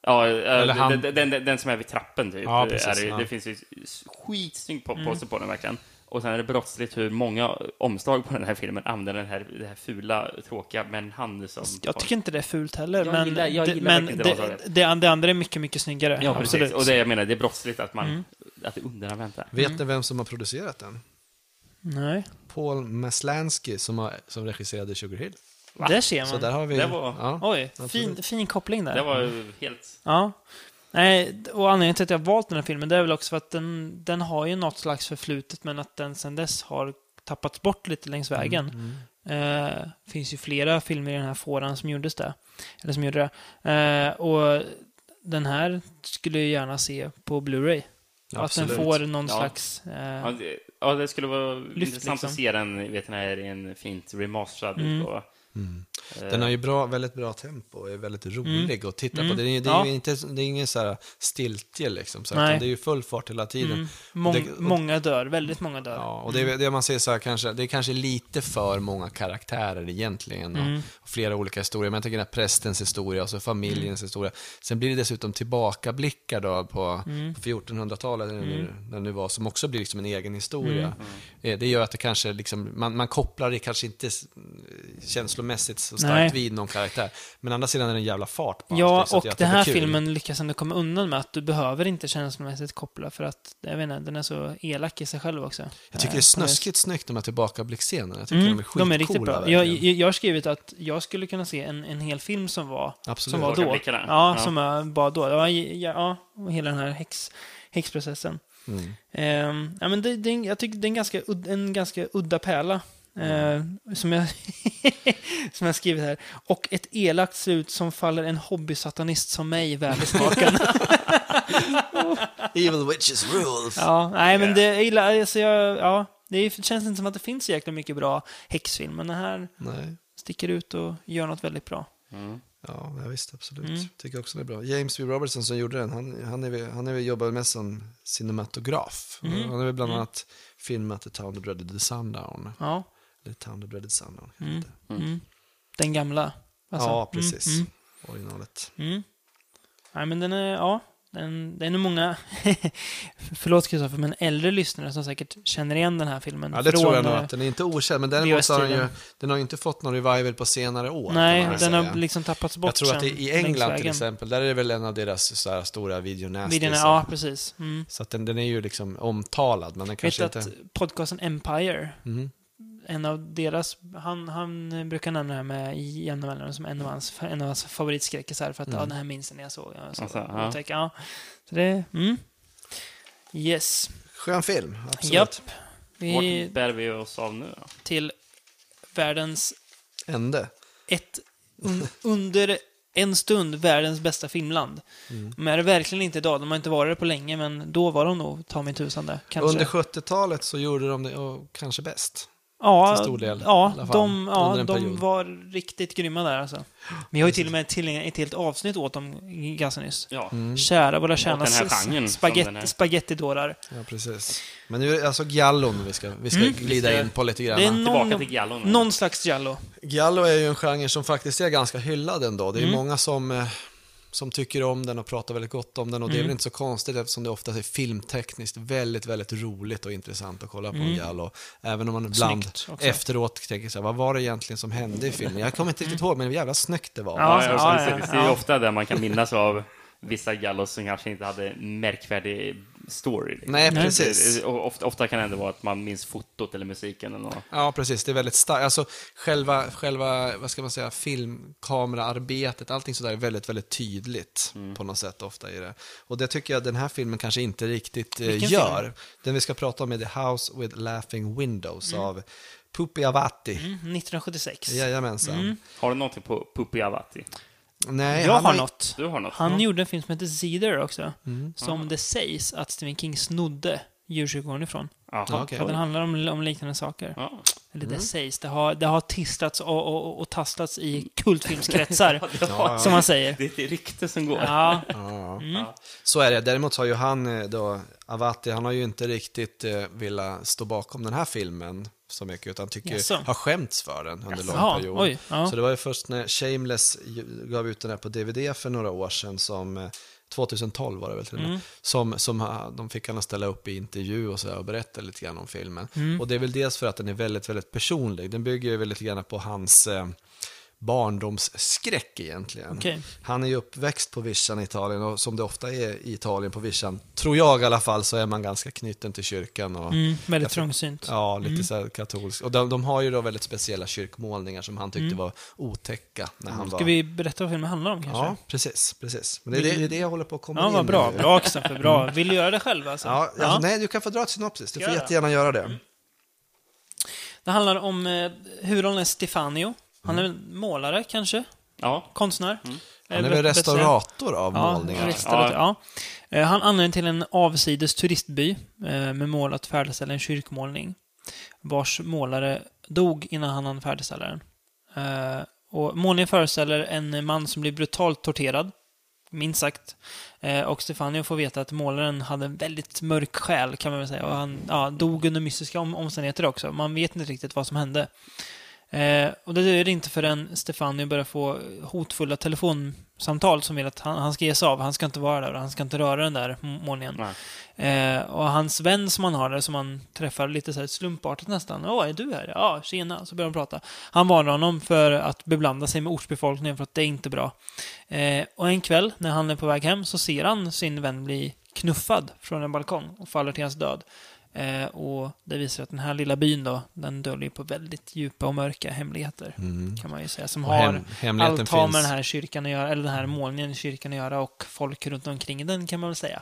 Ja, Eller eh, han- den, den, den, den som är vid trappen typ. Ja, precis, är det, ja. det finns ju skitsnygg på, poster på den verkligen. Och sen är det brottsligt hur många omslag på den här filmen använder den här, det här fula, tråkiga, men han som... Jag tycker inte det är fult heller, Jag men, gillar- jag det, gillar men verkligen det det, omslaget. det, det andra är mycket, mycket snyggare. Ja, Absolut. precis. Och det jag menar, det är brottsligt att man... Att det är underanvänt där. Vet ni vem som har producerat den? Nej, Paul Maslansky som, har, som regisserade Sugar Hill. där ser man. Så där har vi... Det var- ja. Oj, absolut. fin, fin koppling där. Det var ju helt... Ja. Nej, och anledningen till att jag har valt den här filmen, det är väl också för att den, den har ju något slags förflutet, men att den sedan dess har tappats bort lite längs vägen. Eh, finns ju flera filmer i den här fåran som gjordes det. Eller som gjorde det. Eh, och den här skulle jag gärna se på Blu-ray. Att Absolut. den får någon Ja. slags... Eh, Ja, det, ja, det skulle vara Lyft, intressant liksom. att se den, vet ni, här i en fint remasterad Mm. utgåva. Den har ju bra, väldigt bra tempo och är väldigt rolig att titta på. Det är, det är Ja. ju inte, det är ingen så här stiltje liksom, så Nej. utan det är ju full fart hela tiden. mm, mång, det- och- många dör, väldigt många dör. Ja, och det, är- det man ser så här, kanske, det är kanske lite för många karaktärer egentligen och, Mm. och flera olika historier. Men jag tänker den här prästens historia och så familjens historia. Sen blir det dessutom tillbakablickar då på, Mm. på fjortonhundratalet när, det- när det nu var, som också blir liksom en egen historia. Mm. Eh, Det gör att det kanske liksom, man, man kopplar det kanske inte s- känslomässigt så starkt Nej. vid någon karaktär. Men å andra sidan är det en jävla fart på Ja, allting, så att och jag den tycker här det är kul. filmen lyckas ändå komma undan med att du behöver inte känslomässigt koppla, för att, jag vet inte, den är så elak i sig själv också. Jag tycker det är snuskigt snyggt de här tillbakablickscenerna. Jag tycker Mm, de är skitcoola. de är riktigt bra. Jag, verkligen. jag, jag har skrivit att jag skulle kunna se en, en hel film som var, Absolut. som var då. Tillbakablickarna. Ja, Ja. som var bara då. Ja, ja, ja, och hela den här häx, häxprocessen. Mm. Ehm, ja, men det, det, är en- jag tycker det är en ganska, udd- en ganska udda pärla. Eh, som jag som jag skrivit här. Och ett elakt slut som faller en hobbysatanist som mig väl i smaken. Evil witches rules. Ja, nej, men det, jag gillar, alltså jag, ja, det är- känns inte som att det finns så jäkla mycket bra häxfilm, men den här Nej. sticker ut och gör något väldigt bra. Mm. Ja, ja, visst, absolut. Mm. Tycker också det är bra. James V. Robertson som gjorde den, han, han, är, väl- han är väl jobbar mest som cinematograf. Mm. Han är väl bland Mm. annat filmat The Town That Dreaded the Sundown. Ja, Eller Town That Dreaded Sundown. mm. heter det. Mm. Den gamla. Alltså, Ja, precis. Mm. Originalet. Mm. Mm. Nej, men den är, ja, den, det är nog många, förlåt Kristoffer, men äldre lyssnare som säkert känner igen den här filmen. Ja, det från, tror jag nog eh, att den är inte okänd. Men däremot så har den ju, V H S-tiden. den har ju inte fått någon revival på senare år. Nej, kan man den säga. har liksom tappats bort Jag tror att det, sen i längs England till vägen. exempel, där är det väl en av deras så här, stora videonasties. Videorna, ja, precis. Mm. Så att den, den är ju liksom omtalad, men den Vet kanske du inte... att podcasten Empire, Mhm. en av deras, han, han brukar nämna det här med jämna mellanrum som en av hans, en av hans favoritskräckisar, för att Mm. ja, den här minns jag när jag såg. Jag såg Alltså, ja. ja. Otäck, ja. Så det, mm. Yes. Skön film, absolut. Japp. Vi Vart bär vi oss av nu då? till världens, Ände. ett, un, under en stund, världens bästa filmland. Mm. Men är det verkligen inte idag, de har inte varit det på länge, men då var de nog, ta mig tusan det. Kanske. Under sjuttiotalet så gjorde de det och kanske bäst. Ja, till stor del, ja, i alla fall, de, ja under en de period. var riktigt grymma där alltså. Vi har ju till och med till ett helt avsnitt åt dem ganska nyss. Ja. Mm. Kära våra Och kära den här genren som den spagetti, är. spagettidårar. Ja, precis. Men nu är det alltså Giallon vi ska, vi ska Mm. glida Vi ska- in på lite Det är grann. Tillbaka någon, till Giallo nu. någon slags giallo. Giallo är ju en genre som faktiskt är ganska hyllad ändå. Det är Mm. många som, eh, som tycker om den och pratar väldigt gott om den. Och det är Mm. väl inte så konstigt eftersom det ofta är filmtekniskt väldigt, väldigt roligt och intressant att kolla på Mm. en Giallo. Även om man ibland Snyggt också. efteråt tänker så här, vad var det egentligen som hände i filmen? Jag kommer inte riktigt ihåg, men det var jävla snyggt det var. Ja, Ja, ja, ja, ja, precis. Det är ju ja. ofta där man kan minnas av vissa gallos som kanske inte hade märkvärdig story. liksom. Nej, Nej. precis. Och ofta, ofta kan det ändå vara att man minns fotot eller musiken eller något. Ja, precis. Det är väldigt starkt. Alltså, själva, själva, vad ska man säga, filmkameraarbetet, allting sådär är väldigt, väldigt tydligt Mm. på något sätt ofta i det. Och det tycker jag den här filmen kanske inte riktigt eh, Vilken gör. film? Den vi ska prata om är The House with Laughing Windows av Pupi Avati. Mm, nittonhundrasjuttiosex. Jajamensan. Mm. Har du någonting på Pupi Avati? Nej, Jag han har ju- något. Du har något? Han gjorde en film som heter Cedar också. Mm. Som det sägs att Stephen King snodde djurkyrkogården ifrån. Jaha, Ja, okej. För den handlar om, om liknande saker. Ja. Eller Mm. det sägs. Det har, det har tistats och, och, och tastats i kultfilmskretsar, Ja, som man säger. det är ett rykte som går. Ja, Ja. mm. Så är det. Däremot har ju han eh, då, Avati, han har ju inte riktigt eh, velat stå bakom den här filmen så mycket, utan tycker Jaså? har skämts för den under lång Jaha, period. oj, ja. Så det var ju först när Shameless gav ut den här på D V D för några år sedan, som eh, tjugohundratolv var det väl till och med, Mm. som, som ha- de fick han att ställa upp i intervju och, så här, och berätta lite grann om filmen. Mm. Och det är väl dels för att den är väldigt, väldigt personlig. Den bygger ju väldigt grann på hans eh, barndomsskräck egentligen. Okej. Han är ju uppväxt på vischan i Italien, och som det ofta är i Italien på vischan, tror jag i alla fall, så är man ganska knuten till kyrkan. Och, Mm, väldigt Jag får- trångsynt. Ja, lite Mm. så här katolsk. Och de, de har ju då väldigt speciella kyrkmålningar som han tyckte Mm. var otäcka när han var... Ska vi berätta vad filmen handlar om kanske? Ja, precis, precis. Men det är det, det, är det jag håller på att komma Ja, in vad bra. nu. Bra, Kristoffer. Bra. Vill du göra det själv alltså? Ja, ja. Nej, du kan få dra ett synopsis. Du får Gör det. jättegärna göra det. Det handlar om eh, huvudrollen är Stefanio. Han är väl målare, kanske? Ja. Konstnär? Han Eh, är väl bättre- bättre säga. restaurator av Ja, målningar. restauratör, ja. Eh, Han anländer till en avsides turistby eh, med mål att färdigställa en kyrkmålning, vars målare dog innan han hann färdigställa den. Eh, Och målningen föreställer en man som blir brutalt torterad, minst sagt. Eh, Och Stefanio får veta att målaren hade en väldigt mörk själ, kan man väl säga. Och han ja, dog under mystiska om- omständigheter också. Man vet inte riktigt vad som hände. Eh, och det är det inte förrän Stefanio börjar få hotfulla telefonsamtal som vill att han, han ska ge sig av. Han ska inte vara där och han ska inte röra den där m- målningen. Nej. Eh, och hans vän som han har där, som han träffar lite så här slumpartat nästan. Åh, är du här? Ja, tjena. Så börjar de prata. Han varnar honom för att beblanda sig med ortsbefolkningen, för att det är inte bra. Eh, och en kväll när han är på väg hem så ser han sin vän bli knuffad från en balkong och faller till hans död. Eh, och det visar att den här lilla byn då, den döljer på väldigt djupa och mörka hemligheter, kan man ju säga. Som Och har hem- hemligheten allt har med finns. den här kyrkan att göra, eller den här målningen i kyrkan att göra, och folk runt omkring den, kan man väl säga.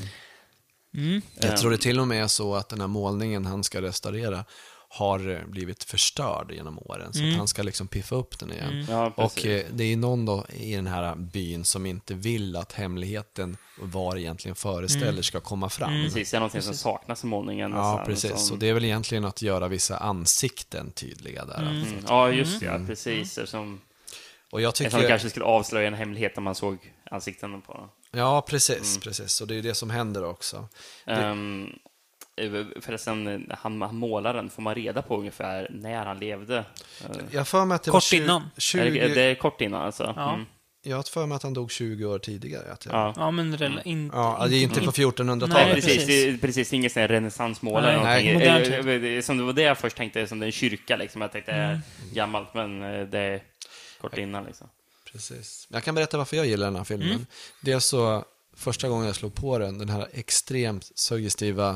Mm. Jag tror det till och med är så att den här målningen han ska restaurera har blivit förstörd genom åren. Så Mm. att han ska liksom piffa upp den igen. Mm. Ja, precis. Och eh, det är någon då i den här byn som inte vill att hemligheten, vad det egentligen föreställer, Mm. ska komma fram. Mm. Precis, det är någonting som Precis. saknas i målningen. Ja, nästan, precis. som- Och det är väl egentligen att göra vissa ansikten tydliga där. Mm. Mm. Ja, just det. Ja, precis. Som, Och jag eftersom det tycker... kanske skulle avslöja en hemlighet när man såg ansikten på. Ja, precis, precis. Och det är ju det som händer också. Um, förresten, han, han målaren, får man reda på ungefär när han levde? Uh, Jag har för mig att det Kort var tjugo, innan. är det, tjugo, det är kort innan alltså? Ja. Mm. Jag har för mig att han dog tjugo år tidigare. Att jag, Ja. Ja, men rela, in, ja, det är inte på Nej, fjortonhundratalet. Nej, precis. precis. Det är, precis, det är ingen sån här renässansmålare eller Nej, någonting. modernt. Eh, eh, Som det var det jag först tänkte, som det är en kyrka liksom. Jag tänkte det Mm. är gammalt, men eh, det är kort innan liksom. Precis. Jag kan berätta varför jag gillar den här filmen. Mm. Dels så, första gången jag slog på den, den här extremt suggestiva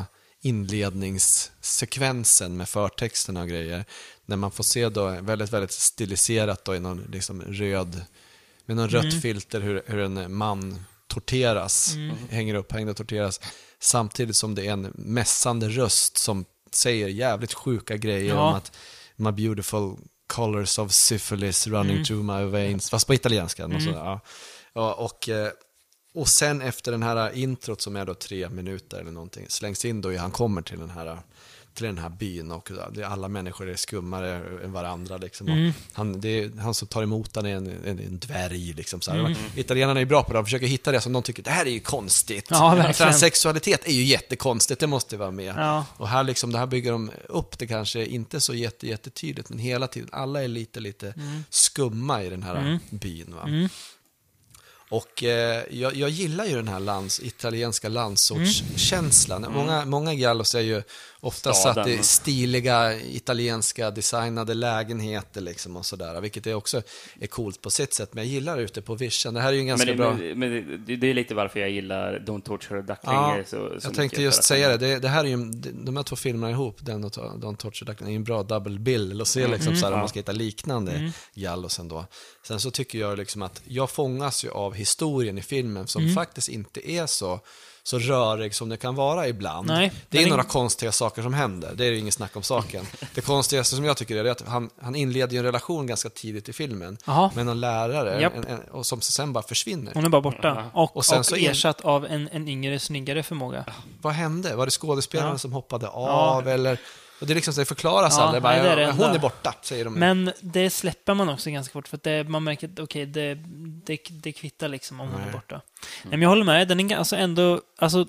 inledningssekvensen med förtexterna och grejer, när man får se då väldigt, väldigt stiliserat då i någon liksom röd, med någon Mm. rött filter hur, hur en man torteras, hänger upphängd och torteras, samtidigt som det är en mässande röst som säger jävligt sjuka grejer Ja. om att my beautiful colors of syphilis running through my veins, fast på italienska. Och, så, ja. Ja, och, eh, och sen efter den här introt som är då tre minuter eller någonting, slängs in då han kommer till den här till den här byn, och det är alla människor är skummare än varandra liksom. Mm. Och han, det är, han som tar emot han är en, en, en dvärg liksom, så här. Mm. Italienarna är bra på det, de försöker hitta det som de tycker, det här är ju konstigt. Ja, verkligen. Transsexualitet är ju jättekonstigt, det måste vara med. Ja. Och här liksom, det här bygger de upp det kanske inte så jätte, jättetydligt, men hela tiden, alla är lite, lite skumma i den här Mm. byn, va? Mm. Och eh, jag, jag gillar ju den här lands, italienska landsortskänslan. Mm. Många, många gallos är ju ofta Staden. satt i stiliga italienska designade lägenheter liksom och sådär, vilket är också är coolt på sitt sätt. Men jag gillar ute på vischan. Det här är ju en ganska Men, bra... det, men, men det, det är lite varför jag gillar Don't Torture a Duckling. Ja, så, så jag tänkte mycket, just för att säga det. den- det. Det här är ju, de här två filmerna ihop, den och Don't Torture Duckling, är ju en bra double bill och se liksom så här, om man ska hitta liknande gallosen då. Sen så tycker jag liksom att jag fångas ju av historien i filmen som faktiskt inte är så så rörig som det kan vara ibland. Nej, det är men några det- konstiga saker som händer, det är ju ingen snack om saken. Det konstigaste som jag tycker är att han, han inleder ju en relation ganska tidigt i filmen Jaha. med någon lärare Japp. en, en, och som sen bara försvinner. Hon är bara borta. Och, Och och, sen så in- ersatt av en, en yngre, snyggare förmåga. Vad hände? Var det skådespelaren Ja. som hoppade av? Ja. Eller, och det, är liksom, det förklaras Ja, aldrig. Bara, nej, det är det ja, hon enda. är borta, säger de. Men det släpper man också ganska fort, för att det, man märker att okej, det, det, det kvittar liksom om hon är borta. Nej, men jag håller med, den är alltså ändå, alltså,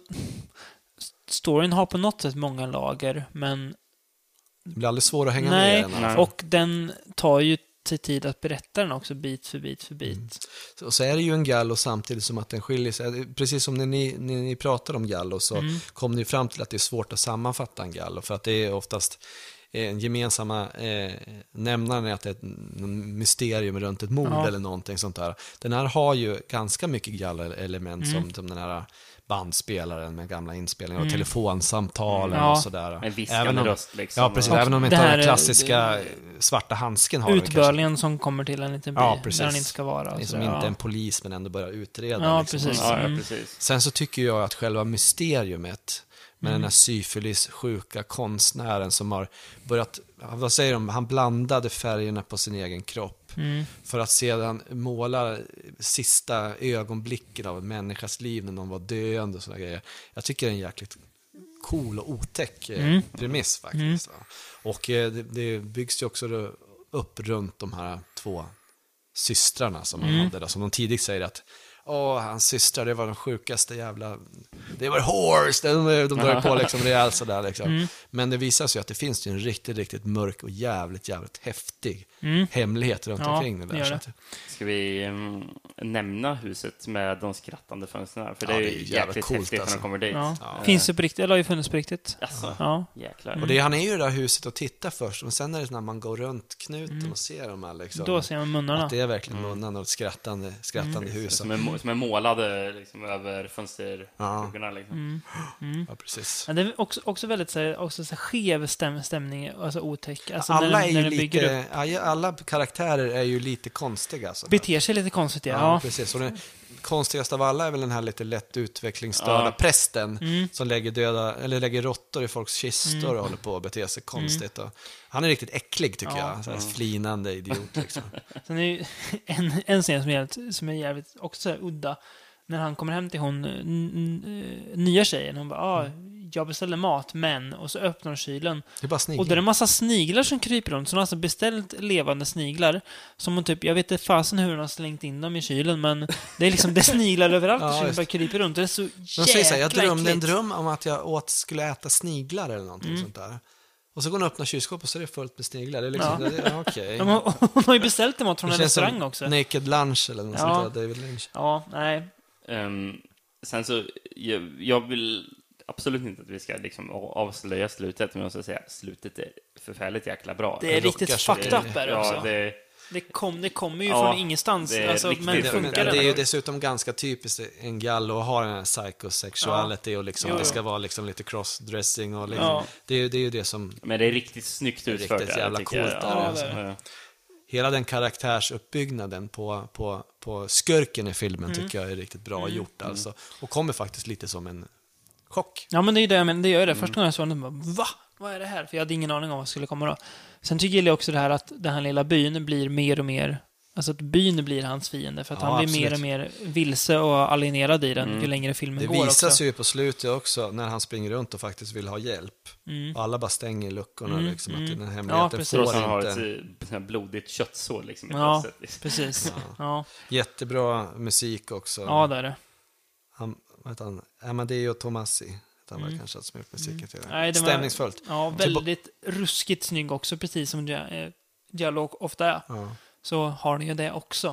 storyn har på något sätt många lager, men Det blir aldrig svårt att hänga nej, med i den. Nej. och den tar ju sig tid att berätta den också, bit för bit för bit. Mm. Och så är det ju en gallo samtidigt som att den skiljer sig. Precis som när ni, när ni pratar om gallo så Mm. kom ni fram till att det är svårt att sammanfatta en gallo. För att det är oftast en gemensamma eh, nämnaren är att det är ett n- mysterium runt ett mord Ja. eller någonting sånt där. Den här har ju ganska mycket gallo-element Mm. som, som den här bandspelaren med gamla inspelningar och telefonsamtalen Ja. och sådär. En viskande Även om- röst liksom. Ja, precis. Och Även om inte det har här den är- klassiska svarta handsken har den kanske. Utbörligen som kommer till en liten by Ja, precis. där han inte ska vara. Det är Så, som inte ja. en polis men ändå börjar utreda. Ja, liksom. precis. Ja, ja, Mm. precis. Sen så tycker jag att själva mysteriumet med Mm. den här syfilis-sjuka konstnären som har börjat, vad säger de, han blandade färgerna på sin egen kropp Mm. för att sedan måla sista ögonblicken av en människas liv när någon var döende och sådana grejer. Jag tycker det är en jäkligt cool och otäck eh, Mm. premiss faktiskt. Va? Och eh, det, det byggs ju också då upp runt de här två systrarna som han Mm. hade där, som de tidigt säger att åh, hans systrar, det var de sjukaste jävla... Det var horse! De, de drar på liksom rejält sådär liksom. Mm. Men det visar sig att det finns ju en riktigt, riktigt mörk och jävligt, jävligt häftig Mm. hemlighet runt Ja, omkring det där. det gör Så det. att, Ska vi um, nämna huset med de skrattande fönstren? För det Ja, är det är ju jävligt jäkligt coolt, häftigt när alltså. de kommer dit. Ja. Ja. Finns det på riktigt, eller har ju funnits på riktigt. Alltså, Ja. jäklar. och det, han är ju i det där huset och tittar först, men sen är det när man går runt knuten och ser de här liksom, Mm. Då ser man munnarna. att det är verkligen munnarna och ett skrattande, skrattande Mm. hus. Som är, må- som är målade liksom, över fönsterkrukorna. Liksom. Mm. Ja, precis. Men det är också, också väldigt så här, också så här, skev stäm, stämning, alltså otäck. Alltså alla när, är den- ju när den bygger upp. lite, alla- alla karaktärer är ju lite konstiga. Så Beter sig lite konstigt, ja. Ja, ja. precis. Och den konstigaste av alla är väl den här lite lätt utvecklingsstörda Ja. prästen Mm. som lägger, döda, eller lägger råttor i folks kistor och håller på att bete sig konstigt. Och han är riktigt äcklig tycker Ja. jag. Så här flinande idiot liksom. Sen är ju en, en scen som är jävligt, som är jävligt också så här udda. När han kommer hem till hon n, n, nya tjejen. Hon bara, ah, jag beställde mat, men... Och så öppnar hon kylen. Det är bara Och sniglar. det är en massa sniglar som kryper runt. Så hon har alltså beställt levande sniglar. Som hon typ, jag vet inte fasen hur hon har slängt in dem i kylen, men det är liksom, det är sniglar överallt Ja, och just. bara kryper runt. Det är så De säger så här, jag jäkla drömde en äckligt. dröm om att jag åt, skulle äta sniglar eller någonting Mm. sånt där. Och så går hon och öppnar kylskåpet och så är det fullt med sniglar. Det är liksom, Ja. det, ja, okej. Ja, men hon har ju beställt mat från Det en känns som restaurang också. Naked Lunch eller något Ja. sånt där, David Lynch. Ja, nej. Ehm, sen så, jag, jag vill absolut inte att vi ska liksom avslöja slutet, men jag måste säga slutet är förfärligt jäkla bra. Det är Det riktigt rockar så fucked det- up är det Ja, också. det, Det, kom, det kommer ju Ja, från ingenstans. det är Alltså, riktigt men Det Det, funkar det det? är ju dessutom ganska typiskt en gallo att ha den här psychosexuality och liksom, Jo, det jo. ska vara liksom lite crossdressing och liksom, Ja. det, är, ju- det är ju det som, men det är riktigt snyggt utfört. riktigt där, jävla tycker jag. coolt där, Ja, alltså. ja. hela den karaktärsuppbyggnaden på, på, på skurken i filmen Mm. tycker jag är riktigt bra gjort alltså. Och kommer faktiskt lite som en chock. Ja, men det är ju det, men det gör det. Mm. Första gången jag såg den, bara, va? Vad är det här? För jag hade ingen aning om vad som skulle komma då. Sen tycker jag också det här att den här lilla byn blir mer och mer... Alltså att byn blir hans fiende, för att Ja, han blir absolut. mer och mer vilse och alienerad i den ju längre filmen Det går visar också. sig ju på slutet också när han springer runt och faktiskt vill ha hjälp. Mm. Och alla bara stänger luckorna Mm, liksom, att mm. den här Ja, hemligheten precis. Trots får att han har inte... ett eh, sånt här blodigt köttsår liksom, i Ja, bröstet, liksom. precis. Ja, Jättebra musik också. ja det är det. Han, vad heter han? Amadeo Tomassi. heter Han var kanske som gjort musiken till det. Mm. Nej, det var- Stämningsfullt. Ja, väldigt ruskigt snygg också, precis som dia- eh, dialog ofta är. Ja, Så har ni ju det också.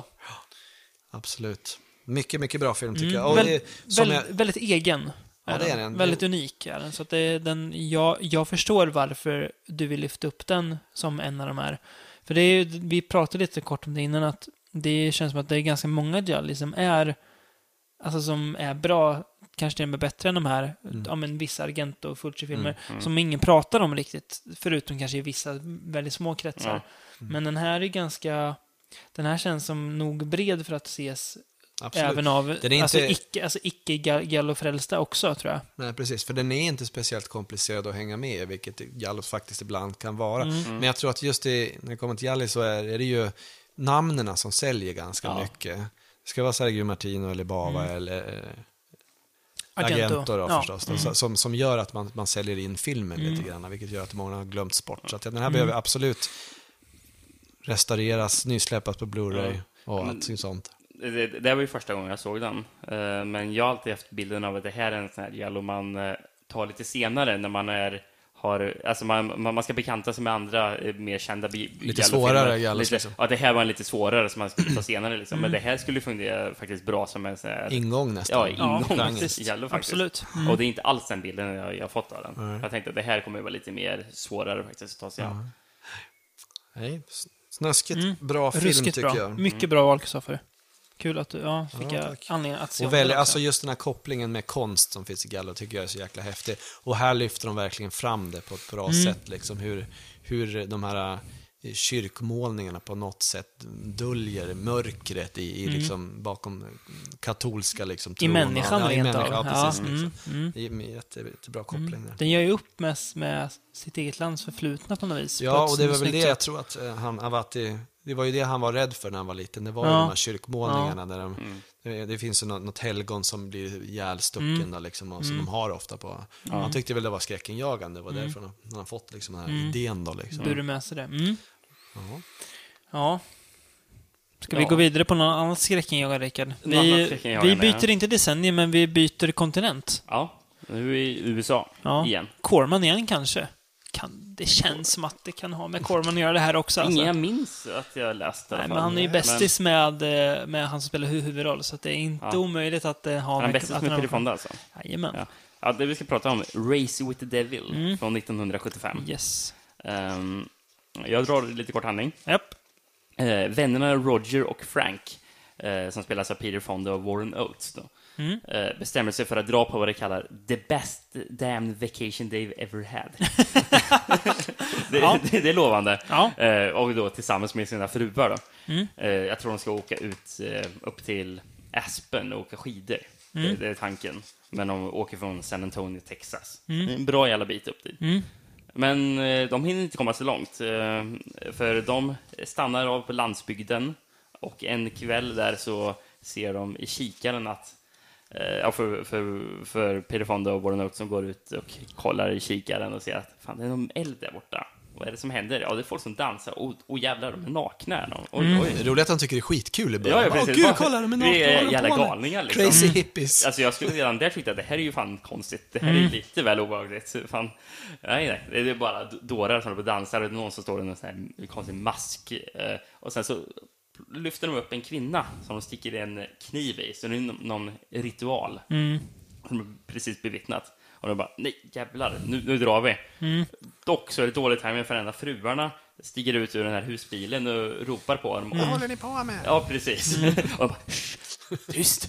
absolut. Mycket, mycket bra film tycker Mm, jag. Och väl- det, som Väl, jag Väldigt egen. Ja, det är den. Väldigt Det- unik är den. Så att det, är den jag, jag förstår varför du vill lyfta upp den som en av de här. För det är ju, vi pratade lite kort om det innan, att det känns som att det är ganska många Jolly som är alltså som är bra, kanske till och med bättre än de här, Mm. ja men vissa Argento och Fulci-filmer, som ingen pratar om riktigt, förutom kanske i vissa väldigt små kretsar. Ja. Men den här är ganska, den här känns som nog bred för att ses absolut. Även av Den är alltså, inte- icke, alltså, icke-gallofrälsta också, tror jag. Nej, precis. För den är inte speciellt komplicerad att hänga med i, vilket Gallos faktiskt ibland kan vara. Mm. Men jag tror att just i, när det kommer till Galli så är, är det ju namnen som säljer ganska Ja. mycket. Det ska vara Sergio Martino eller Bava Mm. eller eh, Argento. Agento då, Ja. förstås. Då, som, som gör att man, man säljer in filmen Mm. lite grann, vilket gör att många har glömts bort. Så att den här behöver absolut restaureras, nysläppas på Blu-ray och Men- allt sånt. Det, det var ju första gången jag såg den. Eh, men jag har alltid haft bilden av att det här är en sån här Giallo man eh, tar lite senare när man är har, alltså man, man man ska bekanta sig med andra eh, mer kända bi- Lite Giallo-filmer. svårare Giallos, Lite- liksom. Ja, det här var en lite svårare som man skulle ta senare liksom. Mm. Men det här skulle fungera faktiskt bra som en sån här Ingång nästan. Ja, ingång Ja, ja, faktiskt. Giallo faktiskt. Absolut. Mm. Och det är inte alls den bilden jag, jag har fått av den. Nej. Jag tänkte att det här kommer att vara lite mer svårare faktiskt att ta sig an. Nej, s- snaskigt Mm. bra film Ruskigt tycker bra. jag. Mycket bra val, Kristoffer. Kul att du ja, fick Ja, jag tack. anledning att se Och om väl, den alltså också. just den här kopplingen med konst som finns i Gallo tycker jag är så jäkla häftig. Och här lyfter de verkligen fram det på ett bra Mm. sätt. Liksom, hur, hur de här eh, kyrkmålningarna på något sätt döljer mörkret i, i, liksom, bakom katolska liksom, Mm. I tron. människan ja, i rent av. människan, ja, precis. mm, liksom. mm. Det är jätte, jättebra koppling där. Den gör ju upp med, med sitt eget lands förflutna på något vis. på Ja, ett och det var väl snyggt det sätt. jag tror att eh, han, Avati, det var ju det han var rädd för när han var liten. Det var ju Ja. de här kyrkmålningarna där de, Mm. det, det finns ju något, något helgon som blir ihjälstucken Mm. då, liksom, och, som de har ofta på. Han tyckte väl det var skräckenjagande, det var Mm. därför han, han har fått liksom den här idén då liksom. Burit med sig det. Mm. Ja. Ja. Ska vi Ja. gå vidare på någon annan skräckenjagare, Rickard? Något annat Vi, skräckenjagande, vi byter ja. inte decennium, men vi byter kontinent. Ja, nu i U S A Ja. igen. Corman igen kanske. Kan, det känns som att det kan ha med Corman att göra det här också. Alltså. Ingen jag minns att jag läste i alla Nej, fall. men han är ju Men- bästis med, eh, med han som spelar hu- huvudroll, så att det är inte Ja. omöjligt att det har Han är med... bästis att med han har- Peter Fonda alltså. Jajamän. Ja. Ja, det vi ska prata om, Race with the Devil Mm. från nittonhundrasjuttiofem. Yes. Ehm, jag drar lite kort handling. Japp. Eh, vännerna Roger och Frank, eh, som spelas av Peter Fonda och Warren Oates, då, Mm. eh, bestämmer sig för att dra på vad de kallar the best damned vacation they've ever had. det, Ja. det, det är lovande. Ja. Eh, och då tillsammans med sina fruar. Då. Mm. Eh, jag tror de ska åka ut eh, upp till Aspen och åka skidor. Mm. Det, det är tanken. Men de åker från San Antonio, Texas. Mm. Det är en bra jävla bit upp dit. Mm. Men eh, de hinner inte komma så långt. Eh, för de stannar av på landsbygden. Och en kväll där så ser de i kikaren att eh, ja, för, för, för Peter Fonda och Warren Oates som går ut och kollar i kikaren och ser att fan, det är någon eld där borta. Vad är det som händer? Ja, det är folk som dansar. Och, och jävlar, de är nakna. De, oj, Mm. oj. Det är roligt att han tycker det är skitkul i Ja, början. ja, Åh precis. gud, Bara- kolla, de är nakna, Vi vad är håller de jävla på med? galningar liksom. Crazy hippies. Alltså jag skulle redan där tycka att det här är ju fan konstigt. Det här är Mm. ju lite väl obehagligt. Fan. Nej, nej. Det är bara d- dårar som håller på och dansar och någon som står i en sån här konstig mask. Eh, och sen så lyfter de upp en kvinna som de sticker en kniv i. Så det är n- någon ritual Mm. som de precis bevittnat. Och de bara, nej jävlar, nu, nu drar vi. Mm. Dock så är det dåligt timing för en av fruarna stiger ut ur den här husbilen och ropar på dem. Vad håller ni på med? Ja, precis. Mm. och de bara, "Shh, tyst.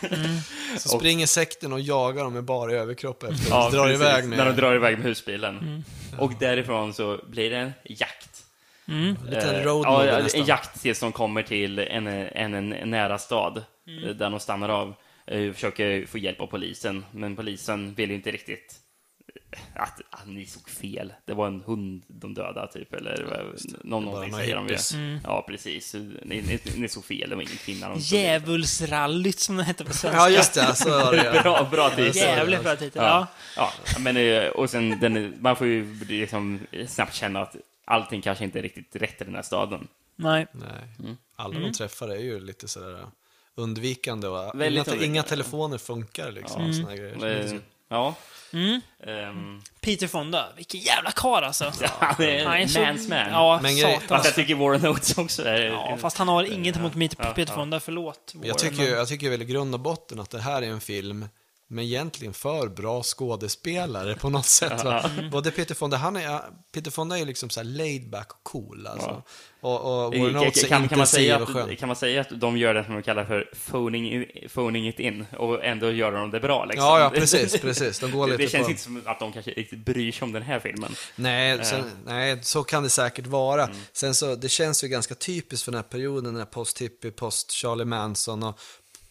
Så springer sekten och jagar dem med bara överkropp efter. Ja, och drar precis. iväg med När de drar iväg med husbilen. Mm. Och därifrån så blir det en jakt. Mm. lite Eh, road ja, movie en nästan. jakt tills de kommer till en, en, en, en nära stad Mm. eh, där de stannar av. Eh, försöker få hjälp av polisen, men polisen vill ju inte riktigt eh, att, att ni såg fel. Det var en hund de dödade typ, eller vad- någon, bara någonting några säger de ju. hippies. Mm. Ja, precis. Ni, ni, ni såg fel, det var ingen kvinna. de såg. Djävulsrallyt som det heter på svenska. Ja, just det. Så var det. Ja. Bra, bra titel. Jävligt bra titel. Ja. Ja. Ja, men eh, och sen den, man får ju liksom snabbt känna att allting kanske inte är riktigt rätt i den här staden. Nej. Nej. Alla de träffar är ju lite sådär undvikande och Väldigt inga, undvikande. inga telefoner funkar liksom. Och såna här grejer. Så det är Eh, så- Ja. Mm. Ehm, Peter Fonda, vilken jävla karl alltså. ja, det är Han är så- man's man. Ja, Men grej- satan. Fast jag tycker Warren Oates också är... Ja, fast han har inget emot Peter Ja, Peter ja. Fonda, förlåt. Men jag Warren, tycker, men- jag tycker väl i grund och botten att det här är en film med egentligen för bra skådespelare på något sätt. Va? Både Peter Fonda, han är, Peter Fonda är liksom så här laid back och cool. Alltså. Och, och Warren Oates är kan, kan, man intensiv säga och skön. att, kan man säga att de gör det som de kallar för phoning, i- phoning it in och ändå gör de det bra? Liksom? Ja, ja, precis, precis. De går det, lite det känns på... inte som att de kanske riktigt bryr sig om den här filmen. Nej, sen, Eh. nej, så kan det säkert vara. Mm. Sen så, det känns ju ganska typiskt för den här perioden, den här post-hippie, post-Charlie Manson och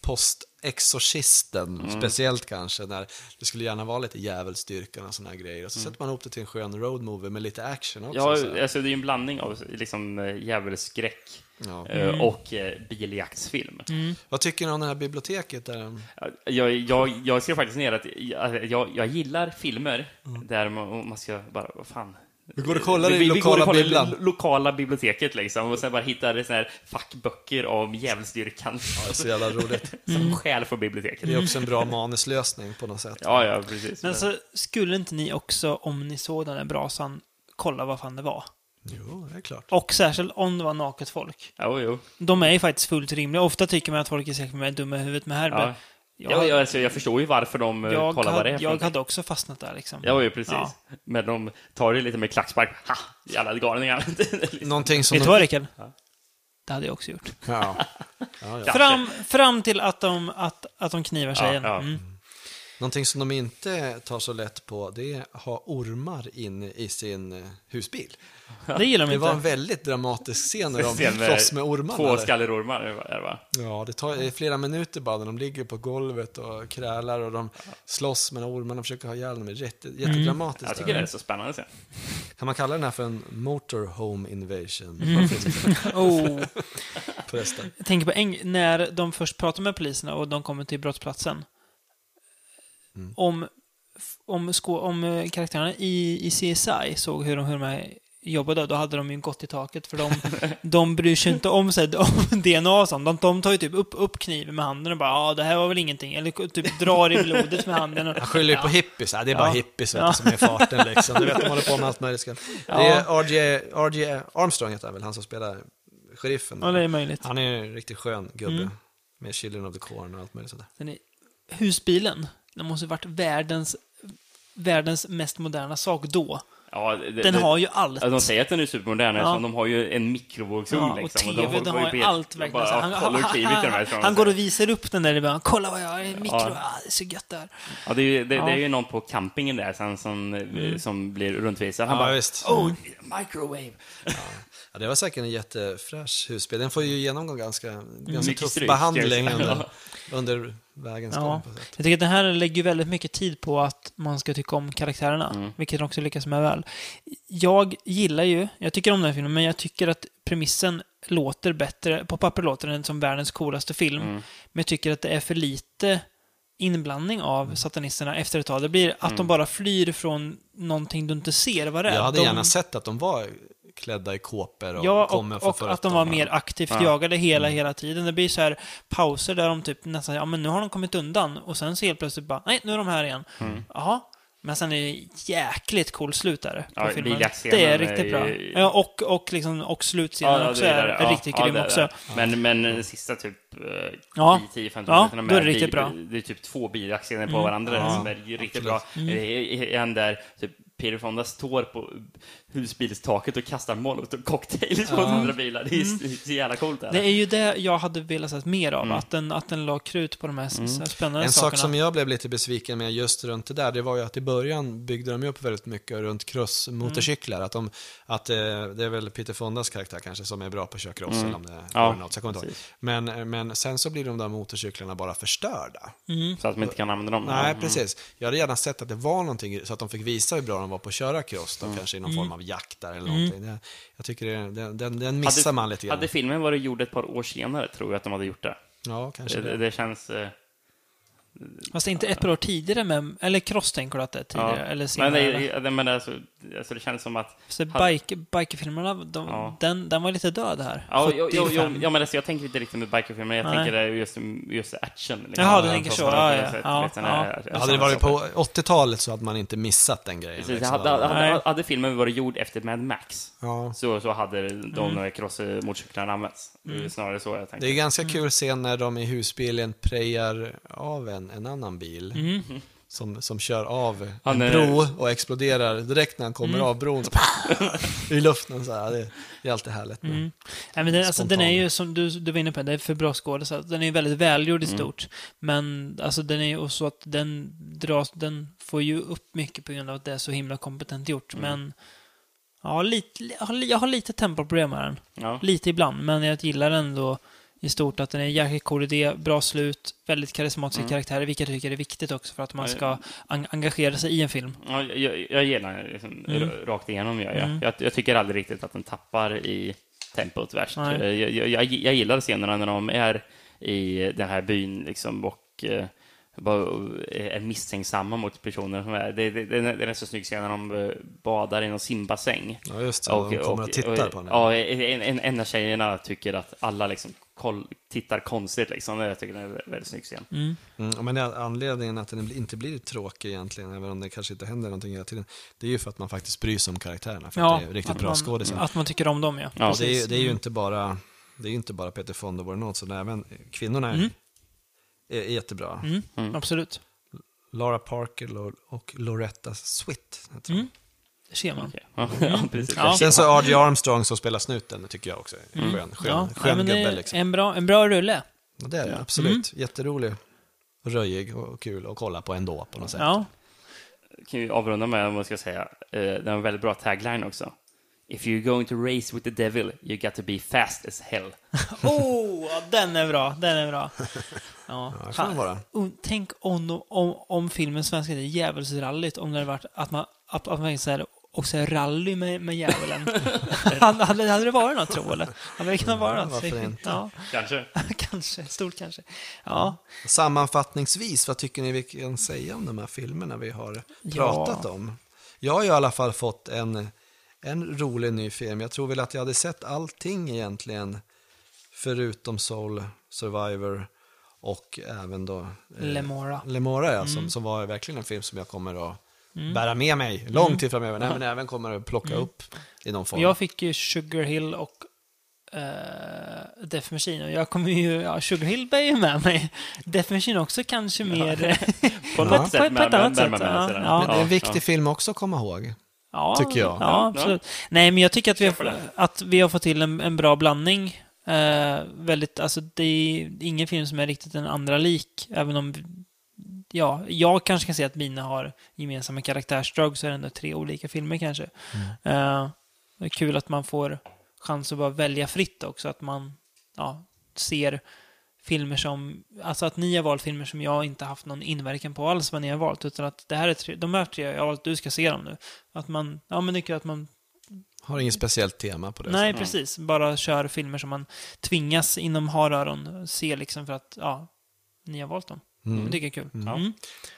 post-exorcisten, Mm. speciellt kanske, när det skulle gärna vara lite djävulsdyrkan och såna här grejer. Och så sätter man ihop det till en skön road movie med lite action också. Ja, så här. alltså det är ju en blandning av liksom eh, djävulsskräck Ja. eh, och eh, biljaktsfilm. Vad tycker ni om det här biblioteket? Där? Jag, jag, jag skrev faktiskt ner att jag, jag, jag gillar filmer där man, man ska bara, vad fan. Vi går och kollar i vi, vi lokala går och kollar bibblan. lo- lokala biblioteket liksom, och sen bara hittar såna här fackböcker om djävulsdyrkan Ja, det är så jävla roligt. som skäl för biblioteket. Det är också en bra manuslösning på något sätt. Ja, ja, precis. Men så skulle inte ni också, om ni såg den här brasan, kolla vad fan det var? Jo, det är klart. Och särskilt om det var naket folk. Jo, jo. De är ju faktiskt fullt rimliga. Ofta tycker man att folk är säkert med dumma i huvudet, med här. Ja. Men jag, Ja, jag, alltså, jag förstår ju varför de eh, jag, kollar vad det är hade, för jag någonting. hade också fastnat där liksom. Ja, ju precis. Ja. Men de tar det lite med klackspark. Ha! Jävla galningar. Liksom. Någonting som Vet du de... vad, Rickard? Det hade jag också gjort. Ja. Ja, ja. Fram, fram till att de, att, att de knivar sig Ja, igen. ja. Mm. Någonting som de inte tar så lätt på, det är att ha ormar inne i sin eh, husbil. Det gillar de Det var en inte. väldigt dramatisk scen när de Scen med slåss med ormarna. Två där. skallerormar, är det va? Ja, det tar det är flera minuter bara när de ligger på golvet och krälar och de slåss med ormarna och försöker ha ihjäl dem. Det är jätte, jättedramatiskt. Jag tycker där. det är så spännande sen. Kan man kalla den här för en motorhome invasion? Oh. Förresten. Jag tänker på en, när de först pratar med poliserna och de kommer till brottsplatsen. Mm. Om, om, skå, om eh, karaktärerna i, i C S I såg hur de, hur de här jobbade, då hade de ju gått i taket. För de, de bryr sig inte om, sig, om D N A och sånt. De, de tar ju typ upp, upp kniven med handen och bara, ja, det här var väl ingenting. Eller typ drar i blodet med handen. Och, Han skyller ju på hippies. Ja, det är bara Ja. hippies vet du, Ja. som är farten liksom. Du vet, de håller på med allt möjligt. Det är R J, R J Armstrong heter han väl, han som spelar sheriffen. Ja, det är möjligt. Han är en riktigt skön gubbe. Mm. Med Children of the Corn och allt möjligt sådär. Den är, husbilen, den måste ha varit världens, världens mest moderna sak då. Ja, det, Den det, har ju allt. Ja, de säger att den är supermodern, Ja. ja. De har ju en mikrovågsugn Ja, och liksom. T V, den har ju allt verkligen. Så Han, han, han, han, han går och visar upp den där i början. Kolla vad jag har i mikro. Ja. Ah, det är så gött där. Ja, det är ju, det, Ja. det är ju någon på campingen där sen som, mm. som blir runtvisad. Han Ja, bara, visst. oh, microwave. Ja, det var säkert en jättefräsch husbil. Den får ju genomgå ganska, ganska Mycket tuff stryk, behandling ska jag säga. under, under vägens gång. Ja. på sätt. Jag tycker att det här lägger ju väldigt mycket tid på att man ska tycka om karaktärerna, Mm. vilket de också lyckas med väl. Jag gillar ju, jag tycker om den här filmen, men jag tycker att premissen låter bättre, på papper låter den som världens coolaste film, Mm. men jag tycker att det är för lite inblandning av satanisterna efter ett tag. Det blir att Mm. de bara flyr från någonting du inte ser vad det är. Jag hade de, gärna sett att de var klädda i kåpor och Ja, kommer och, för och förrätt att de var dem. mer aktivt Ja. jagade hela, hela tiden. Det blir så här pauser där de typ nästan, ja men nu har de kommit undan. Och sen så helt plötsligt bara, nej, nu är de här igen. Mm. Jaha. Men sen är det jäkligt cool slut där på Ja, filmen. biljaktscenen Det är är riktigt bra. ju- Ja, och, och, liksom, och slutscenen Ja, också det är, det. är riktigt grym det är också. det. Men, men den sista typ eh, Ja. tio femton Ja, minuterna då är det med riktigt bil- bra. Det är typ två biljaktscener på Mm. varandra Ja, som är ju riktigt bra. Mm. Det är en där typ Peter Fonda står på husbilstaket och kastar molotov cocktails på andra bilar. Det är Mm. så- så jävla coolt. Det är ju det jag hade velat se mer av. Mm. Att, den, att den la krut på de här mm. spännande En sakerna. sak som jag blev lite besviken med just runt det där, det var ju att i början byggde de upp väldigt mycket runt crossmotorcyklar. Mm. Att, de, att eh, det är väl Peter Fondas karaktär kanske som är bra på att köra cross Mm. eller om det är Ja, något, så jag kommer inte ihåg. precis. Men, men sen så blir de där motorcyklarna bara förstörda. Mm. Så att man inte kan använda dem. Nej, Mm. precis. Jag hade gärna sett att det var någonting så att de fick visa hur bra de var på att köra cross då, kanske i någon form av jakt där eller någonting. Det, jag tycker det, den, den, den missar Hade- man lite grann. Hade filmen varit gjord ett par år senare tror jag att de hade gjort det. Ja, kanske Det, det. det känns... eh, Fast inte ett par år tidigare med, eller cross tänker du att det är tidigare, ja. eller Men, senare. det, det, men alltså, alltså, det känns som att... Så hade- bike, bikerfilmerna, de, Ja. den, den var lite död här. Ja, jo, jo, jo, sjuttiofem. ja, men alltså, jag tänker inte riktigt med bikerfilmer, jag Nej. tänker det just, just action. Liksom. Jaha, du Ja, tänker på- så. på Ja, något ja. sätt, Ja, vet, den ja. här- Hade det varit på åttiotalet så hade man inte missat den grejen. Precis, liksom. hade, hade, Nej. hade, hade filmen varit gjord efter Mad Max Ja. så, så hade de Mm. cross-motorcyklarna använts. Det är snarare så jag tänker. Det är ganska Mm. kul scen när de i husbilen prejar av en, en annan bil. Mm. Som, som kör av Han en är- bro och exploderar direkt när han kommer Mm. av bron. Så, i luften så här. Det, det är alltid härligt. Mm. Nej, men den, alltså, den är Spontan. ju, som du, du var inne på, det är för bra skådespel. Den är ju väldigt välgjord i Mm. stort. Men alltså, den är ju så att den dras, den får ju upp mycket på grund av att det är så himla kompetent gjort. Mm. Men ja, lite, jag, har, jag har lite tempoproblem med den. Ja. Lite ibland, men jag gillar ändå i stort, att den är jäkligt cool idé, bra slut, väldigt karismatiska Mm. karaktärer, vilket jag tycker är viktigt också för att man Ja, ska en- engagera sig i en film. Ja, jag, jag gillar den liksom, Mm. r- rakt igenom. Jag, Mm. jag, jag tycker aldrig riktigt att den tappar i tempot värst. Nej. Jag, jag, jag, jag gillar scenerna när de är i den här byn liksom, och eh, bara är misstänksamma mot personer som är. Det, det, det, är- det är en så snygg scen när de eh, badar i någon simbassäng. Ja, just det. de kommer att titta på den. Ja, en, en, en av tjejerna tycker att alla liksom koll, tittar konstigt. Liksom. Jag tycker det är en väldigt snygg scen. Mm. Mm, men anledningen att den inte blir tråkig egentligen, även om det kanske inte händer någonting hela tiden, det är ju för att man faktiskt bryr sig om karaktärerna, för Ja, att det är riktigt att bra man, skådisar. att man tycker om dem, ja. Ja, Och det, är, Precis. det är ju inte bara det är ju inte bara Peter Fonda och något, så även kvinnorna är, Mm. är, är jättebra. Mm. Mm. Absolut. Lara Parker Lo- och Loretta Swit heter hon. Mm. Det ser man. Okej. Ja, ja, precis. Ja. Sen så R J Armstrong som spelar snuten, det tycker jag också är skön, skön, Ja, skön ja, men det gubbe är liksom. en, bra, en bra rulle. Och det är det, absolut. Jätterolig, och röjig och kul att kolla på ändå på något sätt. Ja. Kan vi avrunda med, om man ska säga, eh, det är en väldigt bra tagline också. If you're going to race with the devil, you got to be fast as hell. Oh, ja, den är bra. Den är bra. Ja, Ja, det kan det vara. Oh, tänk om, om, om filmen svenska heter Djävulsrallyt, om det hade varit att man, att, att man så här, också är rally med, med djävulen. hade, hade hade det varit något, tro, eller? Hade det kunnat vara Ja, något? varför inte? Ja, Kanske. kanske. Stort kanske. Ja. Sammanfattningsvis, vad tycker ni vi kan säga om de här filmerna vi har Ja. pratat om? Jag har ju i alla fall fått en, en rolig ny film. Jag tror väl att jag hade sett allting egentligen, förutom Soul Survivor och även då eh, Lemora. Lemora, ja, Mm. som, som var verkligen en film som jag kommer att bära med mig lång tid framöver. Nej, men även kommer att plocka upp i någon form. Jag fick ju Sugar Hill och uh, Death Machine. Och jag kommer ju... Ja, Sugar Hill bär ju med mig. Death Machine också kanske mer... På på något ett- sätt på ett med- annat med- sätt, med- ja. med- Ja. Men det är en Ja, viktig ja. film också att komma ihåg. Ja, tycker jag. Ja, absolut. Nej, men jag tycker att vi har, att vi har fått till en, en bra blandning. Eh, väldigt, alltså, det är ingen film som är riktigt den andra lik. Även om, ja, jag kanske kan säga att mina har gemensamma karaktärsdrag, så är det ändå tre olika filmer kanske. Eh, det är kul att man får chans att bara välja fritt också. Att man ja, ser filmer som, alltså att ni har valt filmer som jag inte haft någon inverkan på alls vad ni har valt, utan att det här är tre, de här tre jag har valt, du ska se dem nu. Att man, ja men det är kul att man, Har inget speciellt tema på det. nej precis, bara kör filmer som man tvingas inom haröron se liksom för att, ja, ni har valt dem. Mm. Det tycker jag är kul. Ja. Mm.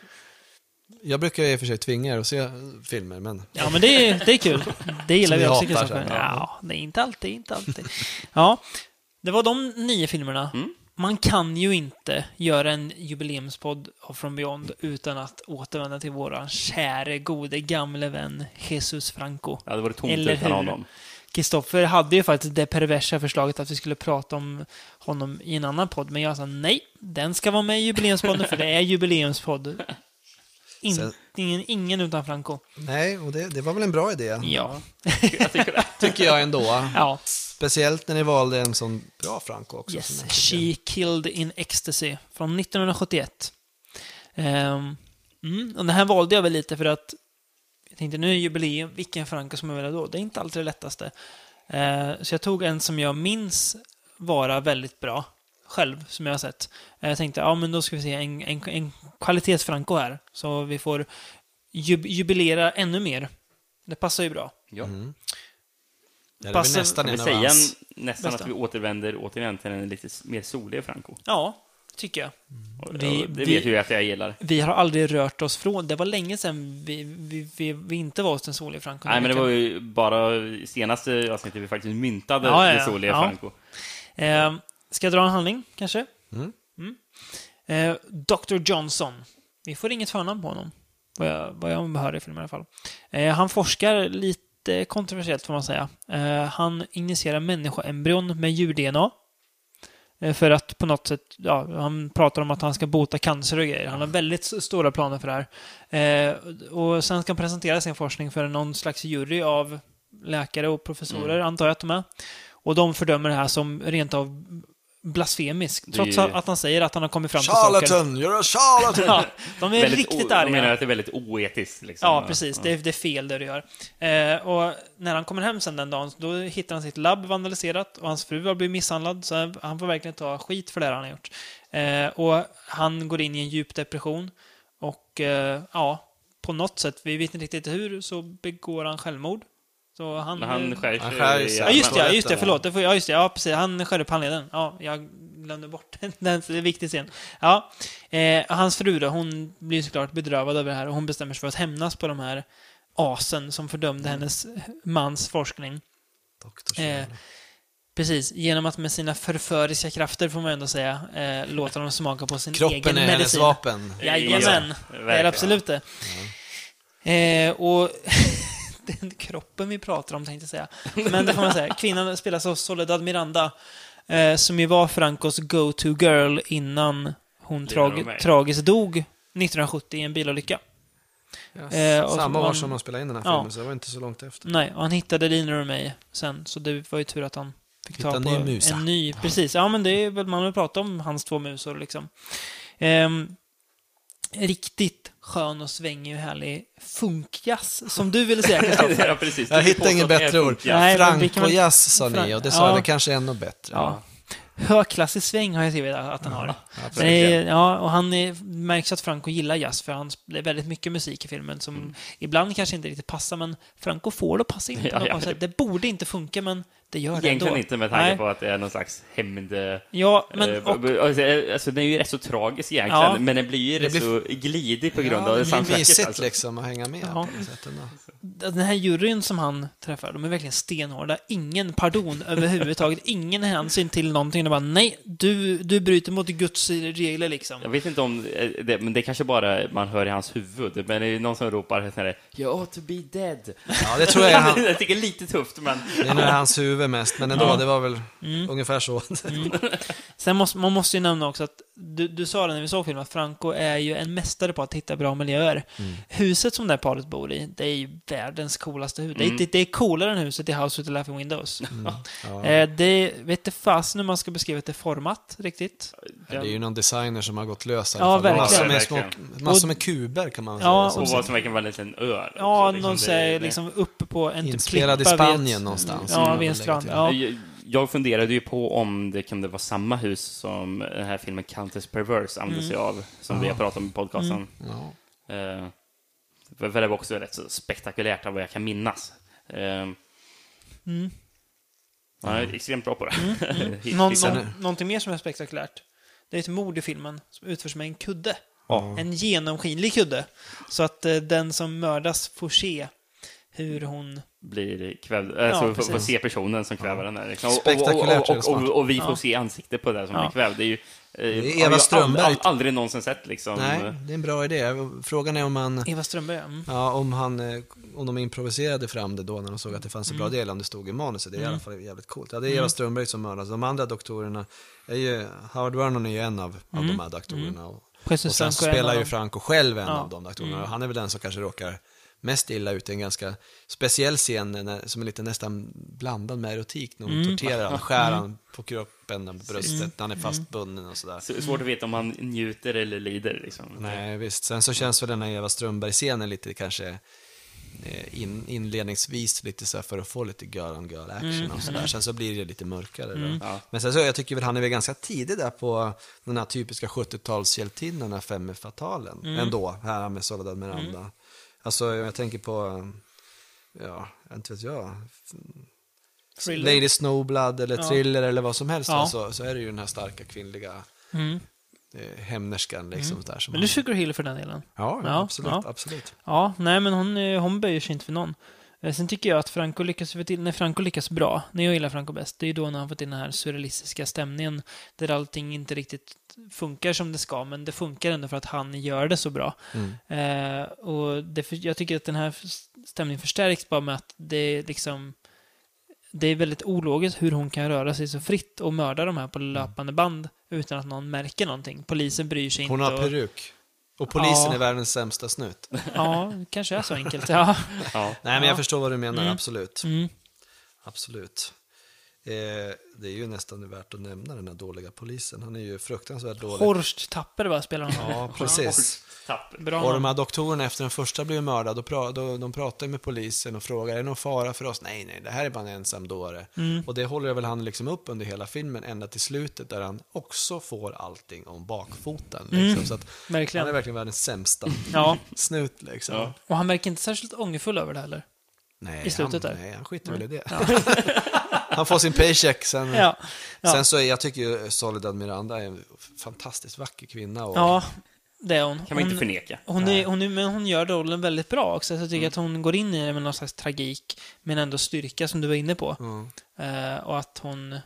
Jag brukar i och för sig tvinga er att se filmer, men Ja, men det är, det är kul. Det gillar Som vi vi också, hatar Kristoffer. sen, ja. Ja, det är inte alltid, inte alltid. Ja, det var de nio filmerna. Mm. Man kan ju inte göra en jubileumspodd av From Beyond utan att återvända till våran käre, gode, gamle vän Jesus Franco. Ja, det var det tomt Eller utan hur? honom. Kristoffer hade ju faktiskt det perversa förslaget att vi skulle prata om honom i en annan podd, men jag sa nej, den ska vara med i jubileumspodden för det är jubileumspodd. In, Sen- ingen, ingen utan Franco. nej, och det, det var väl en bra idé, Ja. Jag tycker det. tycker jag ändå. Ja. Speciellt när ni valde en sån bra Franco också. som Yes, jag tycker. She Killed in Ecstasy från nittonhundrasjuttioett. Um, mm, och den här valde jag väl lite för att jag tänkte nu är jubileum, vilken Franco som jag väljer då? Det är inte alltid det lättaste. Eh, så jag tog en som jag minns vara väldigt bra själv, som jag har sett. Eh, jag tänkte, ja men då ska vi se en, en, en kvalitets-Franco här. Så vi får jub- jubilera ännu mer. Det passar ju bra. Ja. Det är väl Passar- nästan Kan vi en av säga hans. en, nästan bästa. att vi återvänder återigen till en lite mer solig Franco? Ja, tycker jag. Och, Vi- och det vi- vet ju att jag gillar. Vi har aldrig rört oss från... Det var länge sedan vi, vi, vi, vi inte var hos den soliga Franco. Nej, men det var ju bara i senaste avsnittet vi faktiskt myntade Ja, ja, ja. det soliga Ja. Franco. Eh, ska jag dra en handling, kanske? Mm. Mm. Eh, doktor Johnson. Vi får inget förnamn på honom. Vad jag, vad jag hör i filmen i alla fall. Eh, han forskar lite kontroversiellt, får man säga. Eh, han injicerar människoembryon med djur-D N A. Eh, för att på något sätt... Ja, han pratar om att han ska bota cancer och grejer. Han har väldigt s- stora planer för det här. Eh, och sen ska han presentera sin forskning för någon slags jury av läkare och professorer, antar jag att de är. Och de fördömer det här som rent av blasfemisk. är Trots ju- att han säger att han har kommit fram till saker. Charlatan, you're a charlatan! Ja, de är Väldigt riktigt o- Jag menar arga. att det är väldigt oetiskt. Liksom. Ja, precis. Det är, det är fel det du gör. Eh, och när han kommer hem sen den dagen, då hittar han sitt labb vandaliserat och hans fru har blivit misshandlad, så han får verkligen ta skit för det han har gjort. Eh, och han går in i en djup depression och eh, ja, på något sätt, vi vet inte riktigt hur, så begår han självmord. Så han... Men han skär Han sig skär i sig. Ja, just det, ja, armen. just det, förlåt. Det får, ja, just det, ja, precis. Han skär upp handleden. Ja, jag glömde bort den. Det är en viktig scen. Ja, eh, hans fru då, hon blir såklart bedrövad över det här och hon bestämmer sig för att hämnas på de här asen som fördömde hennes mans forskning. Eh, precis, genom att med sina förföriska krafter, får man ändå säga, eh, låta dem smaka på sin Kroppen egen är hennes medicin. vapen. Jajamän, Ja, det är verkligen. absolut det. Eh, och den kroppen vi pratar om, tänkte jag säga. Men det får man säga. Kvinnan spelas av Soledad Miranda, eh, som ju var Francos go-to-girl innan hon Lina tragi- Romay. tragiskt dog nittonhundrasjuttio i en bilolycka. Ja, Eh, och samma så- år som de spelade in den här Ja. filmen, så det var inte så långt efter. Nej, och han hittade Lina Romay sen, så det var ju tur att han fick Hitta ta en på ny musa. en ny. Precis, ja men det är väl, man vill prata om hans två musor liksom. Ehm, riktigt skön och svängig och härlig funkjazz, som du ville säga, Kristoffer. Ja, precis. Jag Du hittar inget påstår att det är bättre ord. funkjazz. Nej, men vi kan väl- Franco-jazz sa ni, Fran- och det sa jag, ja. det kanske är ännu bättre. Ja. Högklassig sväng har jag skrivit att han har. absolut. Det är, ja, och han är, märks att Franco gillar jazz, för han, det är väldigt mycket musik i filmen som Mm. ibland kanske inte riktigt passar, men Franco får det att passa in på Ja, något ja. sätt. Det borde inte funka, men det gör det Egentligen ändå. inte, med tanke Nej. på att det är någon slags hämnd... Ja, men eh, och, alltså, den är ju rätt så tragisk egentligen, Ja. men den blir ju Det rätt blir- så glidig på grund Ja, av det blir soundtracket. mysigt Alltså. liksom att hänga med Ja. på något sätt ändå. den här juryn som han träffar, de är verkligen stenhårda. Ingen pardon överhuvudtaget. Ingen hänsyn till någonting. De bara, nej, du, du bryter mot Guds regler liksom. Jag vet inte om eh, det, men det kanske bara man hör i hans huvud. Men det är någon som ropar sån här, you ought to be dead. Ja, det tror jag är han, jag tycker det är lite tufft, men... det är nog hans huvud mest, men ändå, det var väl Mm. ungefär så. Sen måste, man måste ju nämna också att du, du sa det när vi såg filmen, att Franco är ju en mästare på att hitta bra miljöer. Huset som det här paret bor i, det är ju världens coolaste hus. Mm. Det, är, det är coolare än huset i House with the Laughing Windows. Ja. Eh, det vet inte fasen hur man ska beskriva det format riktigt. Det är ju någon designer som har gått lös i Ja, alla fall. Massor verkligen. med, små, massor med kuber kan man Ja, säga. Och Så. vad som verkar vara en liten ö. också, Ja, liksom. någon Det- säger det- liksom uppe på en typ Inspelad i klippa vid ett- Spanien någonstans. Ja, Mm. vid en strand. Ja. Jag, jag funderade ju på om det kunde vara samma hus som den här filmen Countess Perverse använde sig av, som vi har pratat om i podcasten. Ja. Eh, för, för det var också rätt så spektakulärt av vad jag kan minnas. Eh, Mm. Han är extremt bra på det. Hit- Någon, hitta- någon, någonting mer som är spektakulärt. Det är ett mord i filmen som utförs med en kudde. Ja. En genomskinlig kudde. Så att eh, den som mördas får se hur hon... Blir kvävd, alltså får, får precis. se personen som kväver den. Där, liksom. Och- Spektakulärt och, är det och, och, smart. och, och vi får Ja. se ansiktet på det som Ja. blir kvävd. Det är ju... eh, är har Eva jag Strömberg. Aldrig, aldrig någonsin sett liksom. Nej, det är en bra idé. Frågan är om man... Eva Strömberg, ja. Mm. Ja, om, han, eh, om de improviserade fram det då när de såg att det fanns en Mm. bra del, om det stod i manuset. Det är i alla fall jävligt coolt. Ja, det är Eva Strömberg som mördas. De andra doktorerna är ju... Howard Vernon är ju en av, av de här doktorerna. Och, Jesus och sen Franco är en spelar av ju dem. Franco själv en Ja. av de doktorerna. Och han är väl den som kanske råkar mest illa ut i en ganska speciell scen när, som är lite nästan blandad med erotik. När hon Mm. torterar han, skär han på kroppen och bröstet när han är fastbunden och sådär. Så, svårt att veta om han njuter eller lider. Liksom. Nej, visst. Sen så känns väl den här Eva Strömberg-scenen lite kanske eh, in, inledningsvis lite så här för att få lite girl on girl action och sådär. Sen så blir det lite mörkare. Då. Ja. Men sen så jag tycker väl han är väl ganska tidig där på den här typiska sjuttiotalshjältinnorna, femme fatalen. Ändå, här med Soledad Miranda. Alltså jag tänker på, ja, inte vet jag, Thriller. Lady Snowblood eller Ja. Thriller eller vad som helst. Ja. va, Så, så är det ju den här starka kvinnliga Mm. eh, hämnerskan liksom. Där, som Men han- du Sugar Hill för den delen. Ja, Ja, absolut, ja. absolut. Ja, nej men hon, eh, hon böjer sig inte för någon. Eh, Sen tycker jag att Franco lyckas få till, när Franco lyckas bra, när jag gillar Franco bäst, det är ju då när han får till den här surrealistiska stämningen där allting inte riktigt funkar som det ska, men det funkar ändå för att han gör det så bra. Eh, och det, för- jag tycker att den här stämningen förstärks bara med att det är liksom det är väldigt ologiskt hur hon kan röra sig så fritt och mörda de här på löpande band utan att någon märker någonting. Polisen bryr sig Hon inte. har och- peruk. Och polisen Ja. är världens sämsta snut. Ja, det kanske är så enkelt. Ja. Ja. Nej, men Ja. jag förstår vad du menar, Mm. absolut. Mm. Absolut. Eh, det är ju nästan värt att nämna den här dåliga polisen. Han är ju fruktansvärt dålig. Horst Tapper va, spelar han? Ja, precis. Tapp. Bra Och de namn. här doktorerna efter den första blev mördad, då, pra, då, de pratar med polisen och frågar, är det någon fara för oss? Nej, nej, det här är bara en ensam dåre. Mm. Och det håller väl han liksom upp under hela filmen, ända till slutet, där han också får allting om bakfoten. Liksom. Mm. Så att Verkligen. han är verkligen världens sämsta Ja, snut. Liksom. Ja. och han verkar inte särskilt ångerfull över det heller. Nej, I slutet han, där. Nej, han skiter väl i det. Han får sin paycheck. Sen, Ja, ja. sen så är jag tycker ju Soledad Miranda är en fantastiskt vacker kvinna. Och, Ja, det är hon. Kan man hon, inte förneka. Hon är, hon är, men hon gör rollen väldigt bra också. Så jag tycker Mm. att hon går in i det med någon slags tragik, men ändå styrka som du var inne på. Mm. Eh, och att hon...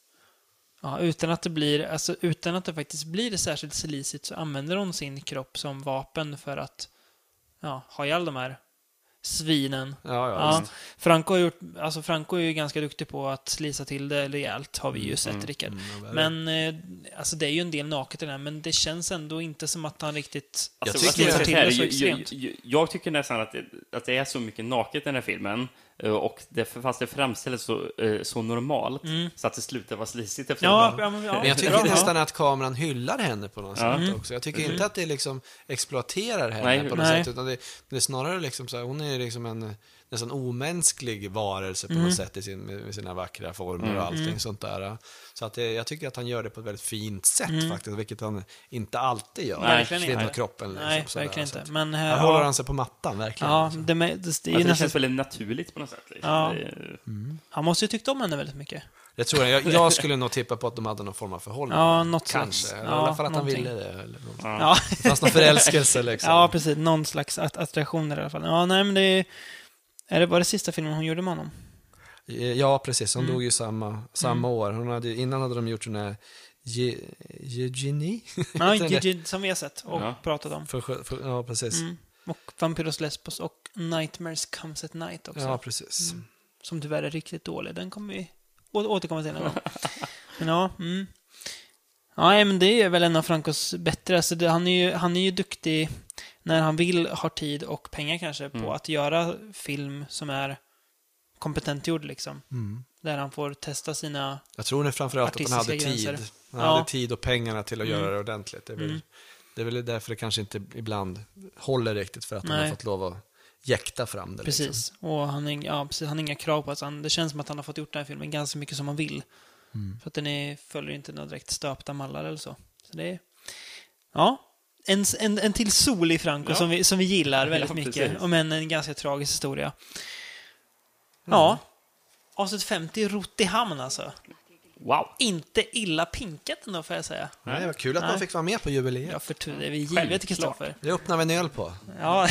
Ja, utan att det blir... Alltså, utan att det faktiskt blir särskilt silicigt så använder hon sin kropp som vapen för att ja, ha ihjäl de här svinen. Ja, ja, Ja, visst. Franco, har gjort, alltså Franco är ju ganska duktig på att slisa till det rejält, har vi ju sett, Rickard. Mm, ja, verkligen. Men eh, alltså det är ju en del naket i den här, men det känns ändå inte som att han riktigt Jag Alltså, tycker- vad ska slitsar jag till säga det så här? jag, extremt. jag, jag, jag tycker nästan att det, att det är så mycket naket i den här filmen. eh, Och det, fast det framställs så, eh, så normalt så att det slutar vara slisigt efter Mm. Ja, ett tag. ja, men, ja, Men jag tycker bra, nästan ja. att kameran hyllar henne på något Ja. sätt Mm. också. Jag tycker inte att det liksom exploaterar henne Nej. på något Nej. sätt, utan det, det är snarare liksom så här, hon är liksom en nästan omänsklig varelse på Mm. något sätt i sin, med sina vackra former och allting sånt där. Så att det, jag tycker att han gör det på ett väldigt fint sätt faktiskt, vilket han inte alltid gör. Nej, verkligen inte. Kvinnokroppen liksom. Nej, sådär. verkligen Så inte. att Men här, här håller ja, han sig på mattan, verkligen. ja, liksom. det, med- det, det är ju Alltså, det nästan... känns väldigt naturligt på något sätt. Liksom. Ja. Det är- Han måste ju tyckt om henne väldigt mycket. Jag tror jag, jag skulle nog tippa på att de hade någon form av förhållande. Ja, något Kanske. slags. Eller Ja, I alla fall att någonting. han ville det. Eller något. Ja, Det fanns någon förälskelse liksom. ja precis. Någon slags att- attraktioner i alla fall. Ja, nej, men det är... Är det bara det sista filmen hon gjorde med honom? Ja, precis. Mm. Hon dog ju samma, samma år. Hon hade, innan hade de gjort den här Ge- Eugenie. Ja, Heter det? Gigi, som vi har sett och Ja. pratat om. För, för, ja, precis. Mm. Och Vampyros Lesbos och Nightmares Comes at Night också. Ja, precis. Som tyvärr är riktigt dålig. Den kommer vi å- återkomma till en gång. Men ja, mm. Ja, nej, men det är väl en av Francos bättre. Alltså det, han, är ju, han är ju duktig när han vill, har tid och pengar kanske på att göra film som är kompetent gjord liksom. Mm. Där han får testa sina... Jag tror det framförallt att han hade Artistiska tid. gränser. Han Ja. hade tid och pengarna till att Mm. göra det ordentligt. Det är, väl, Mm. det är väl därför det kanske inte ibland håller riktigt, för att han har Nej. fått lov att jäkta fram det. Precis. Liksom. Och han, är, ja, precis. Han har inga krav på att han... Det känns som att han har fått gjort den här filmen ganska mycket som han vill. Mm. För att den är, följer inte några direkt stöpta mallar eller så. Så det är... Ja. En, en, en till sol i Franco Ja. som, vi, som vi gillar väldigt Ja, mycket. precis. Om en, en ganska tragisk historia. Ja. Avsnitt femtio, Rottihamn alltså. Wow! Inte illa pinkat ändå, får jag säga. Nej, det var kul att Nej. man fick vara med på jubileet. Ja, för tur, det är vi givet Självklart. Kristoffer. Det öppnar vi en öl på. Ja.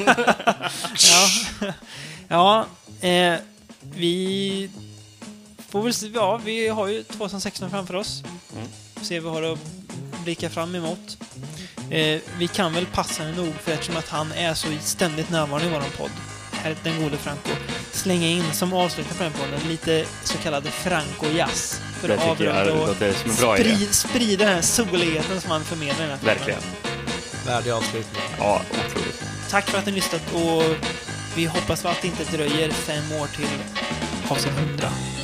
ja. Ja. Eh, vi får väl se, ja, vi har ju tjugohundrasexton framför oss. Mm. Se vad vi har att blicka fram emot. Eh, vi kan väl passande nog, för eftersom att han är så ständigt närvarande i våran podd, här, den gode Franco, slänga in som avslutning på den podden lite så kallad Franco-jazz. För Det att tycker jag avrunda och låter som en bra idé. spri, sprida den här soligheten som han förmedlar i den här filmen. Verkligen. Värdig avslutning. Ja, otroligt. Tack för att ni lyssnat och vi hoppas att det inte dröjer fem år till avsnitt hundra.